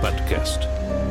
подкаст.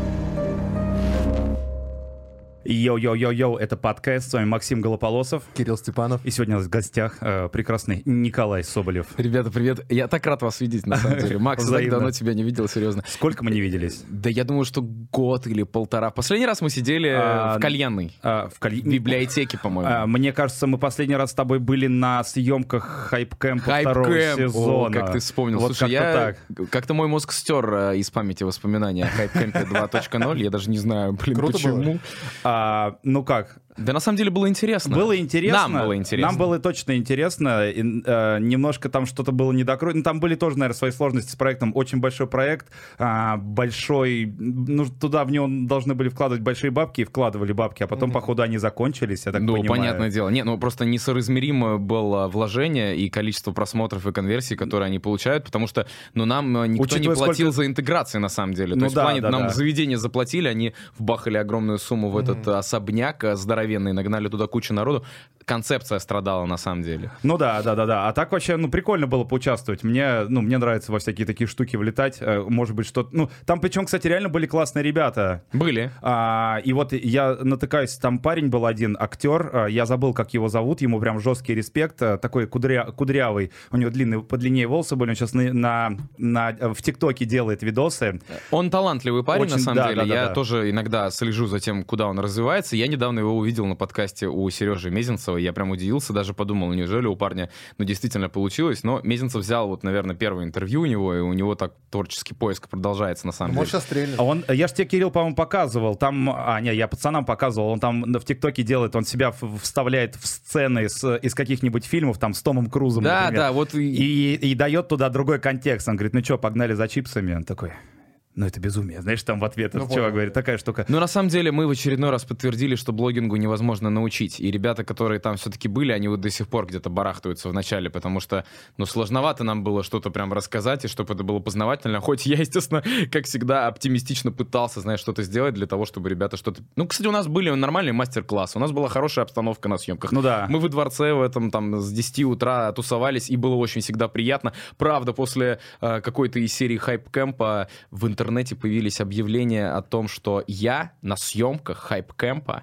Йоу-йоу-йоу-йоу, это подкаст, с вами Максим Голополосов. Кирилл Степанов. И сегодня у нас в гостях прекрасный Николай Соболев. Ребята, привет. Я так рад вас видеть, на самом деле. Макс, так давно тебя не видел, серьезно. Сколько мы не виделись? Да я думаю, что год или полтора. Последний раз мы сидели в кальянной. В библиотеке, по-моему. Мне кажется, мы последний раз с тобой были на съемках Хайп-кэмпа второго сезона. О, как ты вспомнил. Вот слушай, как-то мой мозг стер из памяти воспоминания о Хайп-кэмпе 2.0. Я даже не не знаю, почему. Ну как? Да на самом деле было интересно. Было интересно. Нам было интересно. Нам было точно интересно. И, немножко там что-то было недокручено. Там были тоже, наверное, свои сложности с проектом. Очень большой проект. Большой. Ну, туда в него должны были вкладывать большие бабки. И вкладывали бабки. А потом, походу, они закончились, я так понимаю. Ну, понятное дело. Не, ну просто несоизмеримо было вложение и количество просмотров и конверсий, которые они получают. Потому что, ну, нам никто не платил за интеграцию, на самом деле. То есть в плане нам заведения заплатили, они вбахали огромную сумму в этот особняк здоровенный, нагнали туда кучу народу. Концепция страдала, на самом деле. Ну да. А так вообще, ну, прикольно было поучаствовать. Мне нравится во всякие такие штуки влетать. Может быть, что-то... Ну, там причем, кстати, реально были классные ребята. Были. И вот я натыкаюсь, там парень был один, актер, я забыл, как его зовут, ему прям жесткий респект, такой кудрявый, у него подлиннее волосы были, он сейчас в ТикТоке делает видосы. Он талантливый парень, очень, на самом деле. Я да. тоже иногда слежу за тем, куда он развивается. Я недавно его увидел на подкасте у Сережи Мезенцева, я прям удивился, даже подумал, неужели у парня, действительно получилось, но Мезенцев взял, вот, наверное, первое интервью у него, и у него так творческий поиск продолжается, на самом деле. Может, сейчас стрельнет. Я же тебе, Кирилл, по-моему, показывал, я пацанам показывал, он там в ТикТоке делает, он себя вставляет в сцены из каких-нибудь фильмов, там, с Томом Крузом, например. Да, вот и дает туда другой контекст, он говорит, ну что, погнали за чипсами, он такой... Ну, это безумие. Знаешь, там в ответ этот чувак говорит, такая штука. Ну, на самом деле, мы в очередной раз подтвердили, что блогингу невозможно научить. И ребята, которые там все-таки были, они вот до сих пор где-то барахтаются в начале, потому что, сложновато нам было что-то прям рассказать, и чтобы это было познавательно. Хоть я, естественно, как всегда, оптимистично пытался, знаешь, что-то сделать для того, чтобы ребята что-то... Ну, кстати, у нас были нормальные мастер-классы, у нас была хорошая обстановка на съемках. Ну да. Мы во дворце в этом, там, с 10 утра тусовались, и было очень всегда приятно. Правда, после какой-то из серий хайп-кэмпа в интернете появились объявления о том, что я на съемках хайп-кэмпа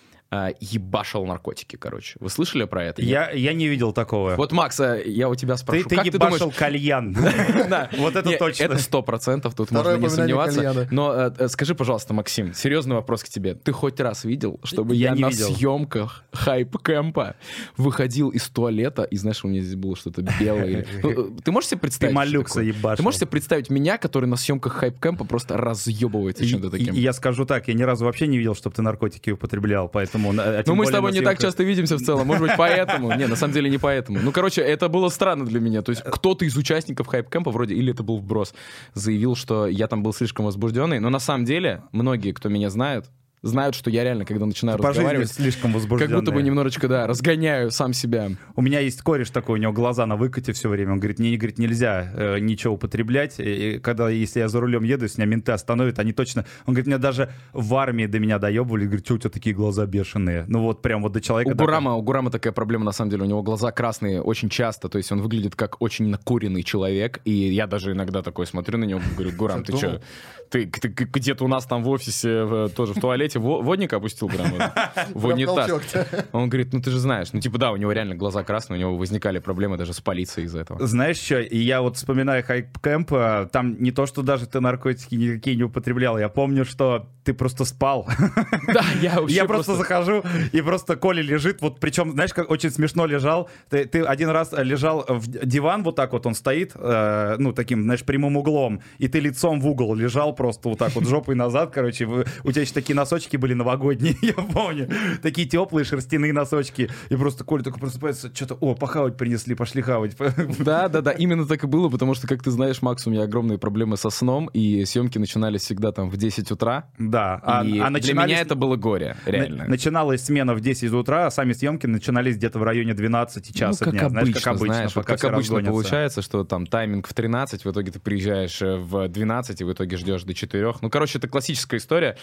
ебашил наркотики, короче. Вы слышали про это? Я не видел такого. Вот, Макс, я у тебя спрошу. Ты ебашил кальян. Вот это точно. Это 100%, тут можно не сомневаться. Но скажи, пожалуйста, Максим, серьезный вопрос к тебе. Ты хоть раз видел, чтобы я на съемках хайп-кэмпа выходил из туалета, и знаешь, у меня здесь было что-то белое? Ты можешь себе представить? Ты малюкса ебашил. Ты можешь себе представить меня, который на съемках хайп-кэмпа просто разъебывается чем-то таким? Я скажу так, я ни разу вообще не видел, чтобы ты наркотики употреблял, поэтому... Ну, мы с тобой не так часто видимся в целом, может быть, поэтому. Не, на самом деле не поэтому. Ну, короче, это было странно для меня. То есть кто-то из участников хайп-кэмпа вроде, или это был вброс, заявил, что я там был слишком возбужденный. Но на самом деле многие, кто меня знают, что я реально, когда начинаю разговаривать, слишком возбужденный. Как будто бы немножечко, разгоняю сам себя. У меня есть кореш такой, у него глаза на выкате все время. Он говорит, мне нельзя ничего употреблять. И если я за рулем еду, если меня менты остановят, они точно... Он говорит, меня даже в армии до меня доебывали. Говорит, что у тебя такие глаза бешеные? Ну вот прям вот до человека... У Гурама такая проблема, на самом деле. У него глаза красные очень часто. То есть он выглядит как очень накуренный человек. И я даже иногда такой смотрю на него, говорю, Гурам, ты что? Ты где-то у нас там в офисе тоже в туалете водник опустил прямо в унитаз. Он говорит, ну ты же знаешь. Ну типа да, у него реально глаза красные, у него возникали проблемы даже с полицией из-за этого. Знаешь что, и я вот вспоминаю хайп-кэмп, там не то, что даже ты наркотики никакие не употреблял, я помню, что ты просто спал. Да, я просто захожу, и просто Коля лежит, вот причем, знаешь, как очень смешно лежал. Ты один раз лежал в диван, вот так вот он стоит, таким, знаешь, прямым углом, и ты лицом в угол лежал просто вот так вот, жопой назад, короче. У тебя еще такие носочки были новогодние, я помню. Такие теплые шерстяные носочки. И просто Коля такой просыпается, что-то, похавать принесли, пошли хавать. Да, именно так и было, потому что, как ты знаешь, Макс, у меня огромные проблемы со сном, и съемки начинались всегда там в 10 утра. Да. И для меня это было горе, реально. Начиналась смена в 10 утра, а сами съемки начинались где-то в районе 12 часа дня. Знаешь, как обычно получается, что там тайминг в 13, в итоге ты приезжаешь в 12, и в итоге ждешь до 4. Ну, короче, это классическая история.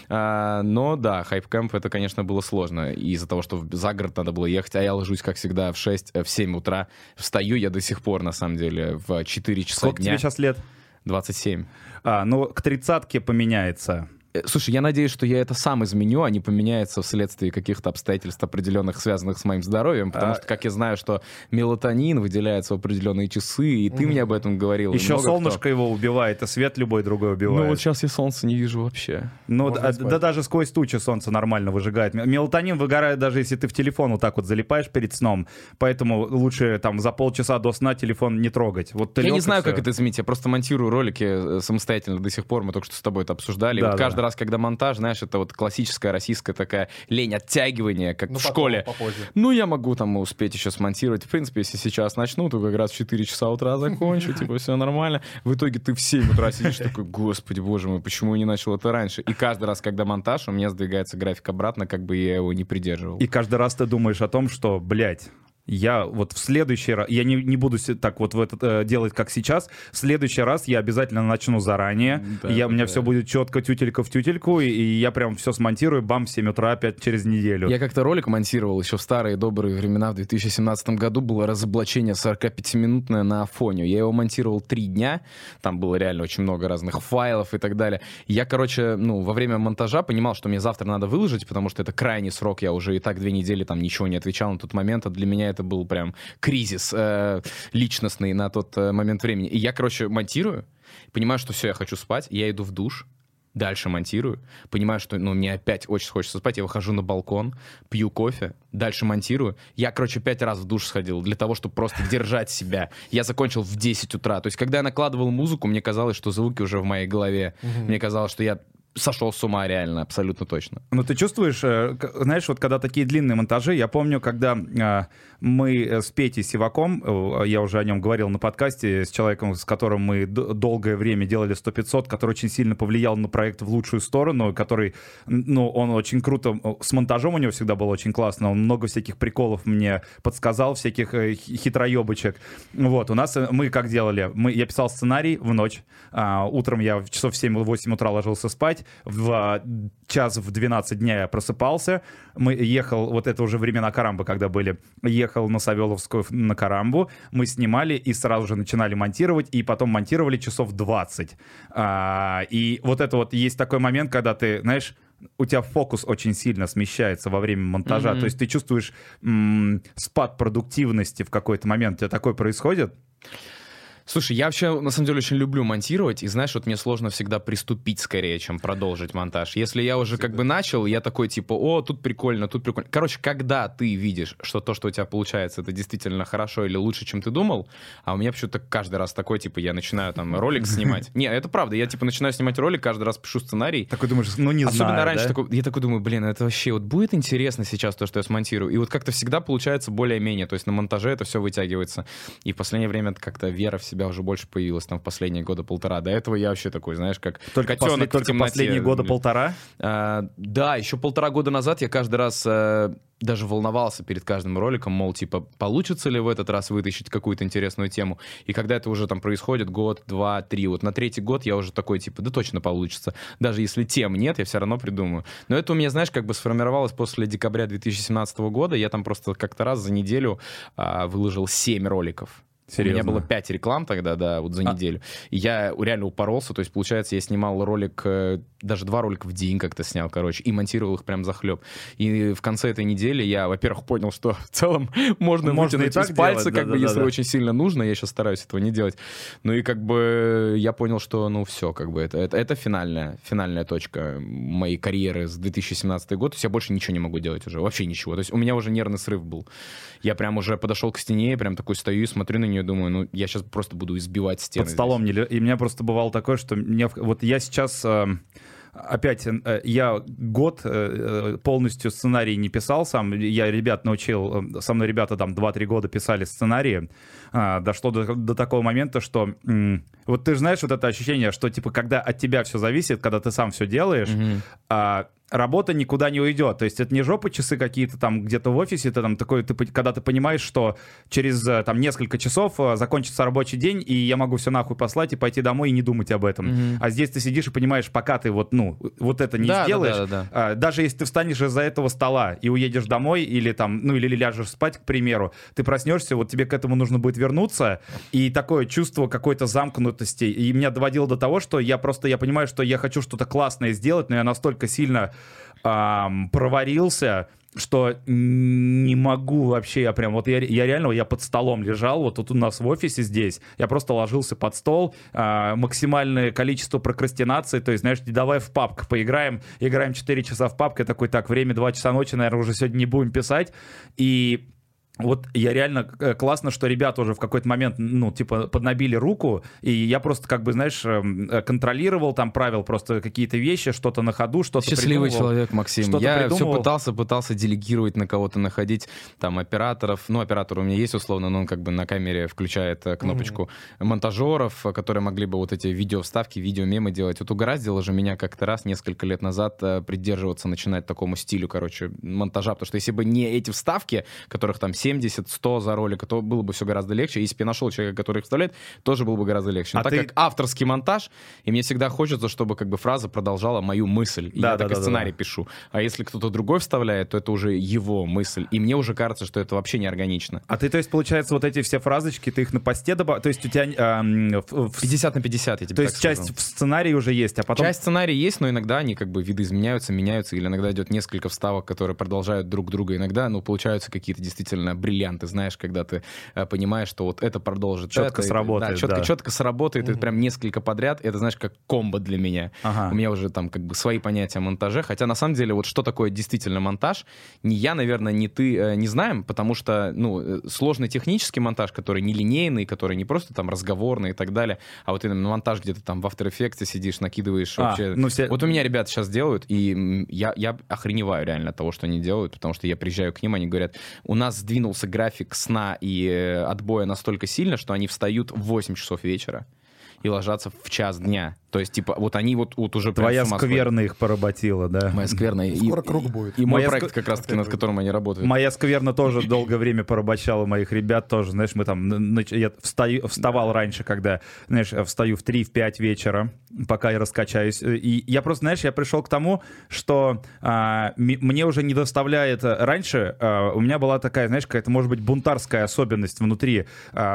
Но да, хайп-кэмп это, конечно, было сложно. И из-за того, что за город надо было ехать, а я ложусь, как всегда, в 7 утра. Встаю я до сих пор, на самом деле, в 4 часа Сколько дня. тебе сейчас лет? 27. Ну, к 30-ке поменяется. Слушай, я надеюсь, что я это сам изменю, а не поменяется вследствие каких-то обстоятельств определенных, связанных с моим здоровьем, потому что, как я знаю, что мелатонин выделяется в определенные часы, и ты мне об этом говорил. Еще солнышко его убивает, и свет любой другой убивает. Ну вот сейчас я солнце не вижу вообще. Ну да даже сквозь тучи солнце нормально выжигает. Мелатонин выгорает даже если ты в телефон вот так вот залипаешь перед сном, поэтому лучше там за полчаса до сна телефон не трогать. Вот я не знаю, как это изменить, я просто монтирую ролики самостоятельно до сих пор, мы только что с тобой это обсуждали. Да, вот каждый раз, когда монтаж, знаешь, это вот классическая российская такая лень оттягивания, как в школе. Попозже. Ну, я могу там успеть еще смонтировать. В принципе, если сейчас начну, то как раз в 4 часа утра закончу, типа, все нормально. В итоге ты в 7 утра сидишь такой, господи, боже мой, почему я не начал это раньше? И каждый раз, когда монтаж, у меня сдвигается график обратно, как бы я его не придерживал. И каждый раз ты думаешь о том, что, блядь, я вот в следующий раз, я не буду так вот в этот, делать, как сейчас, в следующий раз я обязательно начну заранее, у меня все будет четко, тютелька в тютельку, и я прям все смонтирую, бам, в 7 утра опять через неделю. Я как-то ролик монтировал еще в старые добрые времена, в 2017 году было разоблачение 45-минутное на Афоню. Я его монтировал 3 дня, там было реально очень много разных файлов и так далее. Я, короче, во время монтажа понимал, что мне завтра надо выложить, потому что это крайний срок, я уже и так 2 недели там ничего не отвечал на тот момент, а для меня это был прям кризис личностный на тот момент времени. И я, короче, монтирую, понимаю, что все, я хочу спать, я иду в душ, дальше монтирую, понимаю, что мне опять очень хочется спать, я выхожу на балкон, пью кофе, дальше монтирую. Я, короче, 5 раз в душ сходил для того, чтобы просто держать себя. Я закончил в 10 утра. То есть, когда я накладывал музыку, мне казалось, что звуки уже в моей голове. Мне казалось, что я сошел с ума реально, абсолютно точно. Но ты чувствуешь, знаешь, вот когда такие длинные монтажи, я помню, когда мы с Петей Сиваком, я уже о нем говорил на подкасте, с человеком, с которым мы долгое время делали 100-500, который очень сильно повлиял на проект в лучшую сторону, который, он очень круто, с монтажом у него всегда было очень классно, он много всяких приколов мне подсказал, всяких хитроебочек. Вот, у нас, мы как делали, я писал сценарий в ночь, утром я в часов 7-8 утра ложился спать, в час в 12 дня я просыпался, ехал, вот это уже времена Карамбы, когда были, ехал на Савеловскую на Карамбу, мы снимали и сразу же начинали монтировать, и потом монтировали часов 20. И вот это вот есть такой момент, когда ты, знаешь, у тебя фокус очень сильно смещается во время монтажа, то есть ты чувствуешь спад продуктивности в какой-то момент, у тебя такое происходит? Слушай, я вообще, на самом деле, очень люблю монтировать, и, знаешь, вот мне сложно всегда приступить скорее, чем продолжить монтаж. Если я уже как бы начал, я такой, типа, тут прикольно, тут прикольно. Короче, когда ты видишь, что то, что у тебя получается, это действительно хорошо или лучше, чем ты думал, а у меня почему-то каждый раз такой, типа, я начинаю там ролик снимать. Не, это правда, я, типа, начинаю снимать ролик, каждый раз пишу сценарий. Такой думаешь, не знаю, особенно раньше, да? я такой думаю, блин, это вообще вот будет интересно сейчас то, что я смонтирую. И вот как-то всегда получается более-менее, то есть на монтаже это все вытягивается. И в последнее время как-то вера в себя уже больше появилась там в последние года полтора. До этого я вообще такой, знаешь, как только котенок только в темноте. Последние года полтора? Да, еще 1,5 года назад я каждый раз даже волновался перед каждым роликом, мол, типа, получится ли в этот раз вытащить какую-то интересную тему. И когда это уже там происходит год, 2, 3, вот на 3-й год я уже такой, типа, да точно получится. Даже если тем нет, я все равно придумаю. Но это у меня, знаешь, как бы сформировалось после декабря 2017 года. Я там просто как-то раз за неделю выложил 7 роликов. Серьезно? У меня было 5 реклам тогда, да, вот за неделю. И я реально упоролся, то есть, получается, я снимал ролик, даже 2 ролика в день как-то снял, короче, и монтировал их прям захлеб. И в конце этой недели я, во-первых, понял, что в целом можно вытянуть из пальца, как бы, если очень сильно нужно. Я сейчас стараюсь этого не делать. Ну и как бы я понял, что, все, как бы, это финальная точка моей карьеры с 2017 год. То есть я больше ничего не могу делать уже, вообще ничего. То есть у меня уже нервный срыв был. Я прям уже подошел к стене, прям такой стою и смотрю на нее, думаю, я сейчас просто буду избивать стены. Под столом. И у меня просто бывало такое, что вот я сейчас... Опять, я год полностью сценарий не писал сам. Я ребят научил, со мной ребята там 2-3 года писали сценарии. Дошло до такого момента, что вот ты же знаешь вот это ощущение, что типа когда от тебя все зависит, когда ты сам все делаешь, работа никуда не уйдет. То есть это не жопа часы какие-то там где-то в офисе, это там такой, когда ты понимаешь, что через там несколько часов закончится рабочий день, и я могу все нахуй послать и пойти домой и не думать об этом. А здесь ты сидишь и понимаешь, пока ты вот это не сделаешь, даже если ты встанешь из-за этого стола и уедешь домой, или там, или ляжешь спать, к примеру, ты проснешься, вот тебе к этому нужно будет вернуться, и такое чувство какой-то замкнутости. И меня доводило до того, что я понимаю, что я хочу что-то классное сделать, но я настолько сильно проварился, что не могу вообще, я реально, я под столом лежал, вот тут у нас в офисе здесь, я просто ложился под стол, максимальное количество прокрастинации, то есть, знаешь, давай в пабг поиграем, играем 4 часа в пабг, я такой, так, время 2 часа ночи, наверное, уже сегодня не будем писать, и вот я реально классно, что ребята уже в какой-то момент, поднабили руку, и я просто, контролировал, там, правил просто какие-то вещи, что-то на ходу, что-то Счастливый человек, Максим. Я придумывал. все пытался делегировать на кого-то, находить там операторов. Оператор у меня есть, условно, но он как бы на камере включает кнопочку. Монтажеров, которые могли бы вот эти видеовставки, видеомемы делать. Вот угораздило же меня как-то раз, несколько лет назад, придерживаться, начинать такому стилю, монтажа, потому что если бы не эти вставки, которых там 70-100 за ролик, то было бы все гораздо легче. Если бы я нашел человека, который их вставляет, тоже было бы гораздо легче. Но так как авторский монтаж, и мне всегда хочется, чтобы фраза продолжала мою мысль. И я так и сценарий пишу. А если кто-то другой вставляет, то это уже его мысль. И мне уже кажется, что это вообще неорганично. А ты, то есть, получается, вот эти все фразочки, ты их на посте добавил? То есть у тебя... 50 на 50, я тебе то есть часть в сценарии уже есть, а потом... Часть сценария есть, но иногда они видоизменяются, меняются, или иногда идет несколько вставок, которые продолжают друг друга. Иногда, получаются какие-то действительно бриллианты, знаешь, когда ты понимаешь, что вот это продолжит. Четко сработает. Четко сработает, это прям несколько подряд. Это, знаешь, как комбо для меня. У меня уже там свои понятия о монтаже. Хотя, на самом деле, вот что такое действительно монтаж, ни я, наверное, ни ты не знаем, потому что, сложный технический монтаж, который не линейный, который не просто там разговорный и так далее, а вот именно монтаж, где ты там в After Effects сидишь, накидываешь вообще... Вот у меня ребята сейчас делают, и я охреневаю реально от того, что они делают, потому что я приезжаю к ним, они говорят, у нас сдвинулся график сна и отбоя настолько сильно, что они встают в 8 часов вечера и ложатся в час дня. То есть, они вот уже... Твоя скверна их поработила, да? Моя скверна. Скоро круг будет. И мой проект как раз-таки, над которым они работают. Моя скверна тоже долгое время порабощала моих ребят тоже. Знаешь, мы там... Я вставал раньше, когда, знаешь, встаю в 3-5 вечера, пока я раскачаюсь. И я просто, знаешь, я пришел к тому, что мне уже не доставляет... Раньше у меня была такая, знаешь, какая-то, может быть, бунтарская особенность внутри.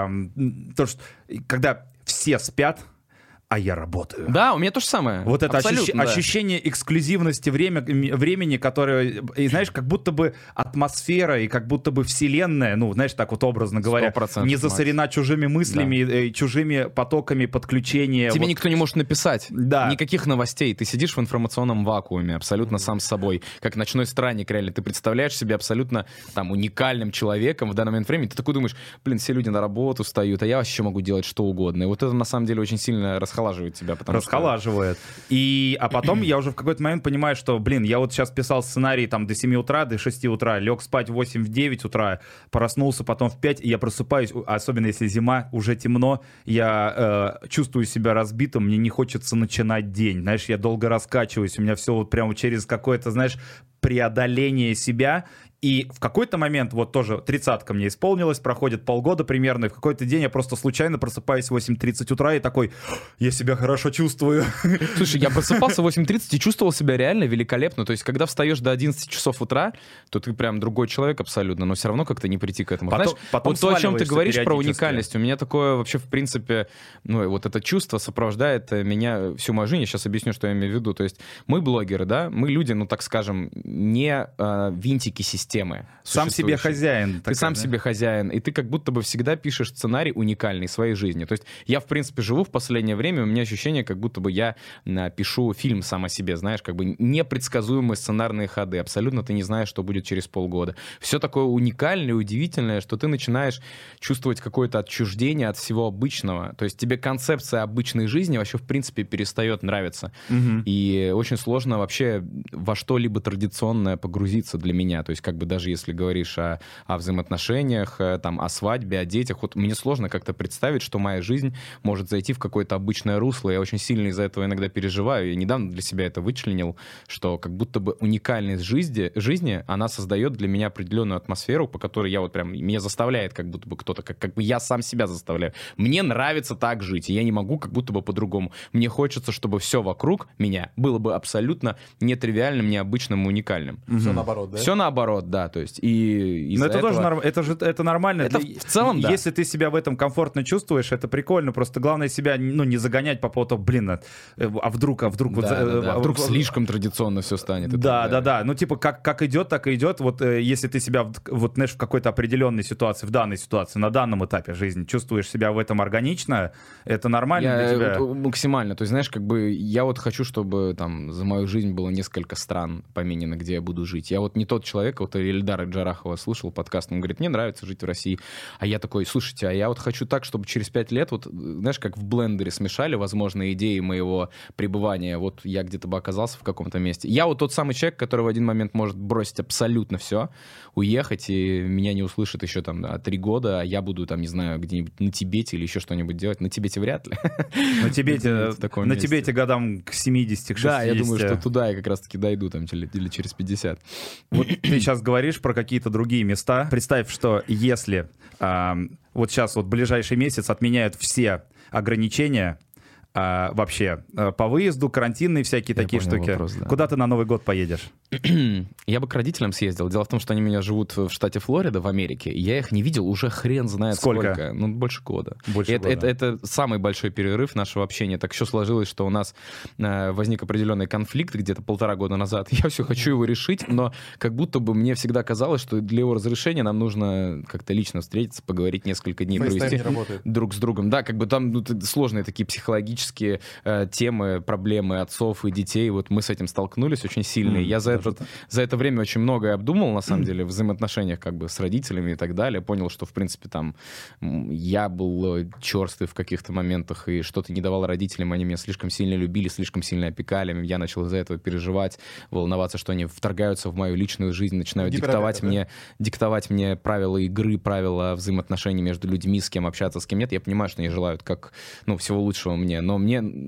То, что когда все спят, а я работаю. Да, у меня то же самое. Вот это ощущение эксклюзивности времени, которое, и знаешь, как будто бы атмосфера и как будто бы вселенная, знаешь, так вот образно говоря, не засорена чужими мыслями, чужими потоками подключения. Тебе никто не может написать. Да. Никаких новостей. Ты сидишь в информационном вакууме, абсолютно сам с собой. Как ночной странник, реально. Ты представляешь себя абсолютно там уникальным человеком в данный момент времени. Ты такой думаешь, все люди на работу встают, а я вообще могу делать что угодно. И вот это на самом деле очень сильно расхолаживает тебя. Расхолаживает. А потом я уже в какой-то момент понимаю, что, я вот сейчас писал сценарий там до 7 утра, до 6 утра, лег спать в 8-9 утра, проснулся потом в 5, и я просыпаюсь, особенно если зима, уже темно, я чувствую себя разбитым, мне не хочется начинать день. Знаешь, я долго раскачиваюсь, у меня все вот прямо через какое-то, знаешь, преодоление себя. И в какой-то момент, вот тоже 30-ка мне исполнилось, проходит полгода примерно, и в какой-то день я просто случайно просыпаюсь в 8:30 утра и такой, я себя хорошо чувствую. Слушай, я просыпался в 8:30 и чувствовал себя реально великолепно. То есть, когда встаешь до 11 часов утра, то ты прям другой человек абсолютно, но все равно как-то не прийти к этому. Потом вот то, о чем ты говоришь про уникальность, у меня такое вообще, в принципе, вот это чувство сопровождает меня всю мою жизнь. Я сейчас объясню, что я имею в виду. То есть, мы блогеры, да, мы люди, так скажем, не винтики системы. Сам себе хозяин. Ты сам себе хозяин, и ты как будто бы всегда пишешь сценарий уникальный своей жизни. То есть я, в принципе, живу в последнее время, у меня ощущение, как будто бы я пишу фильм сам о себе, знаешь, как бы непредсказуемые сценарные ходы. Абсолютно ты не знаешь, что будет через полгода. Все такое уникальное, удивительное, что ты начинаешь чувствовать какое-то отчуждение от всего обычного. То есть тебе концепция обычной жизни вообще, в принципе, перестает нравиться. И очень сложно вообще во что-либо традиционное медитационное погрузиться для меня. То есть как бы даже если говоришь о взаимоотношениях, там, о свадьбе, о детях, вот мне сложно как-то представить, что моя жизнь может зайти в какое-то обычное русло. Я очень сильно из-за этого иногда переживаю. Я недавно для себя это вычленил, что как будто бы уникальность жизни, она создает для меня определенную атмосферу, по которой я вот прям, меня заставляет как будто бы кто-то, как бы я сам себя заставляю. Мне нравится так жить, и я не могу как будто бы по-другому. Мне хочется, чтобы все вокруг меня было бы абсолютно нетривиальным, необычным, уникальным. Все наоборот, да? Все наоборот, да, то есть и Но это этого... тоже это нормально. Это в целом, да. Если ты себя в этом комфортно чувствуешь, это прикольно. Просто главное себя, ну, не загонять по поводу, блин, а вдруг вдруг слишком традиционно все станет. Да. Ну, типа, как идет, так и идет. Вот если ты себя, вот, знаешь, в какой-то определенной ситуации, в данной ситуации, на данном этапе жизни чувствуешь себя в этом органично, это нормально для тебя? Вот, максимально. То есть, знаешь, как бы я вот хочу, чтобы там за мою жизнь было несколько стран поменено, где я буду жить. Я вот не тот человек, вот Ильдара Джарахова слушал подкаст, он говорит, мне нравится жить в России. А я такой, слушайте, а я вот хочу так, чтобы через 5 лет, вот, знаешь, как в блендере смешали возможные идеи моего пребывания, вот я где-то бы оказался в каком-то месте. Я вот тот самый человек, который в один момент может бросить абсолютно все, уехать, и меня не услышат еще там 3 года, а я буду там, не знаю, где-нибудь на Тибете или еще что-нибудь делать. На Тибете вряд ли. На Тибете годам к 70, к 60. Да, я думаю, что туда я как раз-таки дойду там или через 50. Вот ты сейчас говоришь про какие-то другие места. Представь, что если вот сейчас вот ближайший месяц отменяют все ограничения вообще по выезду, карантинные всякие такие штуки. Вопрос, да. Куда ты на Новый год поедешь? Я бы к родителям съездил. Дело в том, что они у меня живут в штате Флорида, в Америке. Я их не видел уже хрен знает сколько. Ну, больше года. Это самый большой перерыв нашего общения. Так еще сложилось, что у нас возник определенный конфликт где-то 1,5 года назад. Я все хочу его решить, но как будто бы мне всегда казалось, что для его разрешения нам нужно как-то лично встретиться, поговорить несколько дней, провести друг с другом. Да, как бы там сложные такие психологические темы, проблемы отцов и детей. Вот мы с этим столкнулись очень сильно. Я за это время очень многое обдумал, на самом деле, в взаимоотношениях как бы с родителями и так далее. Понял, что, в принципе, там я был черствый в каких-то моментах и что-то не давал родителям. Они меня слишком сильно любили, слишком сильно опекали. Я начал из-за этого переживать, волноваться, что они вторгаются в мою личную жизнь, начинают диктовать мне правила игры, правила взаимоотношений между людьми, с кем общаться, с кем нет. Я понимаю, что они желают всего лучшего мне. Но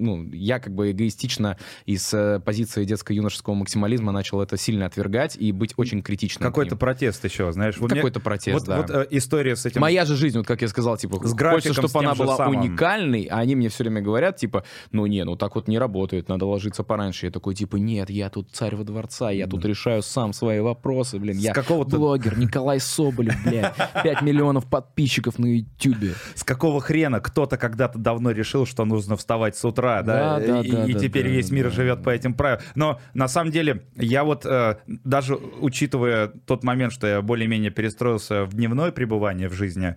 я как бы эгоистично из позиции детско-юношеского максимализма начал это сильно отвергать и быть очень критичным. Какой-то протест еще, знаешь. Какой-то протест, да. Вот история с этим... Моя же жизнь, вот как я сказал, типа, с графиком, хочется, чтобы она была уникальной, а они мне все время говорят, типа, так вот не работает, надо ложиться пораньше. Я такой, типа, нет, я тут царь во дворца, я тут решаю сам свои вопросы, блин. Я блогер Николай Соболев, блядь, 5 миллионов подписчиков на Ютубе. С какого хрена кто-то когда-то давно решил, что нужно вставать с утра, да? И теперь весь мир живет по этим правилам. Но на самом деле я вот даже учитывая тот момент, что я более-менее перестроился в дневное пребывание в жизни,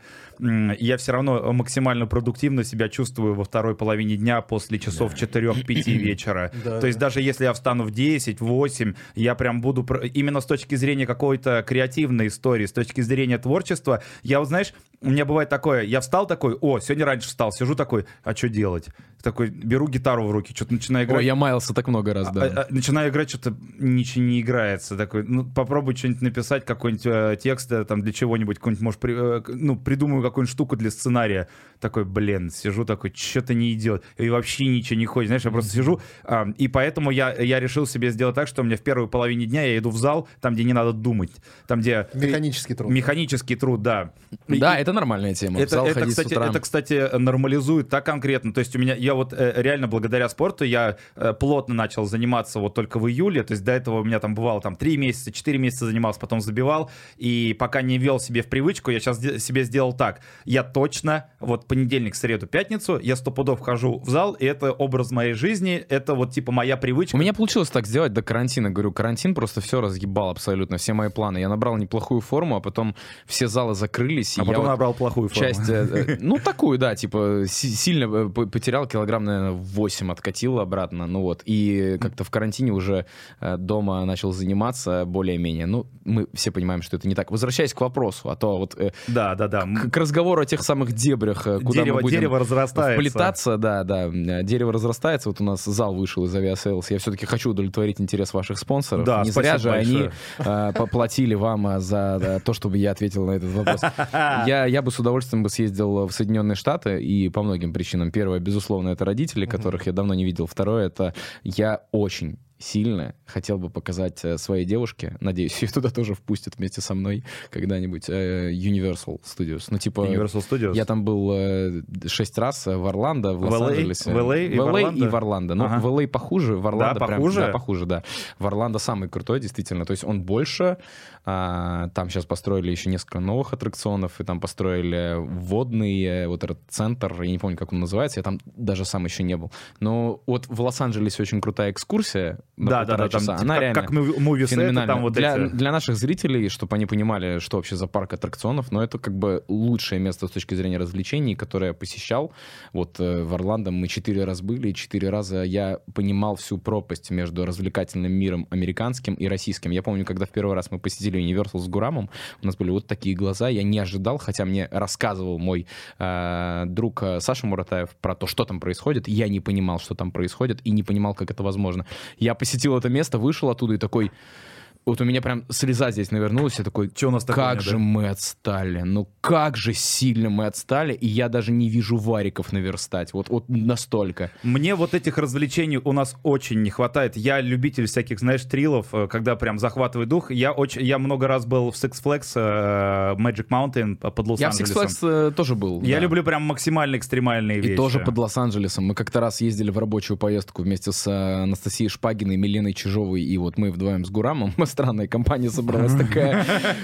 я все равно максимально продуктивно себя чувствую во второй половине дня после часов 4-5 вечера. То есть даже если я встану в 10, в 8, я прям буду... Именно с точки зрения какой-то креативной истории, с точки зрения творчества, я вот, знаешь, у меня бывает такое, я встал такой, сегодня раньше встал, сижу такой, а что делать? Такой, беру гитару в руки, что-то начинаю играть. Я маялся так много раз, да. Начинаю играть, что-то ничего не играется. Такой, попробуй что-нибудь написать, какой-нибудь текст там для чего-нибудь, может, придумаю какую-нибудь штуку для сценария. Такой, блин, сижу такой, что-то не идет. И вообще ничего не ходит. Знаешь, я просто сижу, и поэтому я решил себе сделать так, что у меня в первой половине дня я иду в зал, там, где не надо думать. Там, где... Механический труд. Механический труд, да. Да, это нормальная тема. Это, кстати, нормализует так конкретно. То есть у меня, я вот реально благодаря спорту я плотно начал заниматься вот только в июле. То есть до этого у меня там бывало 3 месяца, 4 месяца занимался, потом забивал. И пока не ввел себе в привычку, я сейчас себе сделал так. Я точно, вот понедельник, среду, пятницу, я 100% хожу в зал, и это образ моей жизни, это вот типа моя привычка. У меня получилось так сделать до карантина. Говорю, карантин просто все разъебал абсолютно, все мои планы. Я набрал неплохую форму, а потом все залы закрылись. А потом набрал плохую форму. Такую, да, типа сильно потерял килограмм килограмм, наверное, 8 откатил обратно, ну вот, и как-то в карантине уже дома начал заниматься более-менее. Ну, мы все понимаем, что это не так. Возвращаясь к вопросу, а то вот да. к разговору о тех самых дебрях, куда мы будем дерево разрастается. Вплетаться, да, дерево разрастается. Вот у нас зал вышел из Aviasales. Я все-таки хочу удовлетворить интерес ваших спонсоров. Да, не зря же большое. они поплатили вам за то, чтобы я ответил на этот вопрос. Я бы с удовольствием бы съездил в Соединенные Штаты, и по многим причинам. Первое, безусловно, это родители, которых я давно не видел. Второе, это я очень сильно хотел бы показать своей девушке, надеюсь, ее туда тоже впустят вместе со мной когда-нибудь, Universal Studios. Ну, типа, Universal Studios? Я там был 6 раз в Орландо, в Лос-Анджелесе. В LA и в Орландо. Ну, в LA похуже, в Орландо да, прям... похуже? Да, похуже, да. В Орландо самый крутой, действительно. То есть он больше... Там сейчас построили еще несколько новых аттракционов, и там построили водный вот этот центр, я не помню, как он называется, я там даже сам еще не был. Но вот в Лос-Анджелесе очень крутая экскурсия, да, часа. Там, она реально как муви-сет, там вот для наших зрителей, чтобы они понимали, что вообще за парк аттракционов, но это как бы лучшее место с точки зрения развлечений, которое я посещал. Вот в Орландо мы 4 раза были, и 4 раза я понимал всю пропасть между развлекательным миром американским и российским. Я помню, когда в первый раз мы посетили Universal с Гурамом, у нас были вот такие глаза, я не ожидал, хотя мне рассказывал мой друг Саша Муратаев про то, что там происходит, я не понимал, что там происходит, и не понимал, как это возможно. Я посетил это место, вышел оттуда и такой... Вот у меня прям слеза здесь навернулась, я такой, Чё у нас такое, как же мы отстали, ну как же сильно мы отстали, и я даже не вижу вариков наверстать, вот настолько. Мне вот этих развлечений у нас очень не хватает. Я любитель всяких, знаешь, триллов, когда прям захватывает дух. Я много раз был в Six Flags Magic Mountain под Лос-Анджелесом. Я в Six Flags тоже был. Я люблю прям максимально экстремальные вещи. И тоже под Лос-Анджелесом. Мы как-то раз ездили в рабочую поездку вместе с Анастасией Шпагиной, Миленой Чижовой, и вот мы вдвоем с Гурамом, странная компания собралась такая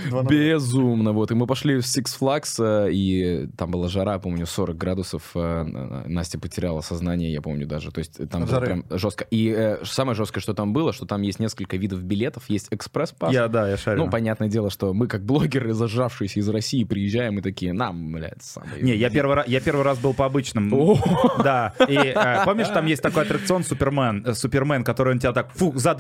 безумно. Вот. И мы пошли в Six Flags, и там была жара, помню, 40 градусов. Настя потеряла сознание, я помню даже. То есть там было прям жестко. И самое жесткое, что там было, что там есть несколько видов билетов. Есть экспресс-пасс. Я шарю. Ну, понятное дело, что мы как блогеры, зажравшиеся из России, приезжаем и такие, нам, блядь, самые... Не, я первый раз был по обычному. Да. И помнишь, там есть такой аттракцион Супермен, который он тебя так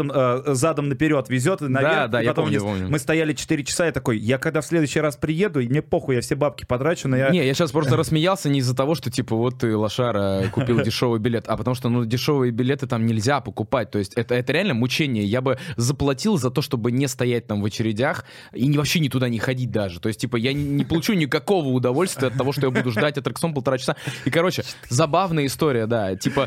задом наперед везет наверх. Да, я помню. Мы стояли 4 часа, я такой, я когда в следующий раз приеду, и мне похуй, я все бабки потрачу, но я... Не, я сейчас просто рассмеялся не из-за того, что, типа, вот ты, лошара, купил дешевый билет, а потому что, ну, дешевые билеты там нельзя покупать, то есть это реально мучение. Я бы заплатил за то, чтобы не стоять там в очередях и вообще ни туда не ходить даже. То есть, типа, я не получу никакого удовольствия от того, что я буду ждать аттракцион 1,5 часа. И, короче, забавная история, да. Типа,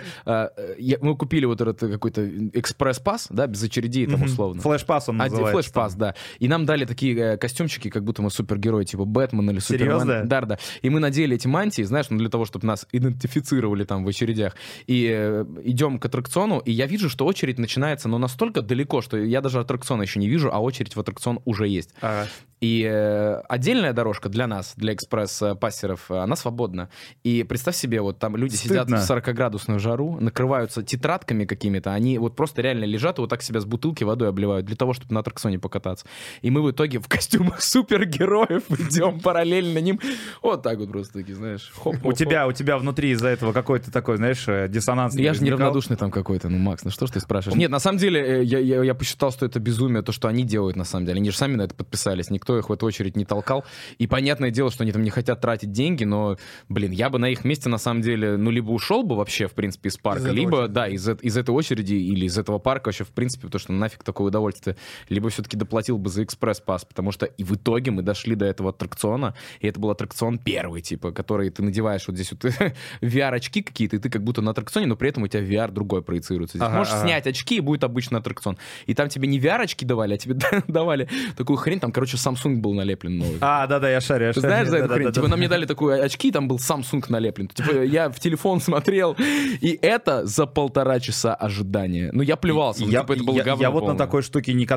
мы купили вот этот какой-то экспресс-пасс, да, без очередей там условно. Флэш-пасс он называется. Флэш-пасс, да. И нам дали такие костюмчики, как будто мы супергерои, типа Бэтмен или Супермен. Серьезно? Да. И мы надели эти мантии, знаешь, ну, для того, чтобы нас идентифицировали там в очередях. И идем к аттракциону, и я вижу, что очередь начинается, но настолько далеко, что я даже аттракциона еще не вижу, а очередь в аттракцион уже есть. И отдельная дорожка для нас, для экспресс-пассеров, она свободна. И представь себе, вот там люди сидят в 40-градусную жару, накрываются тетрадками какими-то, они вот просто реально лежат и вот так себя с бутылки водой обливают для того, чтобы на аттракционе покататься. И мы в итоге в костюмах супергероев идем параллельно ним. Вот так вот просто таки, знаешь. У тебя внутри из-за этого какой-то такой, знаешь, диссонанс. Я же неравнодушный там какой-то, ну, Макс, ну что ж ты спрашиваешь? Нет, на самом деле, я посчитал, что это безумие, то, что они делают, на самом деле. Они же сами на это подписались, никто их в эту очередь не толкал. И понятное дело, что они там не хотят тратить деньги, но, блин, я бы на их месте, на самом деле, ну, либо ушел бы вообще, в принципе, из парка, либо, да, из этой очереди или из этого парка вообще, в принципе, потому что нафиг такое удовольствие. Либо все-таки доплатил бы за экспресс-пасс, потому что и в итоге мы дошли до этого аттракциона, и это был аттракцион первый, типа, который ты надеваешь вот здесь вот VR-очки какие-то, и ты как будто на аттракционе, но при этом у тебя VR другой проецируется. Здесь можешь снять очки, и будет обычный аттракцион. И там тебе не VR-очки давали, а тебе давали такую хрень, там, короче, Samsung был налеплен новый. Да, я шарю. Ты знаешь за эту хрень? Типа, нам мне дали такую очки, там был Samsung налеплен. Типа, я в телефон смотрел, и это за 1,5 часа ожидания. Ну, я плевался, это было говно. Я вот на такой штуке не катался.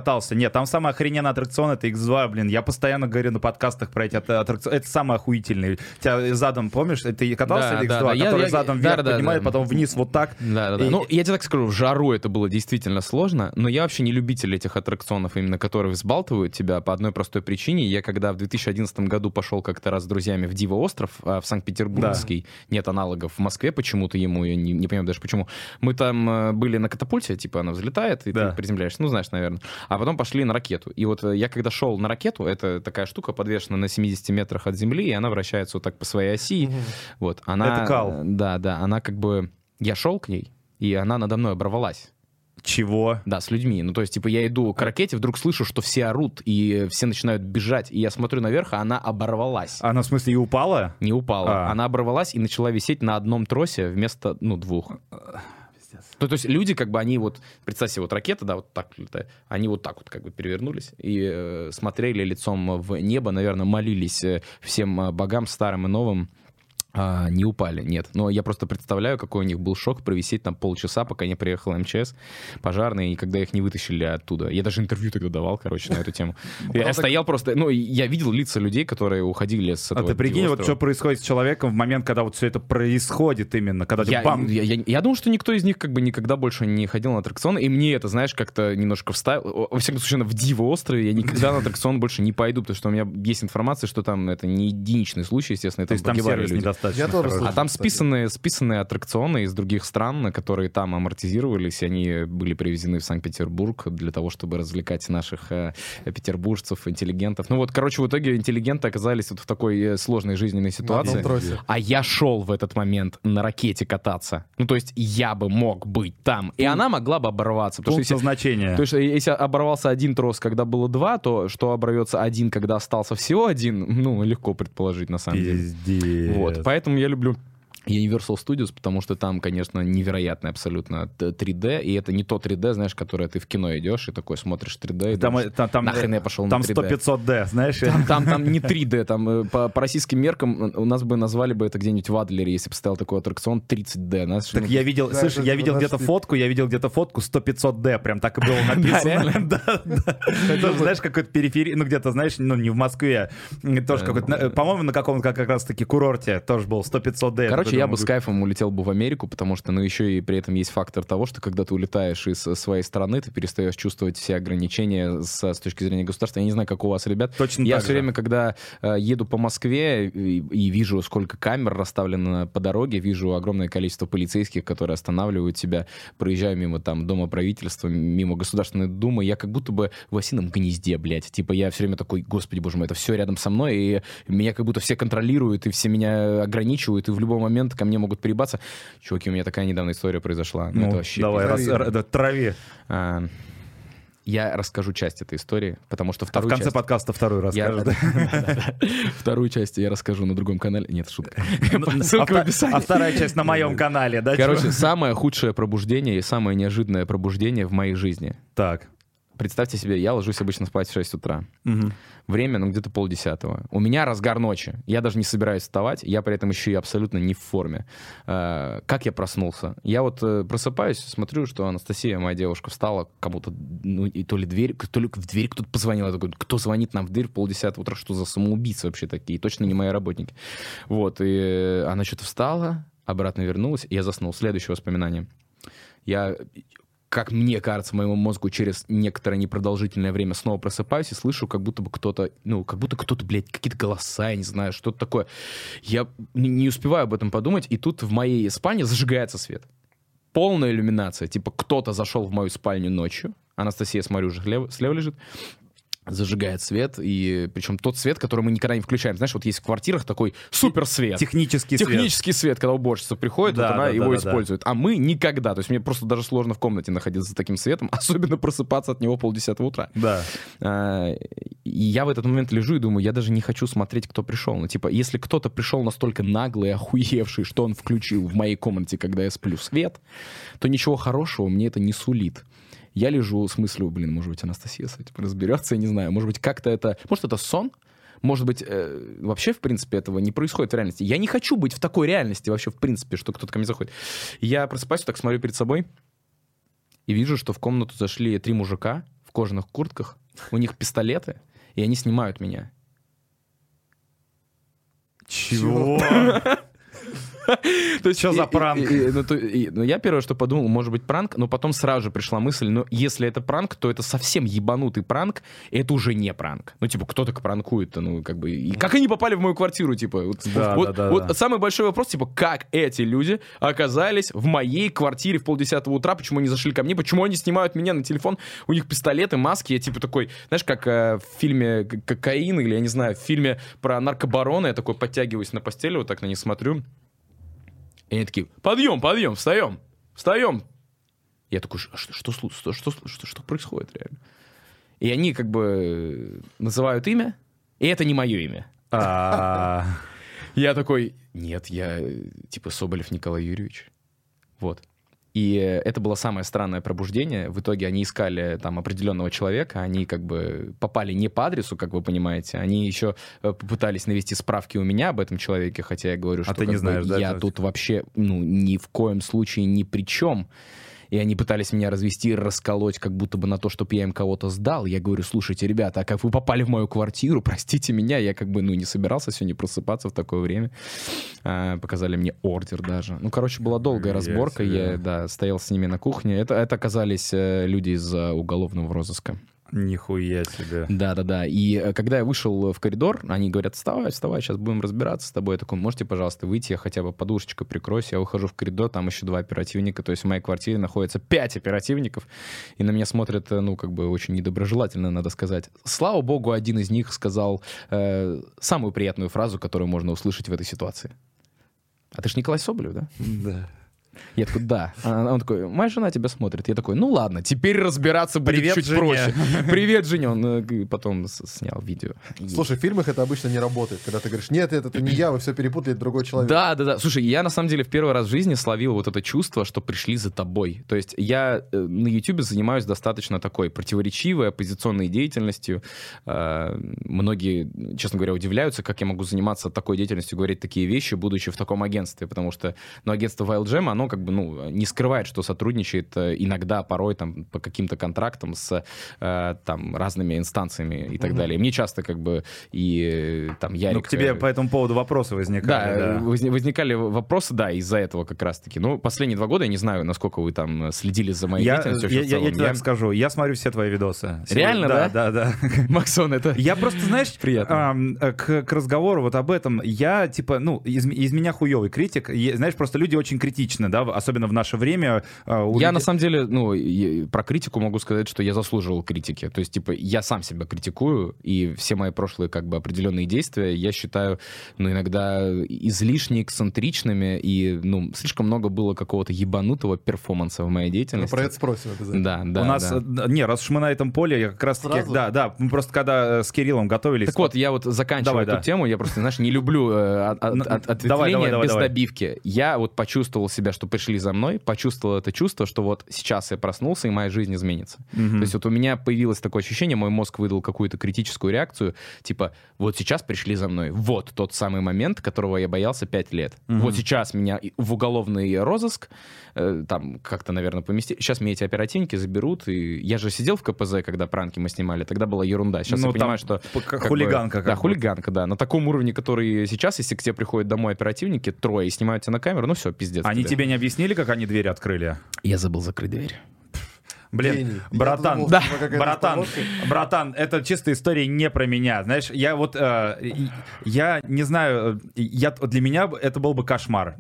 катался. Нет, там самый охрененный аттракцион — это X2, блин. Я постоянно говорю на подкастах про эти аттракционы. Это самый охуительный. Тебя задом, помнишь, ты катался на X2, который задом вверх поднимает, потом вниз вот так. Да. Ну, я тебе так скажу, в жару это было действительно сложно, но я вообще не любитель этих аттракционов, именно которые взбалтывают тебя по одной простой причине. Я когда в 2011 году пошел как-то раз с друзьями в Диво-остров, в Санкт-Петербургский, нет аналогов в Москве, почему-то ему, я не понимаю даже почему. Мы там были на катапульте, типа она взлетает, и ты приземляешься, ну, знаешь, наверное. А потом пошли на ракету. И вот я когда шел на ракету, это такая штука, подвешена на 70 метрах от земли, и она вращается вот так по своей оси. Вот, она... Это кал. Да, она как бы... Я шел к ней, и она надо мной оборвалась. Чего? Да, с людьми. Ну, то есть, типа, я иду к ракете, вдруг слышу, что все орут, и все начинают бежать, и я смотрю наверх, а она оборвалась. Она, в смысле, и упала? Не упала. Она оборвалась и начала висеть на одном тросе вместо, двух. То есть люди, как бы, они вот, представь себе, вот ракета, да, вот так летает, они вот так вот как бы перевернулись и смотрели лицом в небо, наверное, молились всем богам, старым и новым. Не упали, нет. Но я просто представляю, какой у них был шок провисеть там полчаса, пока не приехал МЧС, пожарные, и когда их не вытащили оттуда. Я даже интервью тогда давал, короче, на эту тему. Я стоял просто... я видел лица людей, которые уходили с этого. А ты прикинь, вот что происходит с человеком в момент, когда вот все это происходит именно, когда ты бам... Я думал, что никто из них как бы никогда больше не ходил на аттракционы, и мне это, знаешь, как-то немножко вставило. Во всяком случае, в Диво-острове я никогда на аттракцион больше не пойду, потому что у меня есть информация, что там это не единичный случай, естественно, там погибали люди. А там списанные аттракционы из других стран, которые там амортизировались, они были привезены в Санкт-Петербург для того, чтобы развлекать наших петербуржцев, интеллигентов. Ну вот, короче, в итоге интеллигенты оказались вот в такой сложной жизненной ситуации. А я шел в этот момент на ракете кататься. Ну, то есть я бы мог быть там. И она могла бы оборваться. Пункт назначения. То есть если оборвался один трос, когда было два, то что оборвется один, когда остался всего один, легко предположить на самом деле. Пиздец. Вот, поэтому я люблю Universal Studios, потому что там, конечно, невероятный абсолютно 3D, и это не то 3D, знаешь, которое ты в кино идешь и такой смотришь 3D, и думаешь, нахрен я пошел на 3D. Там 100-500D, знаешь? Там не 3D, там по российским меркам у нас бы назвали бы это где-нибудь в Адлере, если бы стоял такой аттракцион 30D. Знаешь, так я видел, слышь, я видел где-то фотку 100-500D, прям так и было написано. Да. Это, знаешь, какой-то периферий, где-то, знаешь, не в Москве, тоже какой-то, по-моему, на каком-то как раз-таки курорте тоже был 100-500D. Короче, я бы с кайфом улетел бы в Америку, потому что, еще и при этом есть фактор того, что когда ты улетаешь из своей страны, ты перестаешь чувствовать все ограничения с точки зрения государства. Я не знаю, как у вас, ребят. Точно я так все время, когда еду по Москве и вижу, сколько камер расставлено по дороге, вижу огромное количество полицейских, которые останавливают тебя, проезжаю мимо там Дома правительства, мимо Государственной Думы, я как будто бы в осином гнезде, блядь. Типа я все время такой, господи, боже мой, это все рядом со мной, и меня как будто все контролируют, и все меня ограничивают, и в любой момент ко мне могут приебаться. Чуваки, у меня такая недавно история произошла. Это вообще давай, трави. Я расскажу часть этой истории, потому что в конце подкаста вторую расскажешь. Вторую часть я расскажу на другом канале. Нет, шутка. Ссылка в описании. А вторая часть на моем канале, да? Короче, самое худшее пробуждение и самое неожиданное пробуждение в моей жизни. Так. Представьте себе, я ложусь обычно спать в 6 утра. Время, где-то 9:30. У меня разгар ночи. Я даже не собираюсь вставать. Я при этом еще и абсолютно не в форме. Как я проснулся? Я вот просыпаюсь, смотрю, что Анастасия, моя девушка, встала кому-то, и то ли в дверь кто-то позвонил. Я такой, кто звонит нам в дверь в 9:30 утра? Что за самоубийцы вообще такие? Точно не мои работники. Вот, и она что-то встала, обратно вернулась, и я заснул. Следующее воспоминание. Как мне кажется, моему мозгу через некоторое непродолжительное время снова просыпаюсь и слышу, как будто бы кто-то, блядь, какие-то голоса, я не знаю, что-то такое. Я не успеваю об этом подумать, и тут в моей спальне зажигается свет. Полная иллюминация. Типа кто-то зашел в мою спальню ночью. Анастасия, смотрю, уже слева лежит. Зажигает свет, и причем тот свет, который мы никогда не включаем. Знаешь, вот есть в квартирах такой суперсвет. Технический свет, когда уборщица приходит, она его использует. А мы никогда. То есть мне просто даже сложно в комнате находиться с таким светом, особенно просыпаться от него 9:30 утра. Да. И я в этот момент лежу и думаю, я даже не хочу смотреть, кто пришел. Если кто-то пришел настолько наглый, охуевший, что он включил в моей комнате, когда я сплю, свет, то ничего хорошего мне это не сулит. Я лежу с мыслью, может быть, Анастасия с этим разберется, я не знаю, может быть, как-то это... Может, это сон? Может быть, вообще, в принципе, этого не происходит в реальности. Я не хочу быть в такой реальности вообще, в принципе, что кто-то ко мне заходит. Я просыпаюсь, так смотрю перед собой и вижу, что в комнату зашли 3 мужика в кожаных куртках, у них пистолеты, и они снимают меня. Чего? То есть, что за пранк? Ну, я первое, что подумал, может быть, пранк, но потом сразу же пришла мысль, ну, если это пранк, то это совсем ебанутый пранк, и это уже не пранк. Ну, типа, кто так пранкует-то, ну, как бы... И как они попали в мою квартиру, типа? Вот самый большой вопрос, типа, как эти люди оказались в моей квартире в 9:30 утра, почему они зашли ко мне, почему они снимают меня на телефон, у них пистолеты, маски, я, типа, такой, знаешь, как в фильме «Кокаин», или, я не знаю, в фильме про наркобарона, я такой подтягиваюсь на постели, вот так на них смотрю. И они такие, подъем, встаем. Я такой, что происходит реально? И они как бы называют имя, и это не мое имя. Я такой, нет, я типа Соболев Николай Юрьевич. Вот. И это было самое странное пробуждение. В итоге они искали там определенного человека, они как бы попали не по адресу, как вы понимаете, они еще попытались навести справки у меня об этом человеке, хотя я говорю, что ты не знаешь, я тут вообще ни в коем случае ни при чем. И они пытались меня развести, расколоть, как будто бы на то, чтобы я им кого-то сдал. Я говорю, слушайте, ребята, а как вы попали в мою квартиру, простите меня, я как бы, не собирался сегодня просыпаться в такое время. Показали мне ордер даже. Ну, короче, была долгая разборка, я стоял с ними на кухне. Это оказались люди из уголовного розыска. Нихуя себе. Да. И когда я вышел в коридор, они говорят, вставай, сейчас будем разбираться с тобой. Я такой, можете, пожалуйста, выйти, я хотя бы подушечкой прикроюсь. Я выхожу в коридор, там еще 2 оперативника. То есть в моей квартире находится 5 оперативников. И на меня смотрят, очень недоброжелательно, надо сказать. Слава богу, один из них сказал самую приятную фразу, которую можно услышать в этой ситуации. А ты ж Николай Соболев, да? Да. Я такой, да. А он такой, моя жена тебя смотрит. Я такой, ну ладно, теперь разбираться будет Привет, чуть жене. проще. Привет, Женя. Он потом снял видео. Слушай, в фильмах это обычно не работает, когда ты говоришь, нет, это не я, вы все перепутали, это другой человек. Да. Слушай, я на самом деле в первый раз в жизни словил вот это чувство, что пришли за тобой. То есть я на Ютубе занимаюсь достаточно такой противоречивой, оппозиционной деятельностью. Многие, честно говоря, удивляются, как я могу заниматься такой деятельностью, говорить такие вещи, будучи в таком агентстве, потому что агентство Wildjam, оно как бы, не скрывает, что сотрудничает иногда, порой там по каким-то контрактам с там разными инстанциями и так далее. Мне часто как бы и там Ярик... к тебе по этому поводу вопросы возникали. Да, возникали вопросы, да, из-за этого как раз-таки. Последние 2 года, я не знаю, насколько вы там следили за моей деятельностью. Я тебе так скажу, я смотрю все твои видосы. Реально, да? Да. Максон, это... Я просто, знаешь, приятно. К разговору вот об этом, я типа, из меня хуёвый критик. Знаешь, просто люди очень критичны, да, особенно в наше время. Я на самом деле, про критику могу сказать, что я заслуживал критики. То есть, типа, я сам себя критикую, и все мои прошлые, как бы, определенные действия, я считаю, иногда излишне эксцентричными, и, слишком много было какого-то ебанутого перформанса в моей деятельности. Про это спросим обязательно. Да. У нас, раз уж мы на этом поле, я как раз-таки, да, мы просто когда с Кириллом готовились... Так вот, я вот заканчиваю эту тему, я просто, знаешь, не люблю ответвления без добивки. Я вот почувствовал себя, что пришли за мной, почувствовал это чувство, что вот сейчас я проснулся, и моя жизнь изменится. То есть вот у меня появилось такое ощущение, мой мозг выдал какую-то критическую реакцию, типа, вот сейчас пришли за мной. Вот тот самый момент, которого я боялся 5 лет. Вот сейчас меня в уголовный розыск, там как-то, наверное, поместили. Сейчас меня эти оперативники заберут, и я же сидел в КПЗ, когда пранки мы снимали, тогда была ерунда. Сейчас я понимаю, что... Хулиганка. Да, хулиганка, да. На таком уровне, который сейчас, если к тебе приходят домой оперативники, 3 и снимают тебя на камеру, все, пиздец. Они тебе не объяснили, как они двери открыли? Я забыл закрыть дверь. Блин, братан, братан, это чисто история не про меня. Знаешь, я не знаю, для меня это был бы кошмар.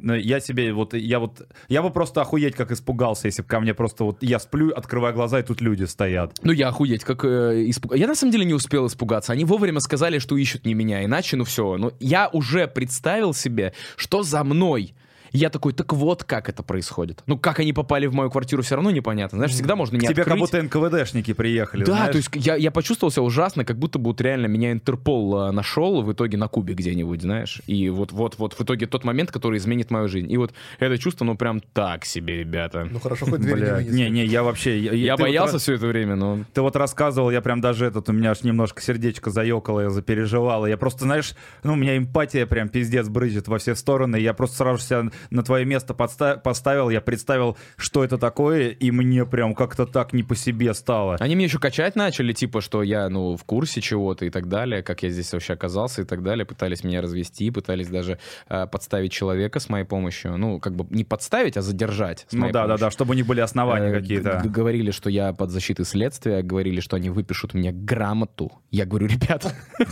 Я бы просто охуеть как испугался, если бы ко мне просто я сплю, открываю глаза, и тут люди стоят. Я охуеть как испугался. Я на самом деле не успел испугаться. Они вовремя сказали, что ищут не меня, иначе, все. Я уже представил себе, что за мной. Я такой, так вот как это происходит. Как они попали в мою квартиру, все равно непонятно. Знаешь, всегда можно не открыть. Тебе как будто НКВДшники приехали, да, знаешь? То есть я почувствовал себя ужасно, как будто бы реально меня Интерпол нашел в итоге на Кубе где-нибудь, знаешь. И вот в итоге тот момент, который изменит мою жизнь. И вот это чувство, прям так себе, ребята. Хорошо, хоть двери не вынесли. Не, я вообще... Я боялся все это время, но... Ты вот рассказывал, я прям даже у меня аж немножко сердечко заёкало, я запереживал. Я просто, знаешь, у меня эмпатия прям пиздец брызжет во все стороны. Я просто сразу себя на твое место поставил, я представил, что это такое, и мне прям как-то так не по себе стало. Они мне еще качать начали, типа, что я, ну, в курсе чего-то и так далее, как я здесь вообще оказался и так далее. Пытались меня развести, пытались даже подставить человека с моей помощью. Ну, как бы не подставить, а задержать. Ну да, чтобы у них были основания какие-то. Говорили, что я под защитой следствия, говорили, что они выпишут мне грамоту. Я говорю, ребят,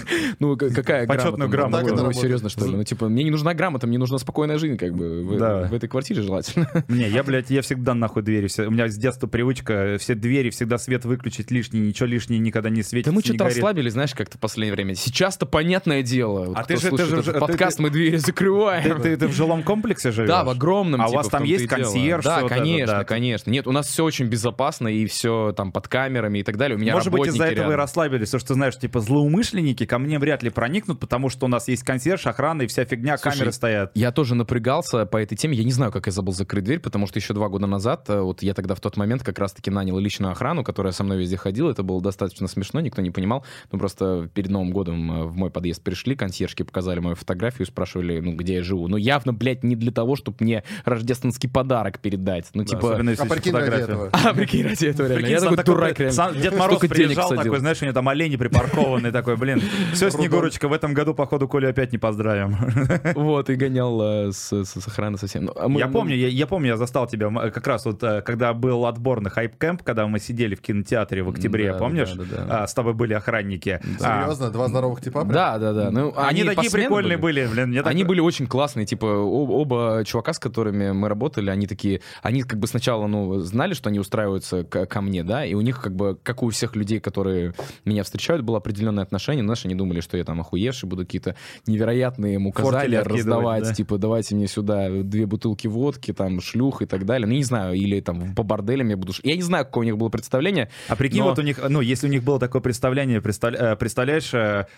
ну какая почетную грамоту? Ну, серьезно, что ли? Ну, типа, мне не нужна грамота, мне нужна спокойная жизнь, как бы, в этой квартире желательно. Не, я всегда нахуй двери. У меня с детства привычка, все двери, всегда свет выключить лишний, ничего лишнее никогда не светится. Да мы что-то расслабились, знаешь, как-то в последнее время. Сейчас-то понятное дело. А ты же подкаст мы двери закрываем. Ты в жилом комплексе живешь? Да, в огромном. А у вас там есть консьерж? Да, конечно. Нет, у нас все очень безопасно и все там под камерами и так далее. У меня может быть, из-за этого рядом. И расслабились, потому что, знаешь, типа злоумышленники ко мне вряд ли проникнут, потому что у нас есть консьерж, охрана и вся фигня, слушай, камеры стоят. Я тоже напрягался по этой теме. Я не знаю, как я забыл закрыть дверь, потому что еще 2 года назад, вот я тогда в тот момент как раз-таки нанял личную охрану, которая со мной везде ходила. Это было достаточно смешно, никто не понимал. Ну, просто перед Новым годом в мой подъезд пришли, консьержки показали мою фотографию, спрашивали, ну, где я живу. Ну, явно, блядь, не для того, чтобы мне рождественский подарок передать. Ну, да, типа... прикинь ради этого. Прикинь ради этого, реально. Я такой дурак, реально. Дед Мороз приезжал такой, знаешь, у него там олени припаркованные, такой, блин, все, Снегурочка, в этом году, походу, Колю опять не поздравим. Вот, и гонял с охраны совсем. Я помню, я застал тебя как раз вот, когда был отбор на хайп-кэмп, когда мы сидели в кинотеатре в октябре, помнишь? С тобой были охранники. Серьезно? 2 здоровых типа? Да. Ну, они такие прикольные были, блин. Они были очень классные, типа, оба чувака, с которыми мы работали, они такие, они как бы сначала, ну, знали, что они устраиваются ко мне, да, и у них как бы, как у всех людей, которые меня встречают, было определенное отношение, знаешь, они думали, что я там охуевший, буду какие-то невероятные им указания раздавать, да? Типа, давайте мне сюда 2 бутылки водки, там, шлюх и так далее, ну, не знаю, или там по борделям я буду... Я не знаю, какое у них было представление. А прикинь, вот у них, ну, если у них было такое представление, представляешь,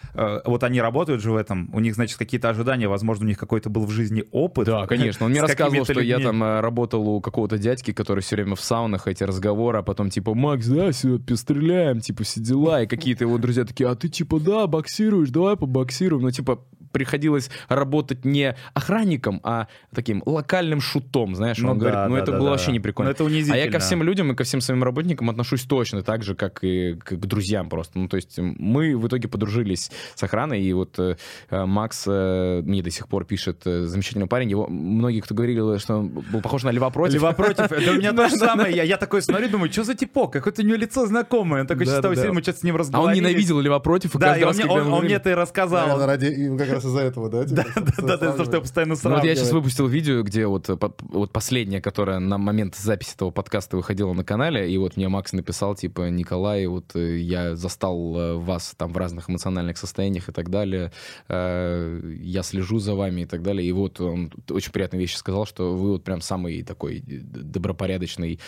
вот они работают же в этом, у них, значит, какие-то ожидания, возможно, у них какой-то был в жизни опыт. Да, конечно, он мне рассказывал, что я там работал у какого-то дядьки, который все время в саунах, эти разговоры, а потом типа, Макс, да, все, постреляем, типа, все дела, и какие-то его друзья такие, а ты типа, да, боксируешь, давай побоксируем, ну, типа, приходилось работать не охранником, а таким локальным шутом, знаешь, он говорит, ну, это было вообще не прикольно. Это унизительно. А я ко всем людям и ко всем своим работникам отношусь точно так же, как и к друзьям просто, ну, то есть мы в итоге подружились с охраной, и вот Макс мне до сих пор пишет, замечательный парень, его многие, кто говорили, что он был похож на Льва Против. Льва Против, это у меня то же самое, я такой смотрю, думаю, что за типок, какое-то у него лицо знакомое, он такой читал, мы что-то с ним разговаривали. А он ненавидел Льва Против, и да, и он мне это и рассказал. Как раз из-за этого, да? Да, что я постоянно сравниваю. Вот я сейчас выпустил видео, где вот последнее, которое на момент записи этого подкаста выходило на канале, и вот мне Макс написал, типа, Николай, вот я застал вас там в разных эмоциональных состояниях и так далее, я слежу за вами и так далее, и вот он очень приятные вещи сказал, что вы вот прям самый такой добропорядочный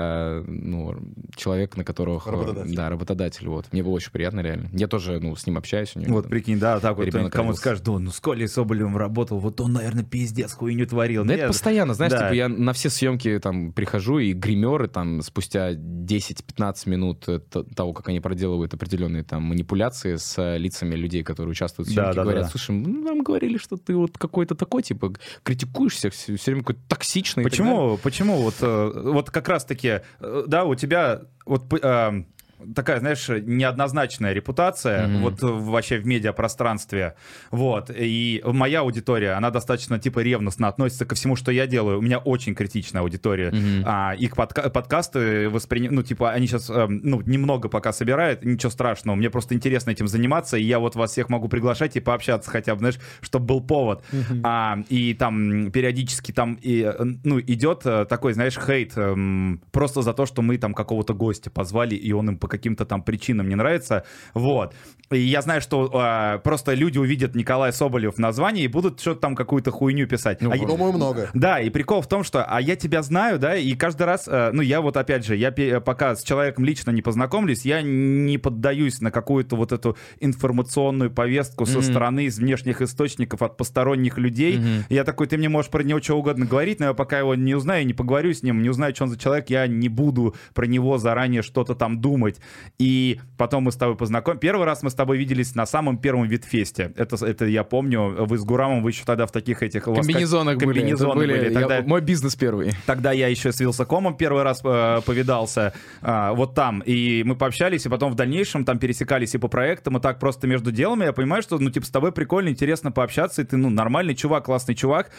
человек, на которого... Работодатель. Да, работодатель, вот. Мне было очень приятно, реально. Я тоже, с ним общаюсь. У него, вот, прикинь, да, так вот кому-то скажет, ну, с Колей Соболевым работал, вот он, наверное, пиздец, хуйню творил. Да, это постоянно, знаешь, типа я на все съемки там прихожу, и гримеры там спустя 10-15 минут того, как они проделывают определенные там манипуляции с лицами людей, которые участвуют в съемке, говорят, слушай, нам говорили, что ты вот какой-то такой, типа, критикуешь всех, все время какой-то токсичный. Почему вот как раз-таки, да, у тебя вот... такая, знаешь, неоднозначная репутация вот вообще в медиапространстве, вот, и моя аудитория, она достаточно, типа, ревностно относится ко всему, что я делаю, у меня очень критичная аудитория, их подкасты ну, типа, они сейчас, немного пока собирают, ничего страшного, мне просто интересно этим заниматься, и я вот вас всех могу приглашать и пообщаться хотя бы, знаешь, чтобы был повод, и там периодически там, идет такой, знаешь, хейт, просто за то, что мы там какого-то гостя позвали, и он им по каким-то там причинам не нравится, вот. И я знаю, что просто люди увидят Николай Соболев в названии и будут что-то там какую-то хуйню писать. Думаю, много. Да, и прикол в том, что, я тебя знаю, да, и каждый раз, я вот опять же, я пока с человеком лично не познакомлюсь, я не поддаюсь на какую-то вот эту информационную повестку со стороны, из внешних источников, от посторонних людей. Я такой, ты мне можешь про него что угодно говорить, но я пока его не узнаю, не поговорю с ним, не узнаю, что он за человек, я не буду про него заранее что-то там думать. И потом мы с тобой познакомились. Первый раз мы с тобой виделись на самом первом Витфесте. Это я помню. Вы с Гурамом, вы еще тогда в таких этих... Комбинезонах были. Тогда, мой бизнес первый. Тогда я еще с Вилсакомом первый раз повидался вот там. И мы пообщались, и потом в дальнейшем там пересекались и по проектам, и так просто между делами. Я понимаю, что, ну, типа, с тобой прикольно, интересно пообщаться, и ты, ну, нормальный чувак, классный чувак.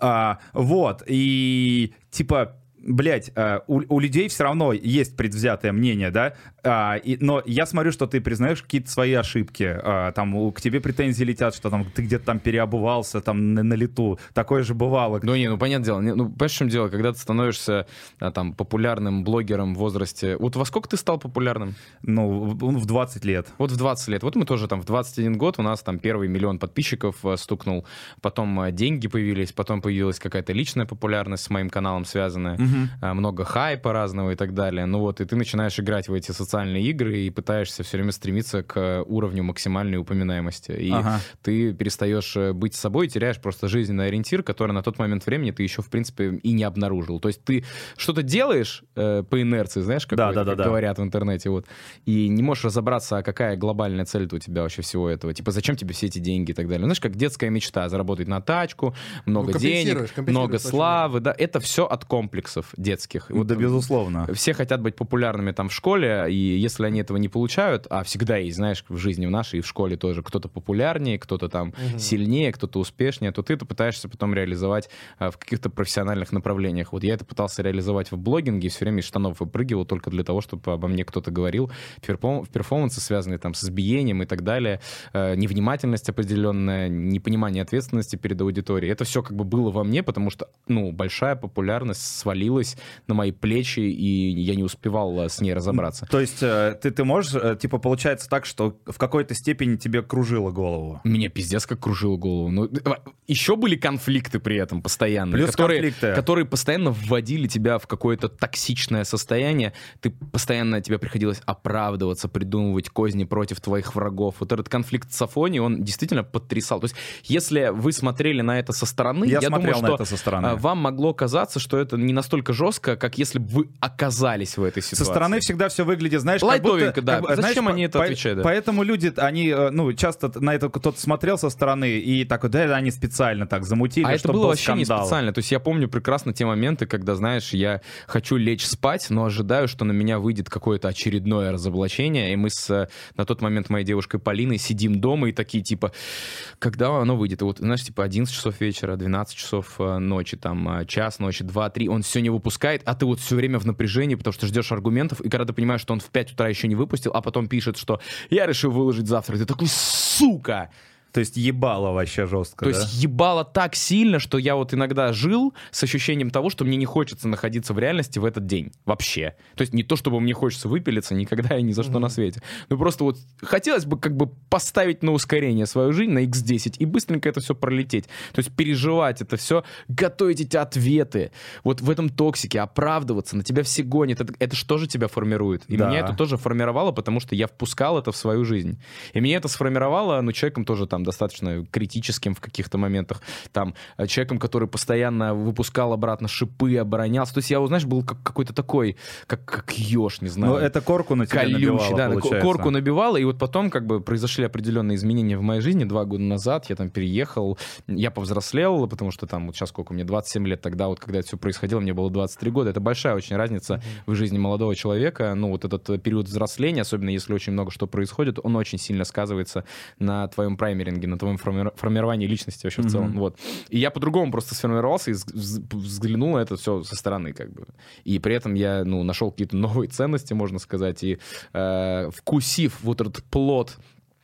Вот. И, типа... Блять, у людей все равно есть предвзятое мнение, да, но я смотрю, что ты признаешь какие-то свои ошибки, там к тебе претензии летят, что там ты где-то там переобувался, там на лету, такое же бывало. Ну, понятное дело, понимаешь, в чем дело, когда ты становишься там популярным блогером в возрасте, вот во сколько ты стал популярным? Ну, в 20 лет. Вот в 20 лет, вот мы тоже там в 21 год, у нас там первый 1 миллион подписчиков стукнул, потом деньги появились, потом появилась какая-то личная популярность с моим каналом связанная, много хайпа разного и так далее. Ну вот, и ты начинаешь играть в эти социальные игры и пытаешься все время стремиться к уровню максимальной упоминаемости. И ты перестаешь быть собой, теряешь просто жизненный ориентир, который на тот момент времени ты еще, в принципе, и не обнаружил. То есть ты что-то делаешь по инерции, знаешь, как говорят в интернете, вот, и не можешь разобраться, а какая глобальная цель у тебя вообще всего этого. Типа, зачем тебе все эти деньги и так далее. Знаешь, как детская мечта, заработать на тачку, много денег, много славы, да, это все от комплексов детских. Вот, да, безусловно. Все хотят быть популярными там в школе, и если они этого не получают, а всегда есть, знаешь, в жизни в нашей и в школе тоже, кто-то популярнее, кто-то там сильнее, кто-то успешнее, то ты это пытаешься потом реализовать в каких-то профессиональных направлениях. Вот я это пытался реализовать в блогинге, и все время из штанов выпрыгивал только для того, чтобы обо мне кто-то говорил. Перформансы, связанные там с избиением и так далее, невнимательность определенная, непонимание ответственности перед аудиторией. Это все как бы было во мне, потому что, ну, большая популярность свалилась на мои плечи, и я не успевал с ней разобраться. То есть ты можешь, типа, получается так, что в какой-то степени тебе кружило голову? Меня пиздец как кружило голову. Ну, еще были конфликты при этом постоянные, которые постоянно вводили тебя в какое-то токсичное состояние. Тебе приходилось оправдываться, придумывать козни против твоих врагов. Вот этот конфликт с Афони, он действительно потрясал. То есть, если вы смотрели на это со стороны, я думаю, что вам могло казаться, что это не настолько жестко, как если бы вы оказались в этой ситуации. Со стороны всегда все выглядит, знаешь, лайтовенько, как будто... да. Зачем они это отвечают? Поэтому люди, они, ну, часто на это кто-то смотрел со стороны и такой, да, они специально так замутили, это было вообще скандал. Не специально. То есть я помню прекрасно те моменты, когда, знаешь, я хочу лечь спать, но ожидаю, что на меня выйдет какое-то очередное разоблачение, и мы на тот момент моей девушкой Полиной сидим дома и такие, типа, когда оно выйдет? И вот, знаешь, типа 11 часов вечера, 12 часов ночи, там, час ночи, 2-3, он все не выпускает, а ты вот все время в напряжении, потому что ждешь аргументов, и когда ты понимаешь, что он в 5 утра еще не выпустил, а потом пишет, что я решил выложить завтра, и ты такой, сука! То есть ебало вообще жестко, То есть ебало так сильно, что я вот иногда жил с ощущением того, что мне не хочется находиться в реальности в этот день. Вообще. То есть не то, чтобы мне хочется выпилиться никогда и ни за что на свете. Ну просто вот хотелось бы как бы поставить на ускорение свою жизнь, на X10, и быстренько это все пролететь. То есть переживать это все, готовить эти ответы. Вот в этом токсике оправдываться, на тебя все гонят. Это что же тебя формирует? И меня это тоже формировало, потому что я впускал это в свою жизнь. И меня это сформировало, ну, человеком тоже там достаточно критическим в каких-то моментах, там, человеком, который постоянно выпускал обратно шипы, оборонялся. То есть я, знаешь, был какой-то такой, как еж, не знаю. Ну, это корку на тебя набивало, да, получается. Корку набивало, и вот потом как бы произошли определенные изменения в моей жизни. 2 года назад я там переехал, я повзрослел, потому что там, вот сейчас сколько, мне 27 лет, тогда вот, когда это все происходило, мне было 23 года. Это большая очень разница в жизни молодого человека. Ну, вот этот период взросления, особенно если очень много что происходит, он очень сильно сказывается на твоем праймеринге, на твоем формировании личности вообще в целом. Вот. И я по-другому просто сформировался и взглянул на это все со стороны, как бы. И при этом я, ну, нашел какие-то новые ценности, можно сказать, и вкусив вот этот плод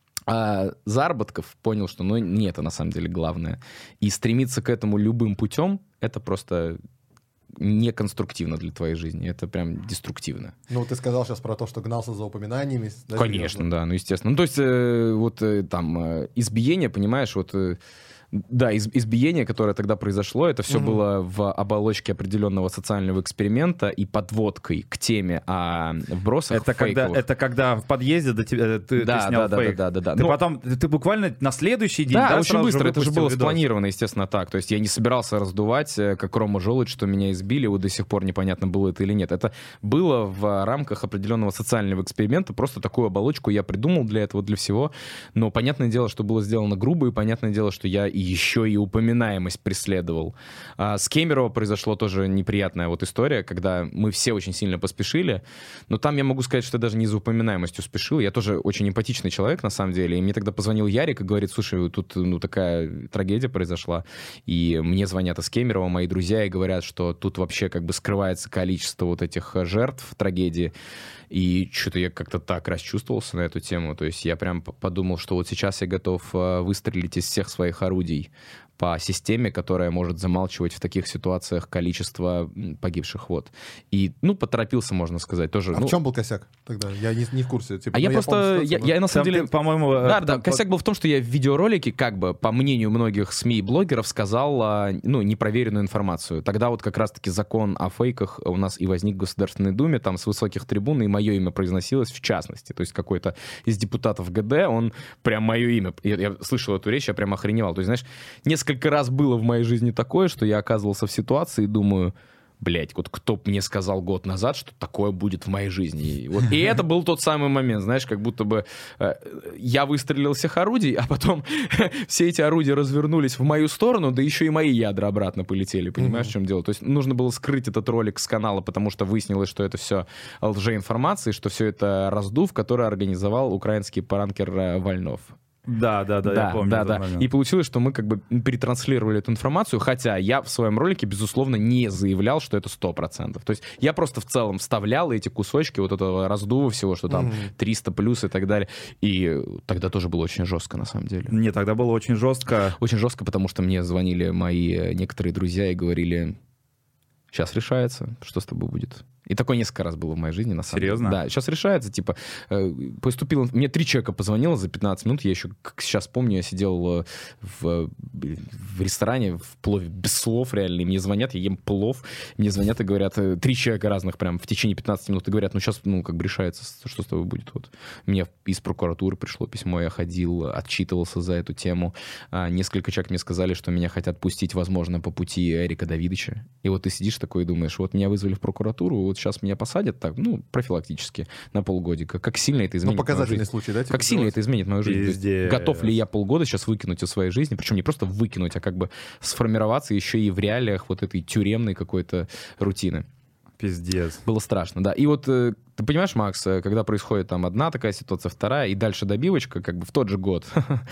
заработков, понял, что, ну, не это на самом деле главное. И стремиться к этому любым путем, это просто неконструктивно для твоей жизни. Это прям деструктивно. Ну, ты сказал сейчас про то, что гнался за упоминаниями. Конечно, да, ну, естественно. Ну, то есть, вот там, избиение, понимаешь, вот Да, избиение, которое тогда произошло, это все было в оболочке определенного социального эксперимента и подводкой к теме о вбросах фейковых. Это когда в подъезде до тебя, ты снял фейк. Да. Ты буквально на следующий день, да, очень быстро. Это же было видос. спланировано, естественно, так. То есть я не собирался раздувать, как Рома Желудь, что меня избили, вот до сих пор непонятно, было это или нет. Это было в рамках определенного социального эксперимента, просто такую оболочку я придумал для этого, для всего. Но понятное дело, что было сделано грубо, и понятное дело, что я еще и упоминаемость преследовал. С Кемерово произошло тоже неприятная вот история, когда мы все очень сильно поспешили, но там я могу сказать, что я даже не за упоминаемостью спешил, я тоже очень эмпатичный человек, на самом деле, и мне тогда позвонил Ярик и говорит: слушай, тут такая трагедия произошла, и мне звонят из Кемерово мои друзья и говорят, что тут вообще как бы скрывается количество вот этих жертв трагедии, и что-то я как-то так расчувствовался на эту тему, то есть я прям подумал, что вот сейчас я готов выстрелить из всех своих орудий по системе, которая может замалчивать в таких ситуациях количество погибших. Вот. И, поторопился, можно сказать, тоже. А в чем был косяк тогда? Я не в курсе. Типа, я просто, я на самом деле... по-моему... Да, косяк был в том, что я в видеоролике, как бы, по мнению многих СМИ и блогеров, сказал, непроверенную информацию. Тогда вот как раз-таки закон о фейках у нас и возник в Государственной Думе, там с высоких трибун, и мое имя произносилось в частности. То есть какой-то из депутатов ГД, он прям мое имя... Я слышал эту речь, я прям охреневал. То есть, знаешь, несколько раз было в моей жизни такое, что я оказывался в ситуации и думаю, блядь, вот кто б мне сказал год назад, что такое будет в моей жизни. И это был тот самый момент, знаешь, как будто бы я выстрелил всех орудий, а потом все эти орудия развернулись в мою сторону, да еще и мои ядра обратно полетели, понимаешь, в чем дело? То есть нужно было скрыть этот ролик с канала, потому что выяснилось, что это все лжеинформация, что все это раздув, который организовал украинский пранкер Вольнов. Да, я помню. Да. И получилось, что мы как бы перетранслировали эту информацию, хотя я в своем ролике, безусловно, не заявлял, что это 100%. То есть я просто в целом вставлял эти кусочки вот этого раздува всего, что там 300 плюс и так далее. И тогда тоже было очень жестко, на самом деле. Нет, тогда было очень жестко. Очень жестко, потому что мне звонили мои некоторые друзья и говорили: сейчас решается, что с тобой будет. И такое несколько раз было в моей жизни, на самом деле. Серьезно? Да, сейчас решается, типа, поступил... Мне 3 человека позвонило за 15 минут, я еще, как сейчас помню, я сидел в ресторане в плове без слов, реально, и мне звонят, я ем плов, мне звонят и говорят, 3 человека разных прям в течение 15 минут, и говорят, сейчас, как бы решается, что с тобой будет. Вот. Мне из прокуратуры пришло письмо, я ходил, отчитывался за эту тему. Несколько человек мне сказали, что меня хотят пустить, возможно, по пути Эрика Давидыча. И вот ты сидишь такой и думаешь, вот меня вызвали в прокуратуру, вот сейчас меня посадят так, профилактически на полгодика. Как сильно это изменит показательный случай, да? Как сильно это изменит мою жизнь? Готов ли я полгода сейчас выкинуть из своей жизни? Причем не просто выкинуть, а как бы сформироваться еще и в реалиях вот этой тюремной какой-то рутины. Пиздец. Было страшно, да. И вот ты понимаешь, Макс, когда происходит там одна такая ситуация, вторая, и дальше добивочка, как бы в тот же год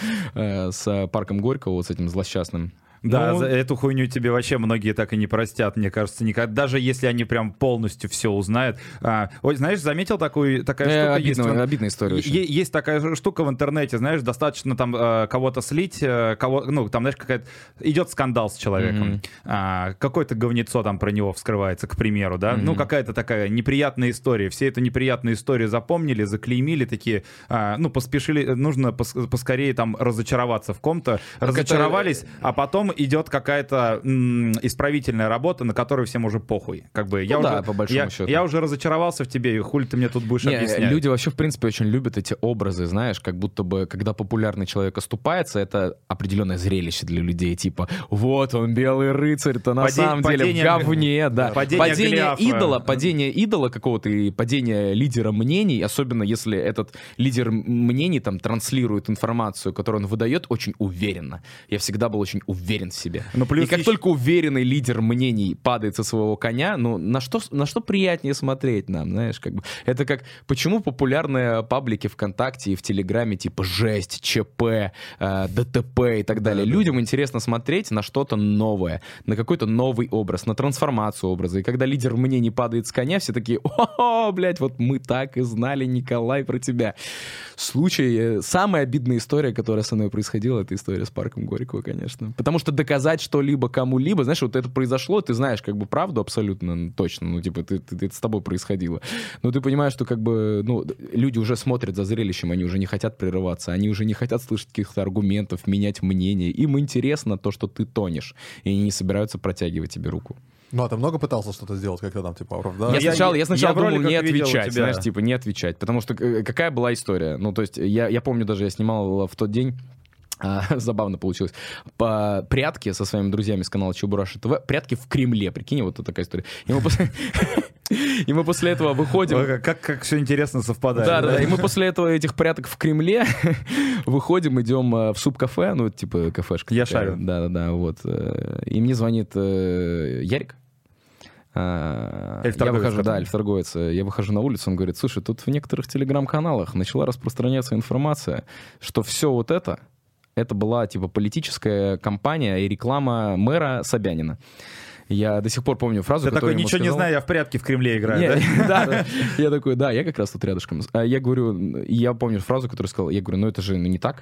с парком Горького, вот с этим злосчастным. Да, за эту хуйню тебе вообще многие так и не простят, мне кажется, никогда, даже если они прям полностью все узнают. Знаешь, заметил такая штука? Обидная история. Есть такая штука в интернете, знаешь, достаточно там кого-то слить, там, знаешь, идет скандал с человеком, какое-то говнецо там про него вскрывается, к примеру, да, какая-то такая неприятная история, все эту неприятную историю запомнили, заклеймили, такие, поспешили, нужно поскорее там разочароваться в ком-то, разочаровались, а потом идет какая-то исправительная работа, на которую всем уже похуй. Как бы по большому счету. Я уже разочаровался в тебе, и хули ты мне тут будешь объяснять? Люди вообще, в принципе, очень любят эти образы, знаешь, как будто бы, когда популярный человек оступается, это определенное зрелище для людей, типа, вот он, белый рыцарь-то на самом деле в говне, да. Падение идола какого-то и падение лидера мнений, особенно если этот лидер мнений там транслирует информацию, которую он выдает, очень уверенно. Я всегда был очень уверен в себе. И как только уверенный лидер мнений падает со своего коня, на что приятнее смотреть нам, знаешь, как бы. Это как, почему популярные паблики ВКонтакте и в Телеграме типа «Жесть», ЧП, ДТП и так далее. Людям интересно смотреть на что-то новое, на какой-то новый образ, на трансформацию образа. И когда лидер мнений падает с коня, все такие: о, блядь, вот мы так и знали, Николай, про тебя. Самая обидная история, которая со мной происходила, это история с парком Горького, конечно. Потому что что доказать что-либо кому-либо, знаешь, вот это произошло, ты знаешь как бы правду абсолютно точно, ну, типа, это с тобой происходило. Но ты понимаешь, что как бы, ну, люди уже смотрят за зрелищем, они уже не хотят прерываться, они уже не хотят слышать каких-то аргументов, менять мнение. Им интересно то, что ты тонешь, и они не собираются протягивать тебе руку. Ну, а ты много пытался что-то сделать, как-то там, типа, оправдать? Я сначала думал не отвечать, тебя. знаешь, типа, не отвечать, потому что какая была история? Ну, то есть я помню даже, я снимал в тот день, забавно получилось, по прятки со своими друзьями с канала Чебураши ТВ, прятки в Кремле, прикинь, вот такая история. И мы после этого выходим... Как все интересно совпадает. Да, и мы после этого этих пряток в Кремле выходим, идем в суп-кафе, ну, типа кафешка. Я шарю. Да, вот. И мне звонит Ярик. Я выхожу, да, эльф-торговец. Я выхожу на улицу, он говорит, слушай, тут в некоторых телеграм-каналах начала распространяться информация, что все вот это была, типа, политическая кампания и реклама мэра Собянина. Я до сих пор помню фразу, ты которую такой, ничего не знаю, я в прятки в Кремле играю, да? Да. Я такой, да, я как раз тут рядышком. Я говорю, я помню фразу, которую сказал, я говорю, ну это же не так.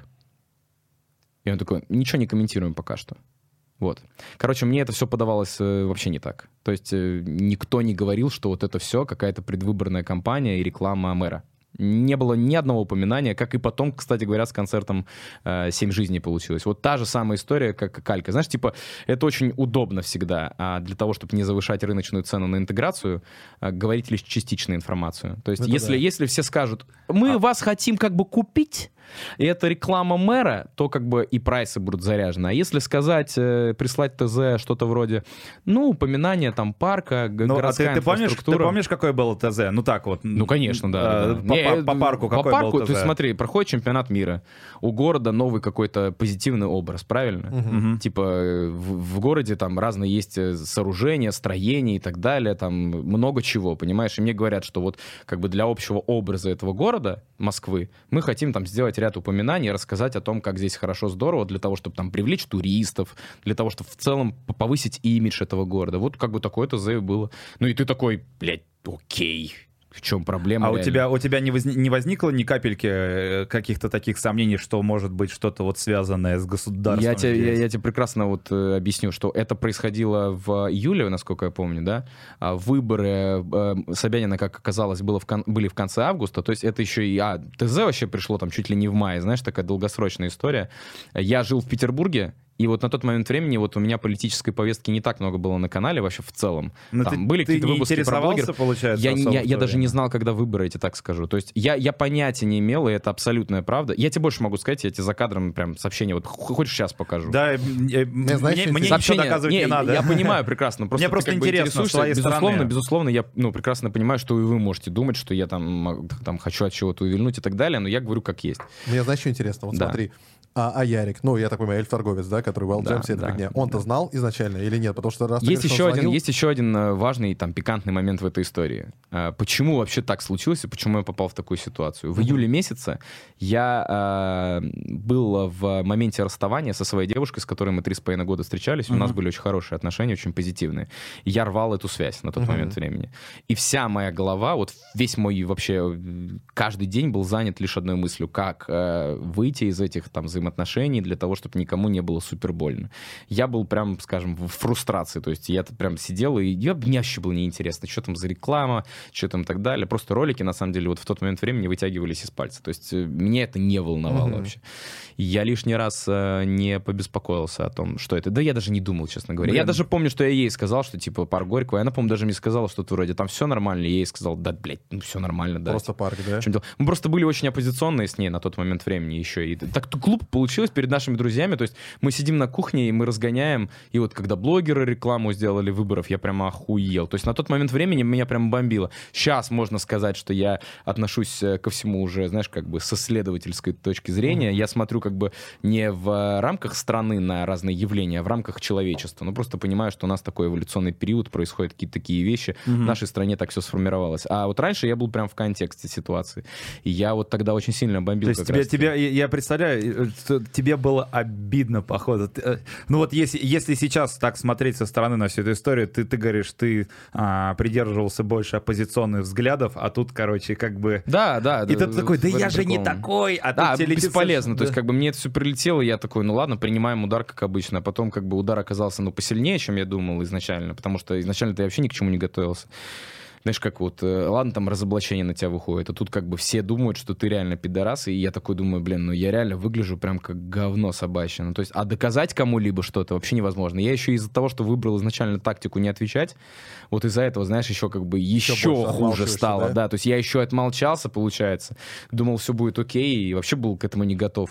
И он такой, ничего не комментируем пока что. Вот. Короче, мне это все подавалось вообще не так. То есть никто не говорил, что вот это все какая-то предвыборная кампания и реклама мэра. Не было ни одного упоминания, как и потом, кстати говоря, с концертом «7 жизней» получилось. Вот та же самая история, как калька. Знаешь, типа, это очень удобно всегда для того, чтобы не завышать рыночную цену на интеграцию, говорить лишь частичную информацию. То есть если все скажут, мы вас хотим как бы купить, и это реклама мэра, то как бы и прайсы будут заряжены. А если сказать, прислать ТЗ, что-то вроде, ну, упоминание там парка, городская инфраструктура. Ты помнишь, какое было ТЗ? Ну, так вот. Ну, конечно, да. По парку какой был ТЗ? То есть смотри, проходит чемпионат мира. У города новый какой-то позитивный образ, правильно? Типа в городе там разные есть сооружения, строения и так далее, там много чего, понимаешь? И мне говорят, что вот как бы для общего образа этого города, Москвы, мы хотим там сделать ряд упоминаний, рассказать о том, как здесь хорошо, здорово, для того, чтобы там привлечь туристов, для того, чтобы в целом повысить имидж этого города. Вот как бы такое ТЗ было. Ну и ты такой, блядь, окей. В чем проблема? А у тебя не возникло ни капельки каких-то таких сомнений, что может быть что-то вот связанное с государством? Я тебе прекрасно вот объясню, что это происходило в июле, насколько я помню, да? Выборы Собянина, как оказалось, были в конце августа, то есть это еще и... ТЗ вообще пришло там чуть ли не в мае, знаешь, такая долгосрочная история. Я жил в Петербурге, и вот на тот момент времени вот у меня политической повестки не так много было на канале вообще в целом. Там были какие-то выпуски про блогеров. Получается, я даже не знал, когда выборы, я тебе так скажу. То есть я понятия не имел, и это абсолютная правда. Я тебе больше могу сказать, я тебе за кадром прям сообщение, вот хочешь сейчас покажу. Да, мне ничего доказывать не надо. Я понимаю прекрасно. Мне просто интересно с твоей стороны. Безусловно, я прекрасно понимаю, что и вы можете думать, что я там хочу от чего-то увильнуть и так далее, но я говорю как есть. Мне, знаешь, что интересно? Вот смотри. А Ярик, ну, я так понимаю, эльф-торговец, да, который в LGM, вся эта фигня, он-то знал изначально или нет? Потому что раз есть еще один важный, там, пикантный момент в этой истории. Почему вообще так случилось и почему я попал в такую ситуацию? В июле месяце я был в моменте расставания со своей девушкой, с которой мы 3,5 года встречались. У нас были очень хорошие отношения, очень позитивные. И я рвал эту связь на тот момент времени. И вся моя голова, вот весь мой вообще, каждый день был занят лишь одной мыслью, как выйти из этих там взаимоотношений для того, чтобы никому не было супер больно. Я был прям, скажем, в фрустрации, то есть я прям сидел, и мне вообще было неинтересно, что там за реклама, что там и так далее. Просто ролики, на самом деле, вот в тот момент времени вытягивались из пальца. То есть меня это не волновало вообще. Я лишний раз не побеспокоился о том, что это. Да я даже не думал, честно говоря. Я даже помню, что я ей сказал, что типа парк Горького, и она, по-моему, даже мне сказала что-то вроде там все нормально, и я ей сказал, да, блядь, ну все нормально, да. Просто парк, да? Мы просто были очень оппозиционные с ней на тот момент времени еще. И так глупо получилось перед нашими друзьями, то есть мы сидим на кухне, и мы разгоняем, и вот когда блогеры рекламу сделали выборов, я прямо охуел. То есть на тот момент времени меня прям бомбило. Сейчас можно сказать, что я отношусь ко всему уже, знаешь, как бы с исследовательской точки зрения. Я смотрю как бы не в рамках страны на разные явления, а в рамках человечества. Ну, просто понимаю, что у нас такой эволюционный период, происходят какие-то такие вещи. В нашей стране так все сформировалось. А вот раньше я был прям в контексте ситуации. И я вот тогда очень сильно бомбил. То есть я представляю, что тебе было обидно, походу. Ну вот если сейчас так смотреть со стороны на всю эту историю, ты говоришь, ты придерживался больше оппозиционных взглядов, а тут, короче, как бы... Да. И ты такой, да я же не такой, а да, тут тебе летит... бесполезно. Да. То есть как бы мне это все прилетело, я такой, ну ладно, принимаем удар, как обычно. А потом как бы удар оказался, ну, посильнее, чем я думал изначально, потому что изначально-то я вообще ни к чему не готовился. Знаешь, как вот, ладно, там разоблачение на тебя выходит, а тут как бы все думают, что ты реально пидорас, и я такой думаю, блин, ну я реально выгляжу прям как говно собачье. Ну то есть, а доказать кому-либо что-то вообще невозможно. Я еще из-за того, что выбрал изначально тактику не отвечать, вот из-за этого, знаешь, еще как бы еще хуже стало. Да? То есть я еще отмолчался, получается, думал, все будет окей, и вообще был к этому не готов.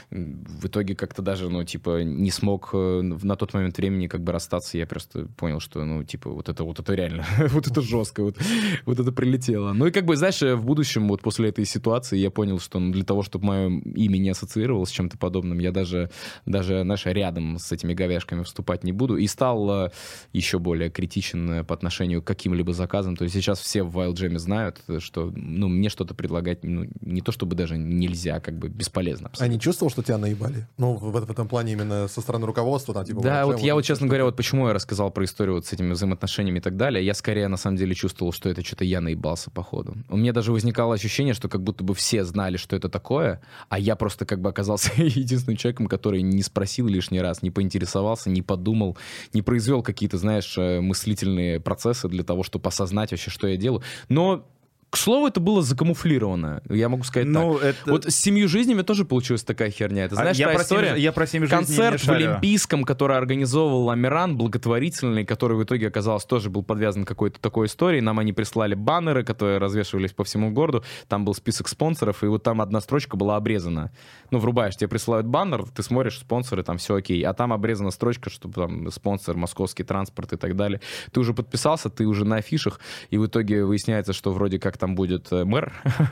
В итоге как-то даже, ну, типа, не смог на тот момент времени как бы расстаться, я просто понял, что, ну, типа, вот это реально, вот это жестко, вот это прилетело. Ну и как бы, знаешь, в будущем, вот после этой ситуации я понял, что для того, чтобы мое имя не ассоциировалось с чем-то подобным, я даже, знаешь, рядом с этими говяшками вступать не буду. И стал еще более критичен по отношению к каким-либо заказам. То есть сейчас все в Wild Jam знают, что, ну, мне что-то предлагать, ну, не то чтобы даже нельзя, как бы бесполезно. А не чувствовал, что тебя наебали? Ну, в этом плане именно со стороны руководства, там, типа... Да, вот я вот, честно говоря, вот почему я рассказал про историю вот с этими взаимоотношениями и так далее, я скорее, на самом деле, чувствовал, что это что-то я наебался, походу. У меня даже возникало ощущение, что как будто бы все знали, что это такое, а я просто как бы оказался единственным человеком, который не спросил лишний раз, не поинтересовался, не подумал, не произвел какие-то, знаешь, мыслительные процессы для того, чтобы осознать вообще, что я делаю. Но... К слову, это было закамуфлировано. Я могу сказать так. Это... Вот с 7 жизнями тоже получилась такая херня. Это, знаешь, та история? Я про 7 жизней концерт в Олимпийском, который организовывал Амиран, благотворительный, который в итоге оказалось тоже был подвязан к какой-то такой истории. Нам они прислали баннеры, которые развешивались по всему городу. Там был список спонсоров, и вот там одна строчка была обрезана. Ну, врубаешь, тебе присылают баннер, ты смотришь, спонсоры, там все окей. А там обрезана строчка, что там спонсор, московский транспорт и так далее. Ты уже подписался, ты уже на афишах, и в итоге выясняется, что вроде как там будет мэр.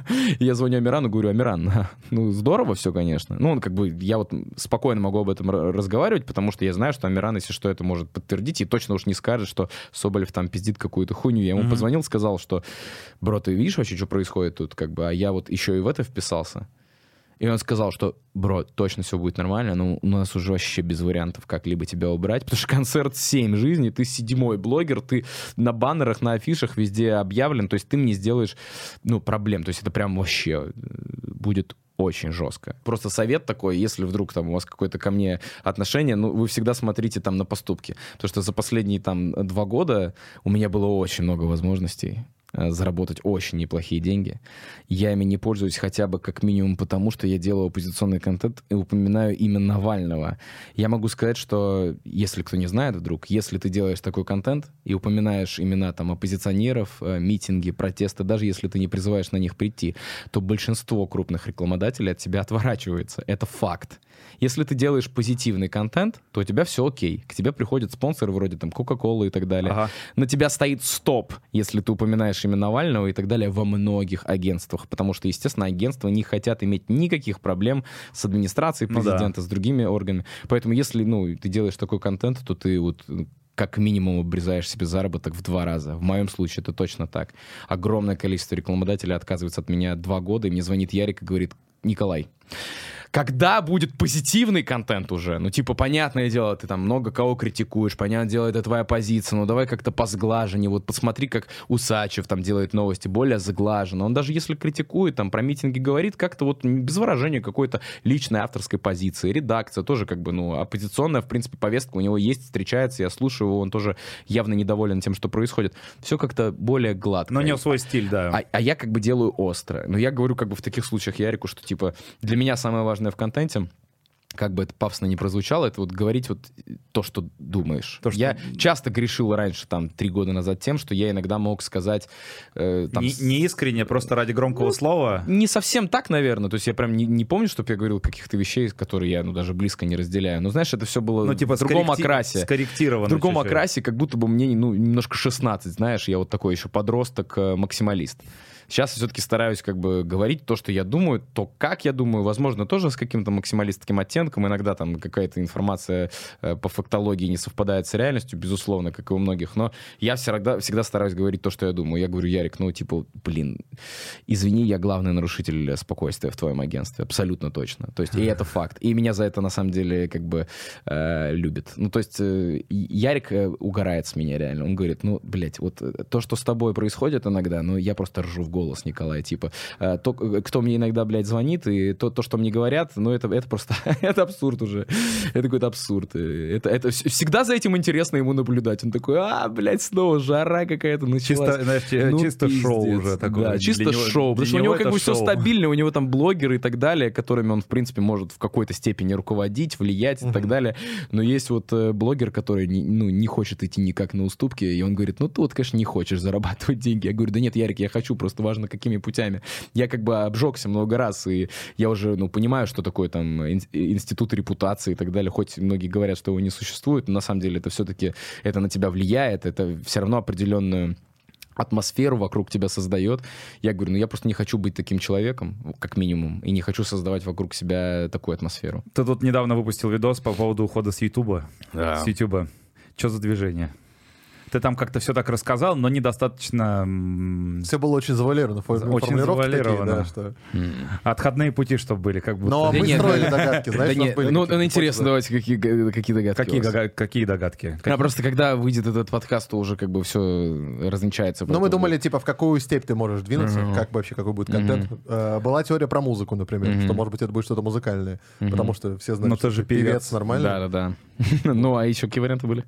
Я звоню Амирану, говорю, Амиран, ну, здорово все, конечно. Ну, он как бы, я вот спокойно могу об этом разговаривать, потому что я знаю, что Амиран, если что, это может подтвердить, и точно уж не скажет, что Соболев там пиздит какую-то хуйню. Я ему позвонил, сказал, что, бро, ты видишь вообще, что происходит тут, как бы, а я вот еще и в это вписался. И он сказал, что, бро, точно все будет нормально, но у нас уже вообще без вариантов как-либо тебя убрать, потому что концерт 7 жизней, ты 7-й блогер, ты на баннерах, на афишах везде объявлен, то есть ты мне сделаешь, ну, проблем, то есть это прям вообще будет очень жестко. Просто совет такой, если вдруг там у вас какое-то ко мне отношение, ну, вы всегда смотрите там на поступки, потому что за последние там 2 года у меня было очень много возможностей заработать очень неплохие деньги. Я ими не пользуюсь хотя бы как минимум потому, что я делаю оппозиционный контент и упоминаю имя Навального. Я могу сказать, что, если кто не знает вдруг, если ты делаешь такой контент и упоминаешь имена там оппозиционеров, митинги, протесты, даже если ты не призываешь на них прийти, то большинство крупных рекламодателей от тебя отворачивается. Это факт. Если ты делаешь позитивный контент, то у тебя все окей. К тебе приходят спонсоры вроде там Coca-Cola и так далее. Ага. На тебя стоит стоп, если ты упоминаешь имя Навального и так далее во многих агентствах. Потому что, естественно, агентства не хотят иметь никаких проблем с администрацией президента, с другими органами. Поэтому если, ну, ты делаешь такой контент, то ты вот как минимум обрезаешь себе заработок в 2 раза. В моем случае это точно так. Огромное количество рекламодателей отказывается от меня 2 года, и мне звонит Ярик и говорит: Николай, когда будет позитивный контент уже? Ну, типа, понятное дело, ты там много кого критикуешь, понятное дело, это твоя позиция, но давай как-то по сглажению. Вот посмотри, как Усачев там делает новости более заглаженно. Он даже если критикует, там, про митинги говорит, как-то вот без выражения какой-то личной авторской позиции. Редакция тоже как бы, ну, оппозиционная, в принципе, повестка у него есть, встречается, я слушаю его, он тоже явно недоволен тем, что происходит. Все как-то более гладко. Но у него свой стиль, да. А я как бы делаю остро. Но я говорю как бы в таких случаях Ярику, что, типа, для меня самое важное в контенте, как бы это пафосно не прозвучало, это вот говорить вот то, что думаешь. Я часто грешил раньше, там, 3 года назад тем, что я иногда мог сказать... Там, не искренне, просто ради громкого слова? Не совсем так, наверное. То есть я прям не помню, чтобы я говорил каких-то вещей, которые я, ну, даже близко не разделяю. Но, знаешь, это все было, ну, типа, в другом окрасе. Скорректировано. В другом окрасе, как будто бы мне, ну, немножко 16, знаешь, я вот такой еще подросток-максималист. сейчас я все-таки стараюсь как бы говорить то, что я думаю, то, как я думаю, возможно, тоже с каким-то максималистским оттенком. Иногда там какая-то информация по фактологии не совпадает с реальностью, безусловно, как и у многих, но я всегда стараюсь говорить то, что я думаю. Я говорю: Ярик, ну, типа, блин, извини, я главный нарушитель спокойствия в твоем агентстве, абсолютно точно. То есть, и это факт. И меня за это, на самом деле, как бы любят. Ну, то есть, Ярик угорает с меня реально. Он говорит: ну, блядь, вот то, что с тобой происходит иногда, ну, я просто ржу в голос, Николай, типа, то, кто мне иногда, блядь, звонит, и то, что мне говорят, ну, это просто, это абсурд уже. Это какой-то абсурд. Это всегда за этим интересно ему наблюдать. Он такой: блядь, снова жара какая-то началась. Чисто, знаешь, Ну, чисто шоу пиздец. уже такое. Да, чисто шоу. Потому что у него как бы все стабильно, у него там блогеры и так далее, которыми он, в принципе, может в какой-то степени руководить, влиять и так далее. Но есть вот блогер, который не хочет идти никак на уступки, и он говорит: ну, ты вот, конечно, не хочешь зарабатывать деньги. Я говорю: да нет, Ярик, я хочу, просто важно, какими путями. Я как бы обжегся много раз, и я уже, понимаю, что такое там институт репутации и так далее. Хоть многие говорят, что его не существует, но на самом деле это все-таки, это на тебя влияет, это все равно определенную атмосферу вокруг тебя создает. Я говорю: ну, я просто не хочу быть таким человеком, как минимум, и не хочу создавать вокруг себя такую атмосферу. Ты тут недавно выпустил видос по поводу ухода с Ютуба. Да. С Ютуба. Что за движение? Ты там как-то все так рассказал, но недостаточно... Все было очень завуалировано. Очень завуалировано. Что... Отходные пути, чтобы были, как будто. Но мы строили догадки, знаешь, да нет, интересно, давайте, какие догадки. Какие догадки? Просто когда выйдет этот подкаст, то уже как бы все разничается. Ну, мы думали, типа, в какую степь ты можешь двинуться, как вообще, какой будет контент. Была теория про музыку, например, что, может быть, это будет что-то музыкальное, потому что все знают, что ты певец нормально. Да. Ну, а еще какие варианты были?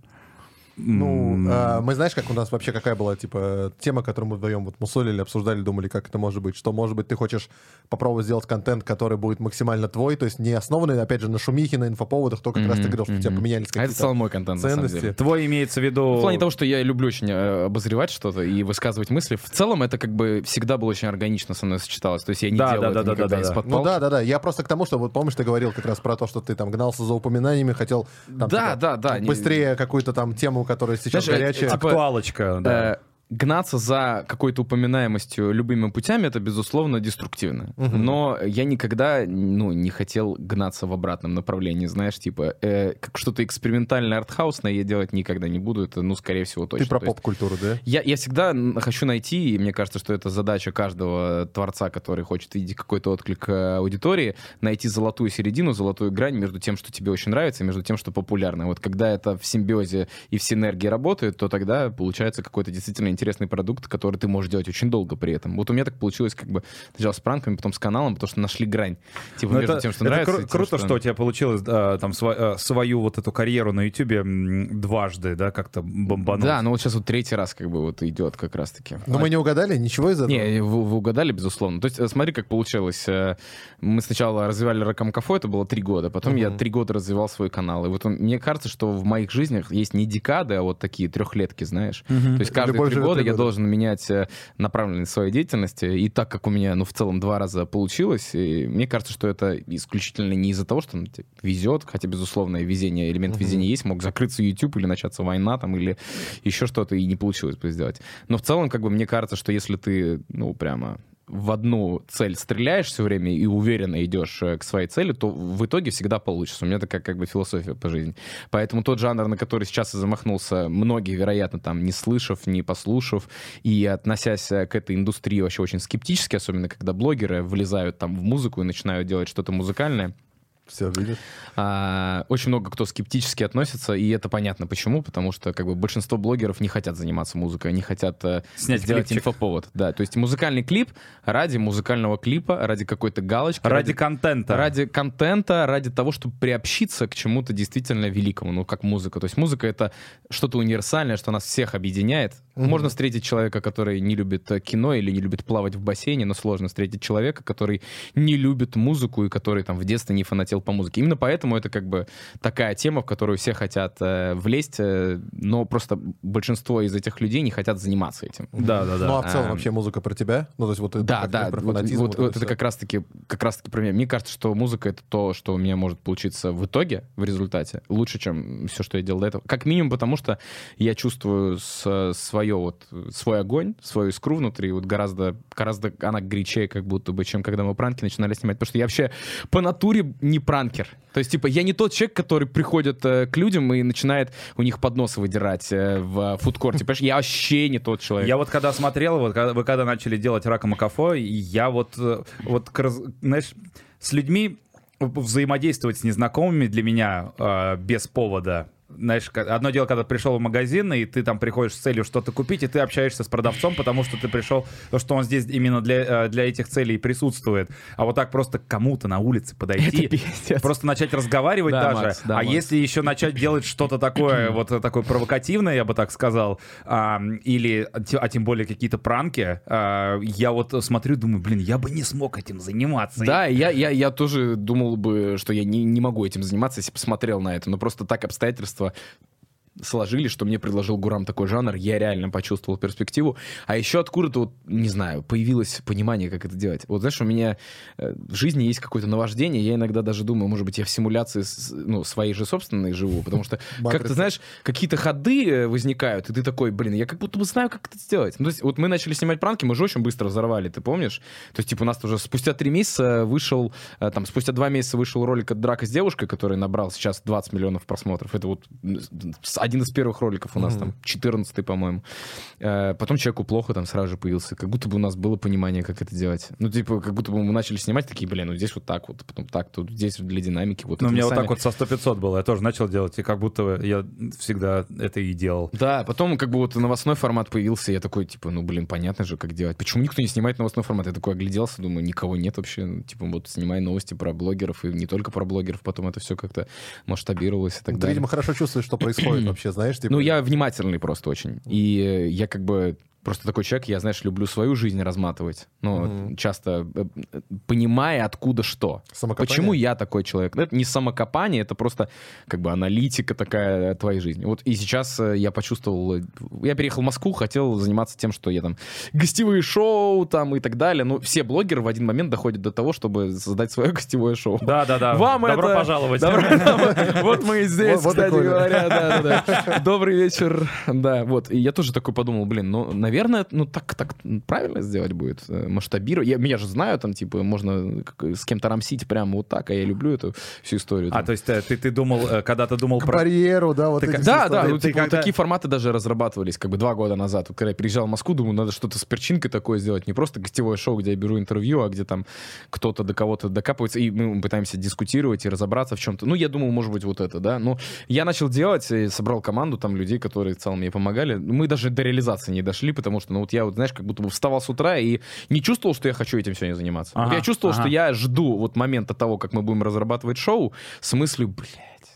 Ну, мы, знаешь, как у нас вообще какая была, типа, тема, которую мы вдвоем вот мусолили, обсуждали, думали, как это может быть. Что, может быть, ты хочешь попробовать сделать контент, который будет максимально твой, то есть не основанный, опять же, на шумихе, на инфоповодах, то, как раз ты говорил, что у тебя поменялись какие-то это стал мой контент, ценности. на самом деле. Твой имеется в виду... В плане того, что я люблю очень обозревать что-то и высказывать мысли. В целом, это как бы всегда было очень органично со мной сочеталось. То есть я не делал это никогда из-под палки. Ну да. Я просто к тому, что, вот помнишь, ты говорил как раз про то, что ты там гнался за упоминаниями, хотел там, быстрее какую-то там тему, которая сейчас горячая. Актуалочка, да. Гнаться за какой-то упоминаемостью любыми путями — это, безусловно, деструктивно. Но я никогда, не хотел гнаться в обратном направлении, знаешь, типа, как что-то экспериментальное, артхаусное я делать никогда не буду, это, скорее всего, точно. Ты про поп-культуру, да? Я всегда хочу найти, и мне кажется, что это задача каждого творца, который хочет видеть какой-то отклик аудитории, найти золотую середину, золотую грань между тем, что тебе очень нравится, и между тем, что популярно. Вот когда это в симбиозе и в синергии работает, то тогда получается какой-то действительно интересный продукт, который ты можешь делать очень долго при этом. Вот у меня так получилось, как бы, сначала с пранками, потом с каналом, потому что нашли грань. Типа, между тем, что нравится, и тем, круто, что у тебя получилось там свою вот эту карьеру на Ютубе дважды, да, как-то бомбануть. Да, но вот сейчас вот третий раз как бы вот идет как раз-таки. Но мы не угадали ничего из этого? Не, вы угадали, безусловно. То есть смотри, как получилось. Мы сначала развивали Ракамкафо, это было 3 года, потом я 3 года развивал свой канал. И вот мне кажется, что в моих жизнях есть не декады, а вот такие 3-летки, знаешь. То есть каждые 3 года я должен менять направленность своей деятельности. И так как у меня, в целом 2 раза получилось, и мне кажется, что это исключительно не из-за того, что везет, хотя, безусловно, везение, элемент везения есть, мог закрыться YouTube или начаться война там, или еще что-то, и не получилось бы сделать. Но в целом, как бы, мне кажется, что если ты, прямо в одну цель стреляешь все время и уверенно идешь к своей цели, то в итоге всегда получится. У меня такая как бы философия по жизни. Поэтому тот жанр, на который сейчас и замахнулся, многие, вероятно, там не слышав, не послушав и относясь к этой индустрии вообще очень скептически, особенно когда блогеры влезают там в музыку и начинают делать что-то музыкальное. Все, видишь? Очень много кто скептически относится, и это понятно почему, потому что как бы большинство блогеров не хотят заниматься музыкой, они хотят сделать инфоповод. Да, то есть музыкальный клип ради музыкального клипа, ради какой-то галочки. Ради контента. Ради контента, ради того, чтобы приобщиться к чему-то действительно великому, как музыка. То есть музыка — это что-то универсальное, что нас всех объединяет. Можно встретить человека, который не любит кино или не любит плавать в бассейне, но сложно встретить человека, который не любит музыку и который там в детстве не фанател по музыке. Именно поэтому это как бы такая тема, в которую все хотят влезть, но просто большинство из этих людей не хотят заниматься этим. Да. Ну а в целом вообще музыка про тебя? Ну то есть вот это про фанатизм. Вот это как раз-таки про меня. Мне кажется, что музыка — это то, что у меня может получиться в итоге, в результате, лучше, чем все, что я делал до этого. Как минимум потому, что я чувствую свою свой огонь, свою искру внутри, вот гораздо она горячее как будто бы, чем когда мы пранки начинали снимать. Потому что я вообще по натуре не пранкер. То есть, типа, я не тот человек, который приходит к людям и начинает у них подносы выдирать в фудкорте. Понимаешь, я вообще не тот человек. Я вот когда смотрел, вот вы когда начали делать Рака Макафо, я знаешь, с людьми взаимодействовать с незнакомыми для меня без повода. Знаешь, одно дело, когда ты пришел в магазин, и ты там приходишь с целью что-то купить, и ты общаешься с продавцом, потому что ты пришел, что он здесь именно для этих целей присутствует. А вот так просто к кому-то на улице подойти, просто начать разговаривать даже. Макс, Макс. Если еще начать делать что-то такое, вот такое провокативное, я бы так сказал, или, тем более какие-то пранки, я вот смотрю, думаю, блин, я бы не смог этим заниматься. Да, я тоже думал бы, что я не могу этим заниматься, если посмотрел на это, но просто так обстоятельства сложились, что мне предложил Гурам такой жанр, я реально почувствовал перспективу. А еще откуда-то, вот, не знаю, появилось понимание, как это делать. Вот знаешь, у меня в жизни есть какое-то наваждение, я иногда даже думаю, может быть, я в симуляции своей же собственной живу, потому что, как-то, знаешь, какие-то ходы возникают, и ты такой, блин, я как будто бы знаю, как это сделать. Ну, то есть, вот мы начали снимать пранки, мы же очень быстро взорвали, ты помнишь? То есть, типа, у нас уже спустя 3 месяца вышел, спустя 2 месяца вышел ролик от «Драка с девушкой», который набрал сейчас 20 миллионов просмотров. Это вот один из первых роликов у нас, там, 14-й, по-моему. Потом «Человеку плохо» там сразу же появился. Как будто бы у нас было понимание, как это делать. Ну, типа, как будто бы мы начали снимать, такие, блин, ну здесь вот так вот, потом так, тут здесь для динамики. Вот ну, у меня вот так вот со 100-500 было. Я тоже начал делать, и как будто я всегда это и делал. Да, потом как бы вот новостной формат появился, я такой, типа, ну, блин, понятно же, как делать. Почему никто не снимает новостной формат? Я такой огляделся, думаю, никого нет вообще. Ну, типа, вот снимай новости про блогеров, и не только про блогеров, потом это все как-то масштабировалось и так далее. Ты, видимо, хорошо чувствуешь, что происходит вообще, знаешь? Типа... Ну, я внимательный просто очень. И я как бы просто такой человек, я, знаешь, люблю свою жизнь разматывать. Ну, часто понимая, откуда что. Почему я такой человек? Это не самокопание, это просто как бы аналитика такая твоей жизни. Вот и сейчас я почувствовал... Я переехал в Москву, хотел заниматься тем, что я там гостевые шоу там и так далее. Ну, все блогеры в один момент доходят до того, чтобы создать свое гостевое шоу. Да-да-да. Вам добро пожаловать. Вот мы и здесь, кстати говоря. Да-да-да. Добрый вечер. Да, вот. И я тоже такой подумал, блин, ну, наверное, ну так правильно сделать будет. Масштабировать. Меня же знаю, там, типа, можно с кем-то рамсить прямо вот так, а я люблю эту всю историю. А, то есть ты думал, когда ты думал про... барьеру, да, вот эти... Да, ну, типа, такие форматы даже разрабатывались, как бы 2 года назад. Вот, когда я приезжал в Москву, думаю, надо что-то с перчинкой такое сделать. Не просто гостевое шоу, где я беру интервью, а где там кто-то до кого-то докапывается, и мы пытаемся дискутировать и разобраться в чем-то. Ну, я думал, может быть, вот это, да. Ну, я начал делать, и собрал команду там людей, которые в целом мне помогали. Мы даже до реализации не дошли, потому что, ну, вот я вот, знаешь, как будто бы вставал с утра и не чувствовал, что я хочу этим сегодня заниматься. Вот я чувствовал, что я жду вот момента того, как мы будем разрабатывать шоу, с мыслью, блядь,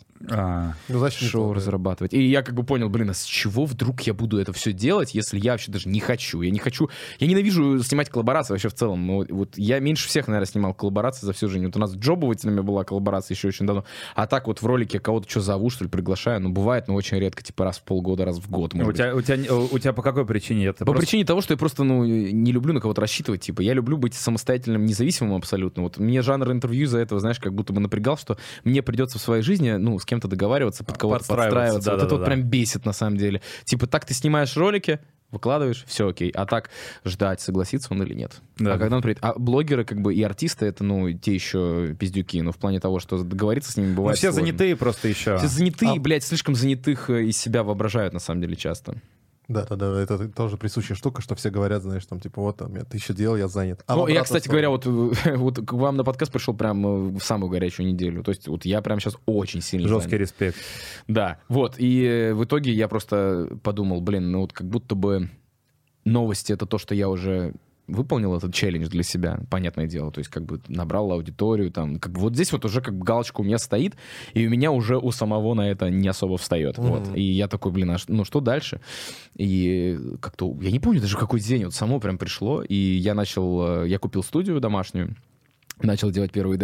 шоу разрабатывать. И я как бы понял, блин, а с чего вдруг я буду это все делать, если я вообще даже не хочу? Я ненавижу снимать коллаборации вообще в целом. Вот я меньше всех, наверное, снимал коллаборации за всю жизнь. Вот у нас с джобователями была коллаборация еще очень давно. А так вот в ролике кого-то что зову, что ли, приглашаю. Ну, бывает, но очень редко, типа раз в полгода, раз в год. У тебя по какой причине это? По причине того, что я просто, не люблю на кого-то рассчитывать. Типа, я люблю быть самостоятельным, независимым абсолютно. Вот мне жанр интервью из-за этого, знаешь, как будто бы напрягал, что мне придется в своей жизни, с кем-то договариваться, под кого-то подстраиваться. Вот это вот прям бесит на самом деле. Типа, так ты снимаешь ролики, выкладываешь, все окей. А так ждать, согласится он или нет. Да. А когда он приедет? А блогеры, как бы, и артисты, это, те еще пиздюки. В плане того, что договориться с ними бывает все сложно. Занятые просто еще. Все занятые, блядь, слишком занятых из себя воображают, на самом деле, часто. Да, это тоже присущая штука, что все говорят, знаешь, там, типа, вот, там, я 1000 дел, я занят. Ну, я, кстати говоря, вот к вам на подкаст пришел прям в самую горячую неделю. То есть вот я прям сейчас очень сильно жесткий респект. Да, вот. И в итоге я просто подумал, блин, вот как будто бы новости — это то, что я уже выполнил этот челлендж для себя, понятное дело, то есть как бы набрал аудиторию, там, как бы вот здесь вот уже как бы галочка у меня стоит, и у меня уже у самого на это не особо встает, вот, и я такой, блин, что дальше? И как-то, я не помню даже какой день, вот само прям пришло, и я купил студию домашнюю, начал делать первые демки.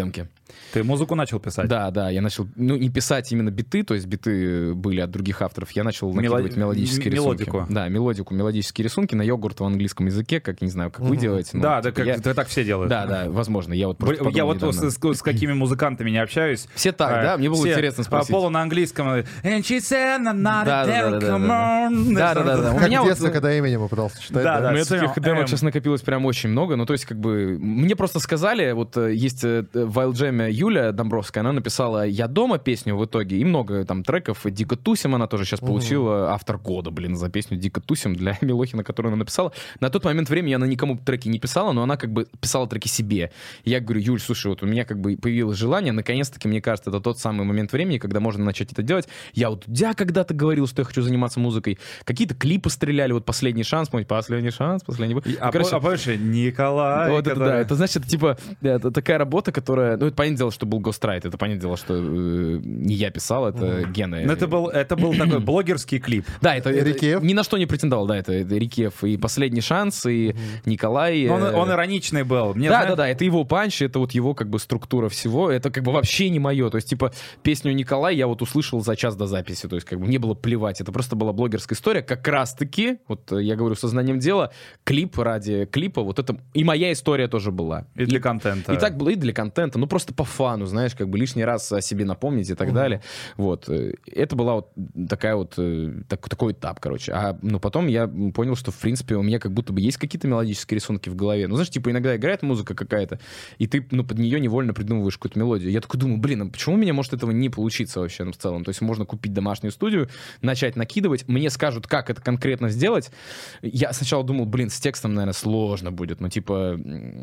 Ты музыку начал писать? Да, я начал, не писать именно биты, то есть биты были от других авторов, я начал накидывать мелодические рисунки. Мелодику. Да, мелодику, мелодические рисунки на йогурт в английском языке, как, не знаю, как вы делаете. Да, это так все делают. Да, возможно, я вот просто Я вот недавно. с какими музыкантами не общаюсь. Все так, да? Мне было интересно спросить. Полу на английском. And she said, I'm not a devil, Да. come on. Да. У Как меня в детстве, вот... когда Эминема пытался читать. Да, У меня все, таких демок сейчас накопилось прям очень много. Ну, то есть, как бы, мне просто сказали, вот есть в Wild Jam Юля Домбровская, она написала «Я дома» песню в итоге, и много там треков. «Дико тусим» она тоже сейчас получила автор года, за песню «Дико тусим» для Милохина, которую она написала. На тот момент времени она никому треки не писала, но она как бы писала треки себе. Я говорю: Юль, слушай, вот у меня как бы появилось желание, наконец-таки, мне кажется, это тот самый момент времени, когда можно начать это делать. Я вот Дудя когда-то говорил, что я хочу заниматься музыкой. Какие-то клипы стреляли, вот «Последний шанс», «Последний шанс», «Последний...» помнишь, Николай? Вот это да, это значит, типа, это такая работа, которая... Ну, это понятное дело, что был гострайт, это понятное дело, что не я писал, это Гена. Ну, это был такой блогерский клип. Да, это Рикиев? ни на что не претендовал, да, это Рикиев и «Последний шанс», и Николай. Он ироничный был. Да, это его панч, это вот его как бы структура всего, это как бы вообще не мое. То есть, типа, песню «Николай» я вот услышал за час до записи, то есть, как бы, мне было плевать, это просто была блогерская история, как раз-таки, вот я говорю сознанием дела, клип ради клипа, вот это и моя история тоже была. И для контента. И так было и для контента, ну просто по фану, знаешь, как бы лишний раз о себе напомнить и так далее. Вот. Это была вот такая вот, такой этап, короче. Ну, потом я понял, что, в принципе, у меня как будто бы есть какие-то мелодические рисунки в голове. Ну, знаешь, типа, иногда играет музыка какая-то, и ты, ну, под нее невольно придумываешь какую-то мелодию. Я такой думаю, блин, а почему у меня может этого не получиться вообще, ну, в целом? То есть можно купить домашнюю студию, начать накидывать, мне скажут, как это конкретно сделать. Я сначала думал, блин, с текстом, наверное, сложно будет, но, типа,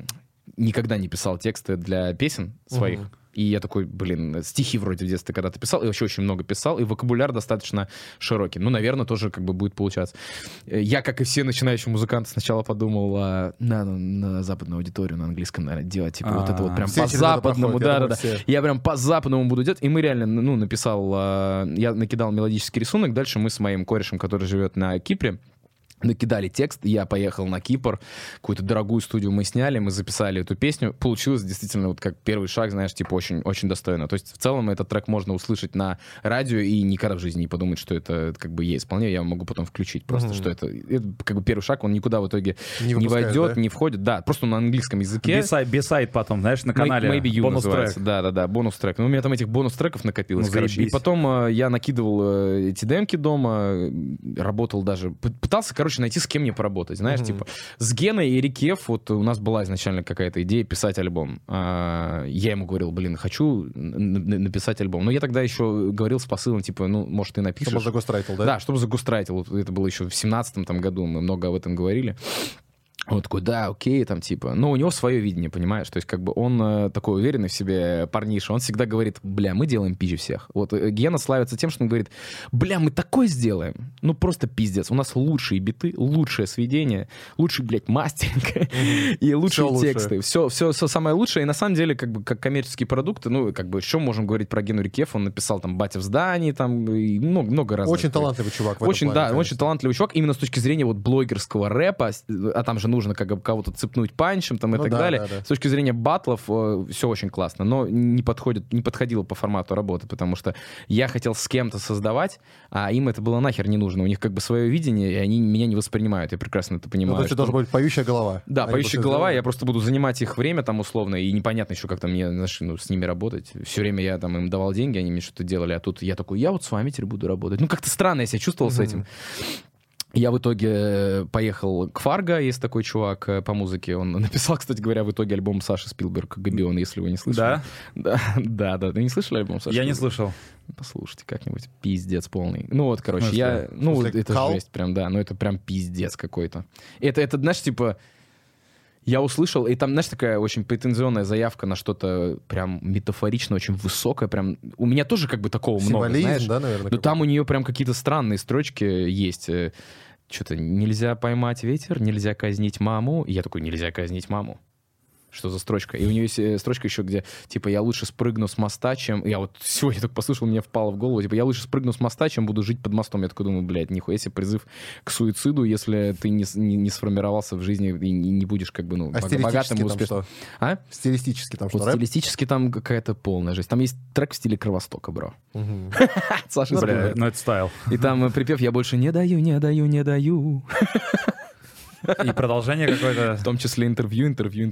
никогда не писал тексты для песен своих. И я такой, блин, стихи вроде в детстве когда-то писал, и вообще очень много писал, и вокабуляр достаточно широкий. Ну, наверное, тоже как бы будет получаться. Я, как и все начинающие музыканты, сначала подумал, на западную аудиторию на английском, наверное, делать. Типа вот это вот прям по-западному. Да. Я прям по-западному буду делать. И мы реально, ну, я накидал мелодический рисунок, дальше мы с моим корешем, который живет на Кипре, накидали текст, я поехал на Кипр, какую-то дорогую студию мы сняли, мы записали эту песню. Получилось действительно вот как первый шаг, знаешь, типа очень, очень достойно. То есть в целом этот трек можно услышать на радио и никогда в жизни не подумать, что это как бы я исполняю, я могу потом включить просто, что это как бы первый шаг, он никуда в итоге не войдет, да? Не входит. Да, просто на английском языке. B-сайд потом, знаешь, на канале. Maybe You бонус-трек. Да, бонус-трек. Ну, у меня там этих бонус-треков накопилось, короче. Заебись. И потом я накидывал эти демки дома, работал даже, пытался, короче, найти, с кем мне поработать, знаешь, типа, с Геной и Рикиев, вот у нас была изначально какая-то идея писать альбом. Я ему говорил, блин, хочу написать альбом. Но я тогда еще говорил с посылом, типа, ну, может, ты напишешь. Чтобы загустрайтил, да? Да, чтобы загустрайтил. Вот это было еще в 17-м там году, мы много об этом говорили. Он такой, да, окей, там, типа... Но у него свое видение, понимаешь? То есть, как бы он такой уверенный в себе парниша. Он всегда говорит, бля, мы делаем пизже всех. Вот Гена славится тем, что он говорит, бля, мы такое сделаем. Ну, просто пиздец. У нас лучшие биты, лучшее сведение, лучший, блядь, мастеринг и лучшие тексты. Все самое лучшее. И на самом деле, как бы, как коммерческий продукт, ну, как бы, что можем говорить про Гену Рикиев? Он написал там «Батя в здании», там, и много разных. Очень талантливый чувак в этом очень, плане, да, очень талантливый чувак. Именно с точки зрения вот блогерского рэпа, а там же нужно как бы кого-то цепнуть панчем там, и так далее. Да. С точки зрения батлов все очень классно, но не подходило по формату работы, потому что я хотел с кем-то создавать, а им это было нахер не нужно. У них как бы свое видение, и они меня не воспринимают. Я прекрасно это понимаю. Ну, то есть должна быть поющая голова. Да, поющая голова, я просто буду занимать их время там условно, и непонятно еще, как там мне, знаешь, ну, с ними работать. Все время я там им давал деньги, они мне что-то делали, а тут я такой, я вот с вами теперь буду работать. Ну, как-то странно я себя чувствовал с этим. Я в итоге поехал к Фарго, есть такой чувак по музыке. Он написал, кстати говоря, в итоге альбом Саши Спилберг «Габион», если вы не слышали. Да? Да. Ты не слышали альбом Саши? Я не слышал. Послушайте как-нибудь. Пиздец полный. Ну вот, короче, это жесть прям, да. Ну это прям пиздец какой-то. Это, знаешь, типа... Я услышал, и там, знаешь, такая очень претензионная заявка на что-то прям метафорично, очень высокое, прям... У меня тоже как бы такого много, знаешь. Да, наверное. Но там у нее прям какие-то странные строчки есть. Что-то нельзя поймать ветер, нельзя казнить маму. И я такой, нельзя казнить маму. Что за строчка? И у нее есть строчка еще, где, типа, я лучше спрыгну с моста, чем... Я вот сегодня только послушал, мне впало в голову, типа, я лучше спрыгну с моста, чем буду жить под мостом. Я такой думаю, блядь, нихуя себе призыв к суициду, если ты не сформировался в жизни и не будешь, как бы, ну, богатым и успешным. А? Стилистически там что, вот рэп? стилистически там какая-то полная жизнь. Там есть трек в стиле Кровостока, бро. Саша Спилберг. Ну, это стайл. И там припев «Я больше не даю, не даю, не даю». И продолжение какое-то... В том числе интервью.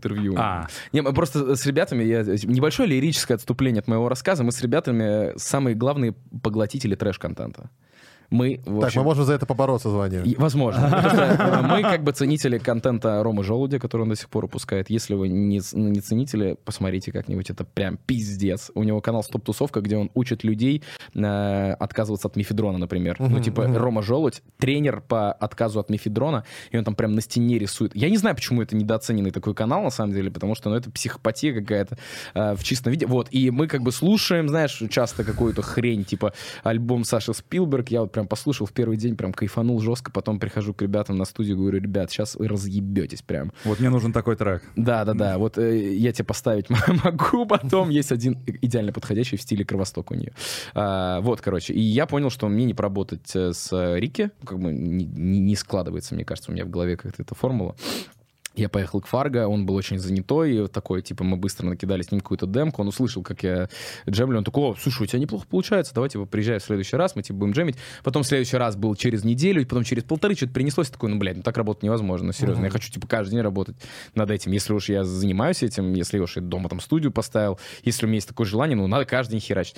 Не, мы просто с ребятами, небольшое лирическое отступление от моего рассказа, мы с ребятами самые главные поглотители трэш-контента. Мы, в общем, так, мы можем за это побороться с Ваней. Возможно. Потому что мы как бы ценители контента Ромы Желудя, который он до сих пор выпускает. Если вы не ценители, посмотрите как-нибудь. Это прям пиздец. У него канал «Стоп-тусовка», где он учит людей отказываться от мефедрона, например. Ну, типа, Рома Желудь, тренер по отказу от мефедрона, и он там прям на стене рисует. Я не знаю, почему это недооцененный такой канал, на самом деле, потому что, ну, это психопатия какая-то в чистом виде. Вот. И мы как бы слушаем, знаешь, часто какую-то хрень, типа альбом Саши Спилберг. Я вот прям послушал в первый день, прям кайфанул жестко, потом прихожу к ребятам на студию, говорю, ребят, сейчас вы разъебетесь прям. Вот мне нужен такой трек. Да, вот я тебе поставить могу, потом есть один идеально подходящий в стиле Кровосток у нее. Вот, короче, и я понял, что мне не поработать с Рики, как бы не складывается, мне кажется, у меня в голове как-то эта формула. Я поехал к Фарго, он был очень занятой, такой, типа, мы быстро накидали с ним какую-то демку, он услышал, как я джемлю, он такой, о, слушай, у тебя неплохо получается, давай, типа, приезжай в следующий раз, мы, типа, будем джемить. Потом в следующий раз был через неделю, и потом через полторы что-то принеслось, такой, ну, блядь, ну, так работать невозможно, ну, серьезно, я хочу, типа, каждый день работать над этим. Если уж я занимаюсь этим, если уж я дома там студию поставил, если у меня есть такое желание, ну, надо каждый день херачить.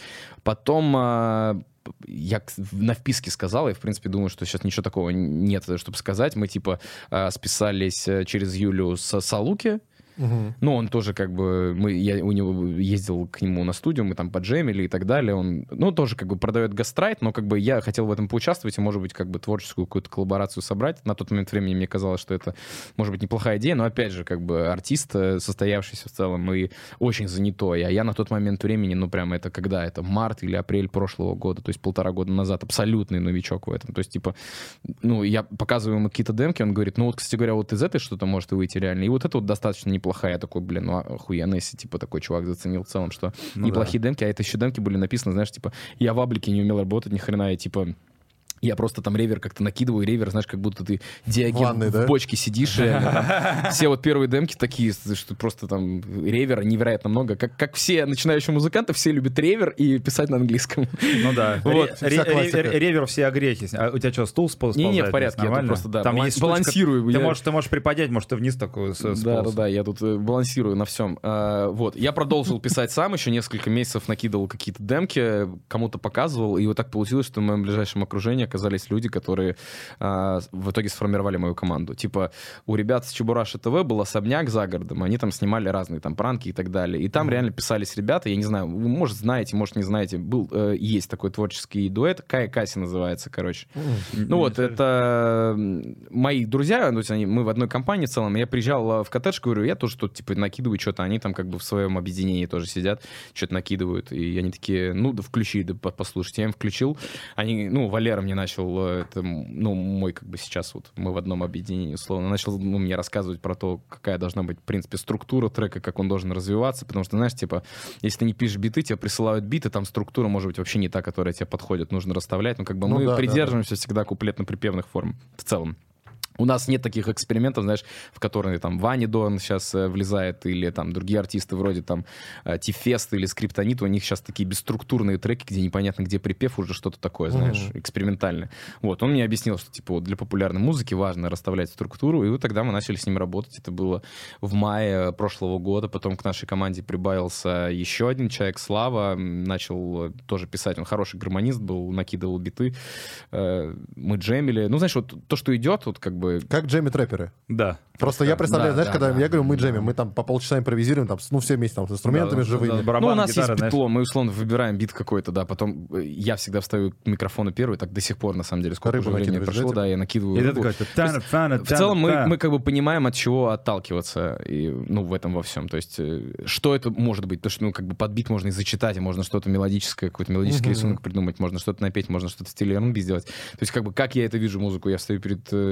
Потом... я на вписке сказал, и, в принципе, думаю, что сейчас ничего такого нет, чтобы сказать. Мы, типа, списались через Юлю с Салуки. Ну, он тоже как бы... Я у него ездил к нему на студию, мы там поджемили и так далее. Он, ну, тоже как бы продает гастрайт, но как бы я хотел в этом поучаствовать и, может быть, как бы творческую какую-то коллаборацию собрать. На тот момент времени мне казалось, что это, может быть, неплохая идея, но, опять же, как бы артист, состоявшийся в целом и очень занятой. А я на тот момент времени, ну, прям это когда? Это март или апрель прошлого года, то есть 1,5 года назад, абсолютный новичок в этом. То есть, типа, ну, я показываю ему какие-то демки, он говорит, ну, вот, кстати говоря, вот из этой что-то может выйти реально. И вот это вот достаточно неплохая. Я такой, блин, ну охуенно, если, типа, такой чувак заценил в целом, что неплохие демки, а это еще демки были написаны, знаешь, типа, я в Аблике не умел работать ни хрена, и, типа, я просто там ревер как-то накидываю, ревер, знаешь, как будто ты диаген в бочке сидишь. Все вот первые демки такие, что просто там ревера невероятно много. Как все начинающие музыканты, все любят ревер и писать на английском. Ну да. Ревер все огрехи. А у тебя что, стул сползает? Не, в порядке, я тут просто, да, балансирую. Ты можешь приподнять, может, ты вниз такой сполз. Да, я тут балансирую на всем. Вот, я продолжил писать сам, еще несколько месяцев накидывал какие-то демки, кому-то показывал, и вот так получилось, что в моем ближайшем окружении оказались люди, которые в итоге сформировали мою команду. Типа у ребят с Чебураши ТВ был особняк за городом, они там снимали разные там пранки и так далее. И там реально писались ребята, я не знаю, вы, может, знаете, может, не знаете, есть такой творческий дуэт, Кая Каси называется, короче. Ну вот, это мои друзья, мы в одной компании в целом, я приезжал в коттедж, говорю, я тоже тут, типа, накидываю что-то, они там как бы в своем объединении тоже сидят, что-то накидывают, и они такие, ну, да включи, да послушайте. Я им включил, они, ну, Валера мне начал, это, ну, мой как бы сейчас вот, мы в одном объединении, условно, начал мне рассказывать про то, какая должна быть, в принципе, структура трека, как он должен развиваться, потому что, знаешь, типа, если ты не пишешь биты, тебе присылают биты, там структура может быть вообще не та, которая тебе подходит, нужно расставлять, но как бы мы придерживаемся всегда куплетно-припевных форм в целом. У нас нет таких экспериментов, знаешь, в которые там Ваня Дон сейчас влезает, или там другие артисты вроде там Тифест или Скриптонит, у них сейчас такие бесструктурные треки, где непонятно, где припев, уже что-то такое, знаешь, экспериментальное. Вот, он мне объяснил, что типа вот для популярной музыки важно расставлять структуру, и вот тогда мы начали с ним работать. Это было в мае прошлого года, потом к нашей команде прибавился еще один человек, Слава, начал тоже писать, он хороший гармонист был, накидывал биты, мы джемили. Ну, знаешь, вот то, что идет, вот как бы... Как джемят рэперы. Да. Просто я представляю, знаешь, когда я говорю, мы джемим, мы там по полчаса импровизируем, там, ну, все вместе там с инструментами живыми. Ну, у нас есть битло, мы условно выбираем бит какой-то, да, потом я всегда встаю к микрофону первый, так до сих пор, на самом деле, сколько уже времени прошло, да, я накидываю рыбу. В целом мы как бы понимаем, от чего отталкиваться, и, ну, в этом во всем. То есть, что это может быть? То, что, ну, как бы под бит можно и зачитать, и можно что-то мелодическое, какой-то мелодический рисунок придумать, можно что-то напеть, можно что-то в стиле R&B сделать. То есть, как бы, как я это вижу музыку? Я встаю перед микрофоном,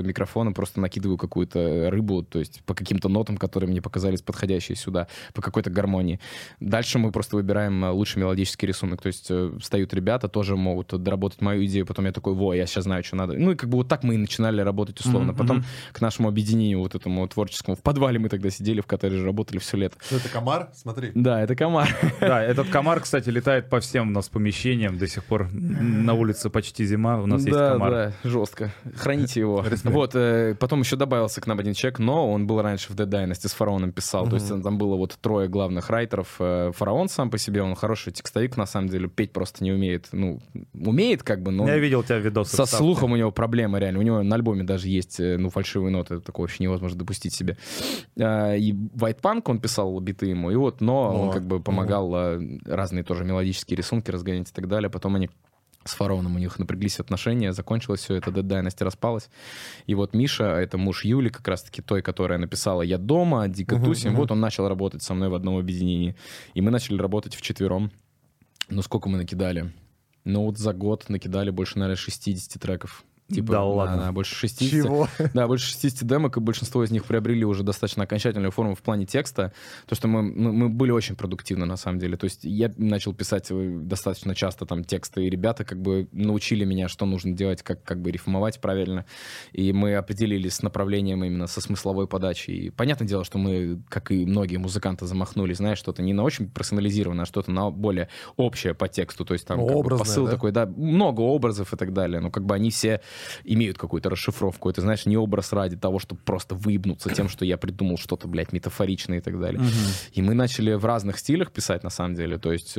телефона, просто накидываю какую-то рыбу, то есть по каким-то нотам, которые мне показались подходящие сюда, по какой-то гармонии. Дальше мы просто выбираем лучший мелодический рисунок, то есть встают ребята, тоже могут доработать мою идею, потом я такой, я сейчас знаю, что надо. Ну и как бы вот так мы и начинали работать условно. Потом к нашему объединению вот этому творческому, в подвале мы тогда сидели, в коттедже работали все лето. Это комар? Смотри. Да, это комар. Да, этот комар, кстати, летает по всем у нас помещениям до сих пор. На улице почти зима, у нас есть комар. Да, жестко. Храните его. Вот, потом еще добавился к нам один человек, но он был раньше в Dead Dynasty, с Фараоном писал. То есть там было вот 3 главных райтеров. Фараон сам по себе, он хороший текстовик, на самом деле, петь просто не умеет. Ну, умеет как бы, но... Я видел тебя в видосах. Со слухом у него проблема реально. У него на альбоме даже есть, фальшивые ноты. Такое вообще невозможно допустить себе. И White Punk, он писал биты ему, и вот, но он как бы помогал разные тоже мелодические рисунки разгонять и так далее. Потом они с Фараоном, у них напряглись отношения, закончилось все это, Dead Dynasty распалась. И вот Миша, это муж Юли, как раз-таки той, которая написала «Я дома», «Дико тусим», вот он начал работать со мной в одном объединении. И мы начали работать вчетвером. Ну, сколько мы накидали? Ну, вот за год накидали больше, наверное, 60 треков. Типа, да ладно. Да, больше 60. Чего? Да, больше 60 демок, и большинство из них приобрели уже достаточно окончательную форму в плане текста. То, что мы были очень продуктивны, на самом деле. То есть я начал писать достаточно часто там тексты, и ребята как бы научили меня, что нужно делать, как бы рифмовать правильно. И мы определились с направлением именно со смысловой подачей. И понятное дело, что мы, как и многие музыканты, замахнулись, знаешь, что-то не на очень персонализированное, а что-то на более общее по тексту. То есть там как бы посыл такой, да, много образов и так далее. Но как бы они все имеют какую-то расшифровку. Это, знаешь, не образ ради того, чтобы просто выебнуться тем, что я придумал что-то, блядь, метафоричное и так далее. И мы начали в разных стилях писать, на самом деле. То есть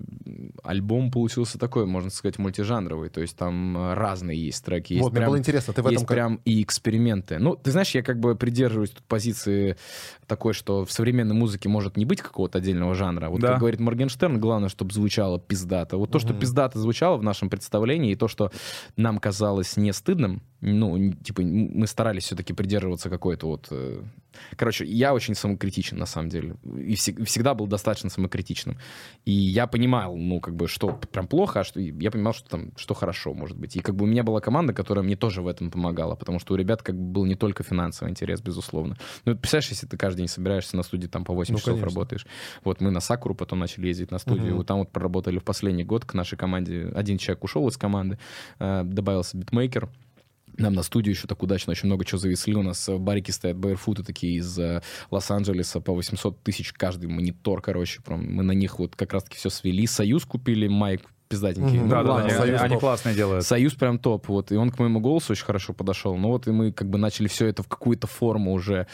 альбом получился такой, можно сказать, мультижанровый. То есть там разные есть треки. Есть вот, мне было интересно, ты в этом... Есть прям и эксперименты. Ну, ты знаешь, я как бы придерживаюсь тут позиции такой, что в современной музыке может не быть какого-то отдельного жанра. Вот как говорит Моргенштерн, главное, чтобы звучало пиздато. Вот то, что пиздато звучало в нашем представлении, и то, что нам казалось не стыдным, ну, типа, мы старались все-таки придерживаться какой-то вот... Короче, я очень самокритичен, на самом деле. И всегда был достаточно самокритичным. И я понимал, ну, как бы, что прям плохо, а что... Я понимал, что там, что хорошо, может быть. И как бы у меня была команда, которая мне тоже в этом помогала, потому что у ребят как бы был не только финансовый интерес, безусловно. Ну, представляешь, если ты каждый день собираешься на студии, там, по 8 часов работаешь. Вот мы на Сакуру потом начали ездить на студию. Вот там вот проработали в последний год к нашей команде. Один человек ушел из команды, добавился битмейкер. Нам на студию еще так удачно очень много чего завезли. У нас барики стоят Barefoot такие из Лос-Анджелеса по 800 тысяч каждый монитор, короче. Мы на них вот как раз-таки все свели. Союз купили, майк пиздатенький. Они классно делают. Союз прям топ, вот. И он к моему голосу очень хорошо подошел. Ну вот и мы как бы начали все это в какую-то форму уже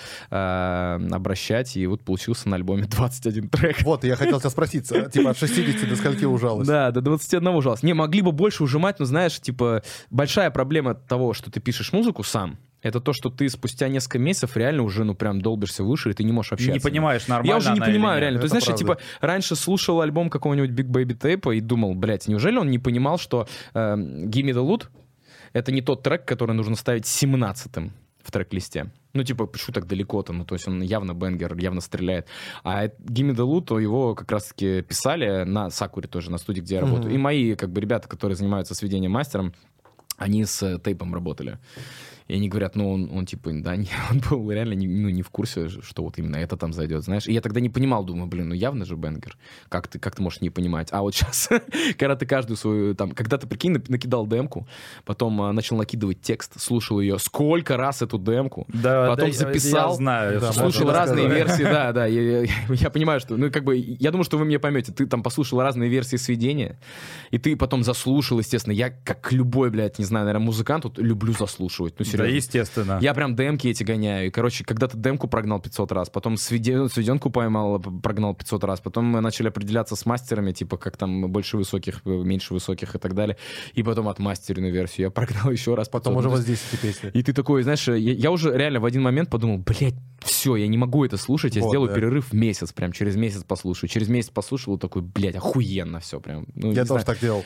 обращать, и вот получился на альбоме 21 трек. Вот, я хотел тебя спросить, типа от 60 до скольки ужалось? Да, до 21 ужалось. Не, могли бы больше ужимать, но знаешь, типа, большая проблема того, что ты пишешь музыку сам, это то, что ты спустя несколько месяцев реально уже, ну, прям долбишься в уши, и ты не можешь общаться. Не понимаешь, нормально. Я уже не понимаю, реально. То есть, знаешь, я, правда. типа, раньше слушал альбом какого-нибудь Big Baby Tape и думал, блядь, неужели он не понимал, что Gimme the Loot — это не тот трек, который нужно ставить 17-м в трек-листе. Ну, типа, почему так далеко-то? Ну, то есть он явно бенгер, явно стреляет. А Gimme the Loot, его как раз-таки писали на Сакуре тоже, на студии, где я работаю. И мои, как бы, ребята, которые занимаются сведением мастером, они с тейпом работали. И они говорят, ну, он типа, да, он был реально не в курсе, что вот именно это там зайдет, знаешь. И я тогда не понимал, думаю, блин, ну явно же бенгер. Как ты можешь не понимать? А вот сейчас, когда ты каждую свою, там, когда ты, прикинь, накидал демку, потом начал накидывать текст, слушал ее, сколько раз эту демку, потом записал, я знаю, слушал разные версии, да, я понимаю, что, ну, как бы, я думаю, что вы меня поймете, ты там послушал разные версии сведения, и ты потом заслушал, естественно. Я, как любой, блядь, не знаю, наверное, музыкант, вот, люблю заслушивать, ну, серьезно. Да, естественно. Я прям демки эти гоняю. И, короче, когда-то демку прогнал 500 раз, потом сведенку поймал, прогнал 500 раз, потом мы начали определяться с мастерами, типа, как там больше высоких, меньше высоких и так далее. И потом отмастеренную версию я прогнал еще раз. Потом уже вот здесь эти песни. И ты такой, знаешь, я уже реально в один момент подумал, блядь, все, я не могу это слушать, я сделаю перерыв месяц, прям через месяц послушаю. Через месяц послушал, такой, блядь, охуенно все прям. Ну, я тоже так делал.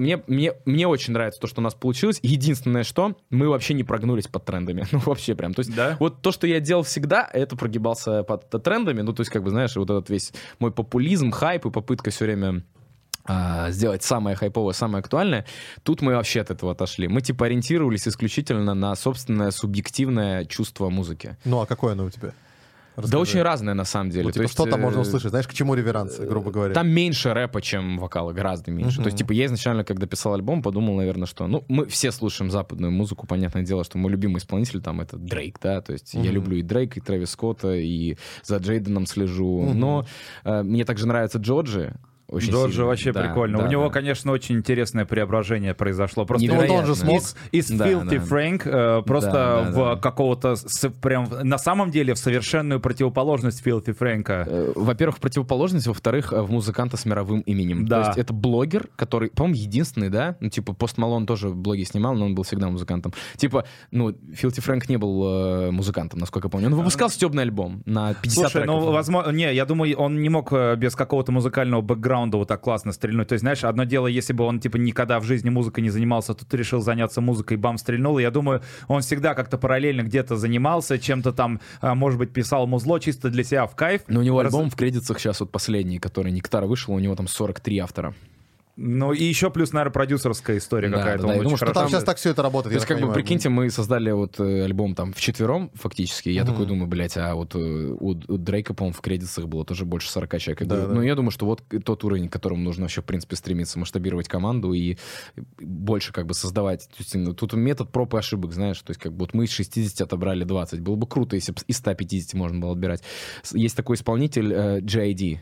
Мне очень нравится то, что у нас получилось. Единственное, что мы вообще не прогнулись под трендами. Ну, вообще прям. То есть, вот то, что я делал всегда, это прогибался под трендами. Ну, то есть, как бы, знаешь, вот этот весь мой популизм, хайп и попытка все время сделать самое хайповое, самое актуальное. Тут мы вообще от этого отошли. Мы типа ориентировались исключительно на собственное субъективное чувство музыки. Ну, а какое оно у тебя? Расскажи. Да очень разное на самом деле. Ну, типа, что там можно услышать? Знаешь, к чему реверансы, грубо говоря? Там меньше рэпа, чем вокала, гораздо меньше. То есть, типа, я изначально, когда писал альбом, подумал, наверное, что... Ну, мы все слушаем западную музыку, понятное дело, что мой любимый исполнитель там это Дрейк, да, то есть я люблю и Дрейка, и Трэвис Скотта, и за Джейденом слежу, но мне также нравится Джорджи. Джорджи вообще прикольно. У него, конечно, очень интересное преображение произошло. Просто он же смог из Filthy Frank просто в какого-то прям на самом деле в совершенную противоположность Filthy Frank. Во-первых, противоположность, во-вторых, в музыканта с мировым именем. Да. То есть это блогер, который, по-моему, единственный, да? Ну, типа, Пост Малон тоже блоги снимал, но он был всегда музыкантом. Типа, ну, Filthy Frank не был музыкантом, насколько я помню. Он выпускал стебный альбом на 50 Слушай, треков. ну, возможно, не, я думаю, он не мог без какого-то музыкального бэкграунда вот так классно стрельнуть. То есть, знаешь, одно дело, если бы он, типа, никогда в жизни музыкой не занимался, тут решил заняться музыкой, бам, стрельнул. И я думаю, он всегда как-то параллельно где-то занимался, чем-то там, может быть, писал музло чисто для себя в кайф. Но у него альбом в кредитах сейчас вот последний, который Нектар вышел, у него там 43 автора. Ну и еще плюс, наверное, продюсерская история какая-то. Да, я думаю, что там сейчас так все это работает. То есть, как бы, прикиньте, мы создали вот альбом там вчетвером, фактически. Я такой думаю, блядь, а вот у Дрейка, по-моему, в кредитах было тоже больше 40 человек. Ну, я думаю, что вот тот уровень, к которому нужно вообще, в принципе, стремиться, масштабировать команду и больше как бы создавать. То есть, тут метод проб и ошибок, знаешь. То есть, как бы вот мы из 60 отобрали 20. Было бы круто, если бы из 150 можно было отбирать. Есть такой исполнитель J.I.D.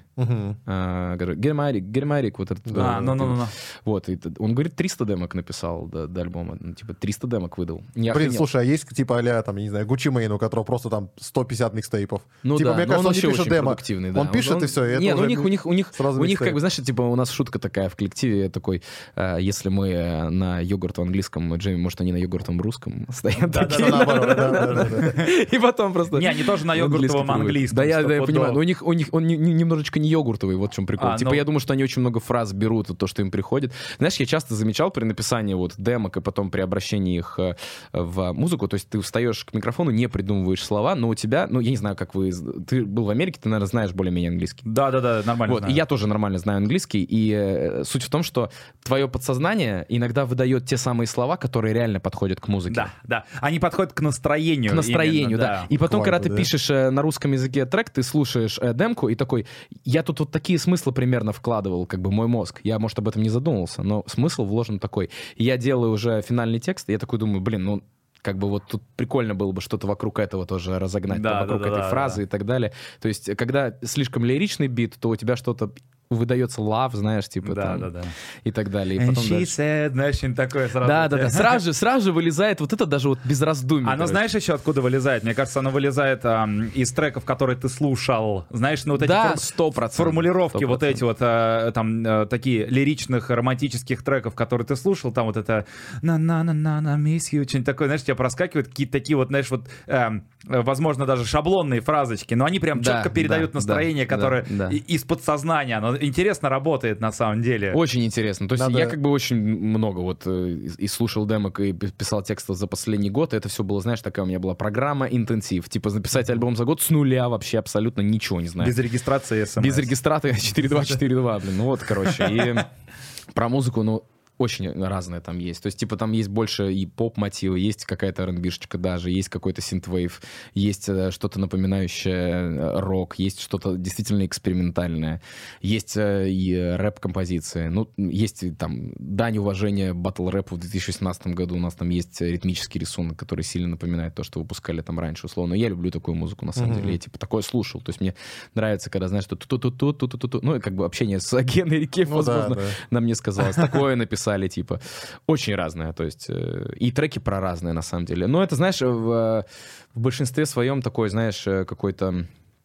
Гермарик, вот этот. Вот, он говорит, 300 демок написал до альбома, ну, типа 300 демок выдал. Блин, слушай, а есть типа а-ля, там, я не знаю, Гуччи Мэйн, у которого просто там 150 микстейпов? Ну типа, да, мне кажется, он не вообще пишет очень демо. продуктивный, да. Он пишет, и все, и это не, уже у них как бы, знаешь, типа у нас шутка такая в коллективе, такой, если мы на йогурт в английском, Джейми, может, они на йогуртовом русском стоят такие. И потом просто... Не, они тоже на йогуртовом английском. Да, я понимаю, но у них он немножечко не йогуртовый, вот в чем прикол. Типа, я думаю, что они очень много фраз берут, то, что им приходит. Знаешь, я часто замечал при написании вот демок и потом при обращении их в музыку, то есть ты встаешь к микрофону, не придумываешь слова, но у тебя, ну, я не знаю, как ты был в Америке, ты, наверное, знаешь более-менее английский. Да, нормально вот, знаю. И я тоже нормально знаю английский, и суть в том, что твое подсознание иногда выдает те самые слова, которые реально подходят к музыке. Да, они подходят к настроению. К настроению, именно, да. И потом, когда ты пишешь на русском языке трек, ты слушаешь демку и такой, я тут вот такие смыслы примерно вкладывал, как бы мой мозг. Я, может, об этом не задумывался, но смысл вложен такой. И я делаю уже финальный текст, и я такой думаю, блин, ну, как бы вот тут прикольно было бы что-то вокруг этого тоже разогнать, вокруг этой фразы и так далее. То есть, когда слишком лиричный бит, то у тебя что-то выдается love, знаешь, типа там, и так далее. И потом she said, знаешь, такое сразу. Да. Сразу же вылезает вот это даже вот без раздумий. Оно, знаешь, еще откуда вылезает? Мне кажется, оно вылезает из треков, которые ты слушал. Знаешь, ну вот эти 100%, формулировки 100%. вот эти вот там такие лиричных, романтических треков, которые ты слушал, там вот это на-на-на-на-на, miss you, что-нибудь такое, знаешь, тебя проскакивают какие-то такие вот, знаешь, вот, возможно, даже шаблонные фразочки, но они прям четко передают настроение, которое из подсознания, оно интересно работает на самом деле. Очень интересно. То есть я как бы очень много вот и слушал демок, и писал текстов за последний год, и это все было, знаешь, такая у меня была программа интенсив. Типа написать альбом за год с нуля вообще абсолютно ничего не знаю. Без регистрации СМС. Без регистрации 4.2, блин. Ну вот, короче. И про музыку, ну, очень разное там есть. То есть, типа, там есть больше и поп-мотивы, есть какая-то R&B-шечка даже, есть какой-то синт-вейв, есть что-то напоминающее рок, есть что-то действительно экспериментальное, есть и рэп-композиции. Ну, есть там дань уважения батл-рэпу в 2018 году. У нас там есть ритмический рисунок, который сильно напоминает то, что выпускали там раньше, условно. Я люблю такую музыку, на самом деле. Я, типа, такое слушал. То есть, мне нравится, когда, знаешь, что ту-ту-ту-ту-ту-ту-ту. Ну, и как бы общение с Генри Кеф, возможно, нам не сказалось. Такое написал. Типа, очень разное, то есть, и треки про разные, на самом деле. Но это, знаешь, в большинстве своем такой, знаешь, какой-то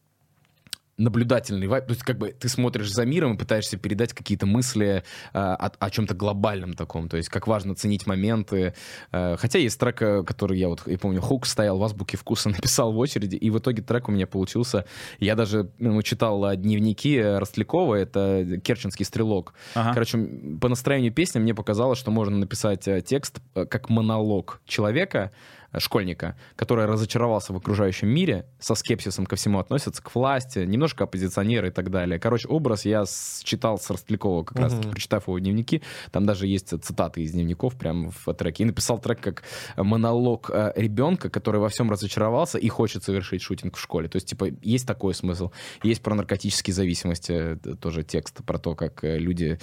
наблюдательный вайб, то есть как бы ты смотришь за миром и пытаешься передать какие-то мысли о чем-то глобальном таком, то есть как важно ценить моменты. Хотя есть трек, который я помню, хук стоял в азбуке вкуса, написал в очереди, и в итоге трек у меня получился. Я даже читал дневники Ростлякова, это «Керченский стрелок». Короче, по настроению песни мне показалось, что можно написать текст как монолог человека, школьника, который разочаровался в окружающем мире, со скепсисом ко всему относится, к власти, немножко оппозиционер и так далее. Короче, образ я читал с Ростлякова, как раз прочитав его дневники. Там даже есть цитаты из дневников прямо в треке. И написал трек как монолог ребенка, который во всем разочаровался и хочет совершить шутинг в школе. То есть, типа, есть такой смысл. Есть про наркотические зависимости тоже текст, про то, как люди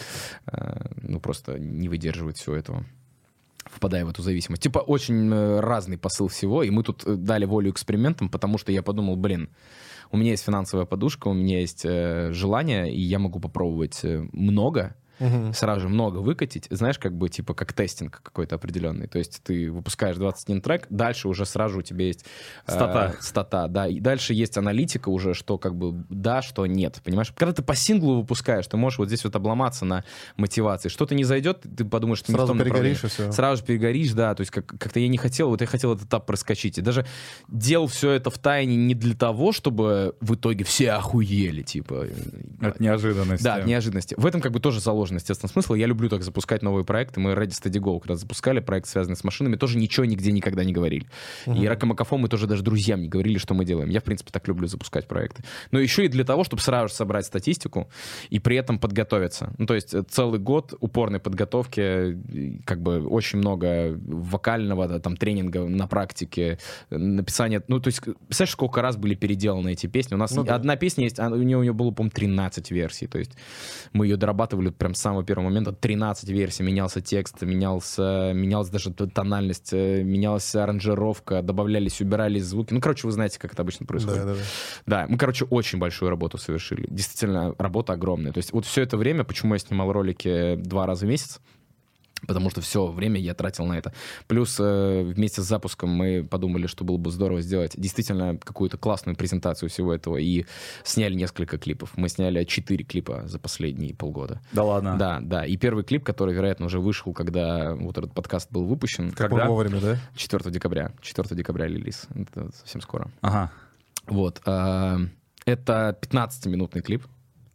просто не выдерживают всего этого, впадая в эту зависимость. Типа, очень разный посыл всего, и мы тут дали волю экспериментам, потому что я подумал, у меня есть финансовая подушка, у меня есть желание, и я могу попробовать много, сразу же много выкатить, знаешь, как бы, типа, как тестинг какой-то определенный. То есть ты выпускаешь 21 трек, дальше уже сразу у тебя есть стата, да, и дальше есть аналитика уже, что как бы да, что нет, понимаешь? Когда ты по синглу выпускаешь, ты можешь вот здесь вот обломаться на мотивации. Что-то не зайдет, ты подумаешь, что сразу не в том перегоришь, и все. Сразу же перегоришь, да, то есть как-то я не хотел, вот я хотел этот этап проскочить. И даже делал все это в тайне не для того, чтобы в итоге все охуели, типа. От неожиданности. Да, от неожиданности. В этом как бы тоже заложен, естественно, смысл. Я люблю так запускать новые проекты. Мы Ready Steady Go когда запускали, проект, связанный с машинами, тоже ничего нигде никогда не говорили. И Ракамакафон мы тоже даже друзьям не говорили, что мы делаем. Я, в принципе, так люблю запускать проекты. Но еще и для того, чтобы сразу же собрать статистику и при этом подготовиться. Ну, то есть целый год упорной подготовки, как бы очень много вокального, да, там, тренинга на практике, написания. Ну, то есть, представляешь, сколько раз были переделаны эти песни? У нас одна песня есть, у нее было, по-моему, 13 версий. То есть мы ее дорабатывали прям с самого первого момента. 13 версий. Менялся текст, менялась даже тональность, менялась аранжировка, добавлялись, убирались звуки. Ну, короче, вы знаете, как это обычно происходит. Да, мы, короче, очень большую работу совершили. Действительно, работа огромная. То есть вот все это время, почему я снимал ролики 2 раза в месяц, потому что все время я тратил на это. Плюс вместе с запуском мы подумали, что было бы здорово сделать действительно какую-то классную презентацию всего этого, и сняли несколько клипов. Мы сняли 4 клипа за последние полгода. Да ладно? Да. И первый клип, который, вероятно, уже вышел, когда вот этот подкаст был выпущен. Когда? Вовремя, да? 4 декабря. 4 декабря релиз. Это совсем скоро. Ага. Вот. Это 15-минутный клип.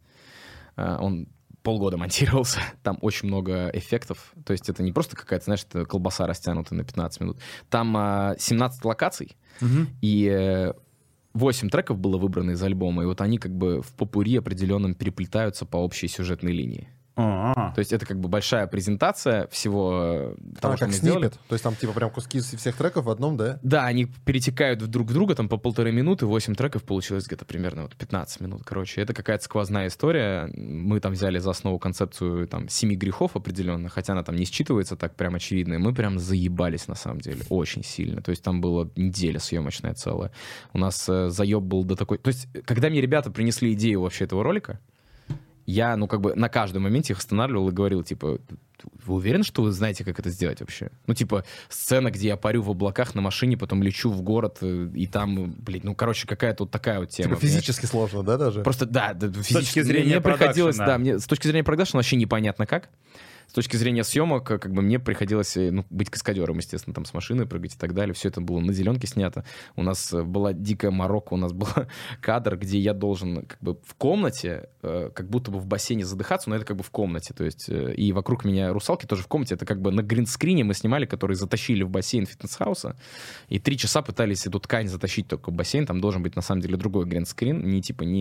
Он полгода монтировался, там очень много эффектов, то есть это не просто какая-то, знаешь, колбаса растянутая на 15 минут. Там 17 локаций, и 8 треков было выбрано из альбома, и вот они как бы в попурри определенном переплетаются по общей сюжетной линии. То есть это как бы большая презентация всего того, что мы сделали. То есть там типа прям куски из всех треков в одном, да? Да, они перетекают друг в друга там по 1,5 минуты, 8 треков получилось где-то примерно вот 15 минут. Короче, это какая-то сквозная история. Мы там взяли за основу концепцию там 7 грехов определенных, хотя она там не считывается так прям очевидно. И мы прям заебались на самом деле, очень сильно. То есть там была неделя съемочная целая. У нас заеб был до такой... То есть когда мне ребята принесли идею вообще этого ролика, я, как бы на каждом моменте их останавливал и говорил, типа, вы уверены, что вы знаете, как это сделать вообще? Ну, типа, сцена, где я парю в облаках на машине, потом лечу в город, и там, короче, какая-то вот такая вот тема. Типа физически сложно, да, даже? Просто, да, физически. С точки зрения мне приходилось, продакшена. мне с точки зрения продакшена вообще непонятно как. С точки зрения съемок, как бы мне приходилось быть каскадером, естественно, там с машины прыгать и так далее. Все это было на зеленке снято. У нас была дикая морока, у нас был кадр, где я должен как бы в комнате, как будто бы в бассейне задыхаться, но это как бы в комнате. То есть и вокруг меня русалки тоже в комнате. Это как бы на гринскрине мы снимали, который затащили в бассейн фитнес-хауса. И 3 часа пытались эту ткань затащить только в бассейн. Там должен быть на самом деле другой гринскрин, не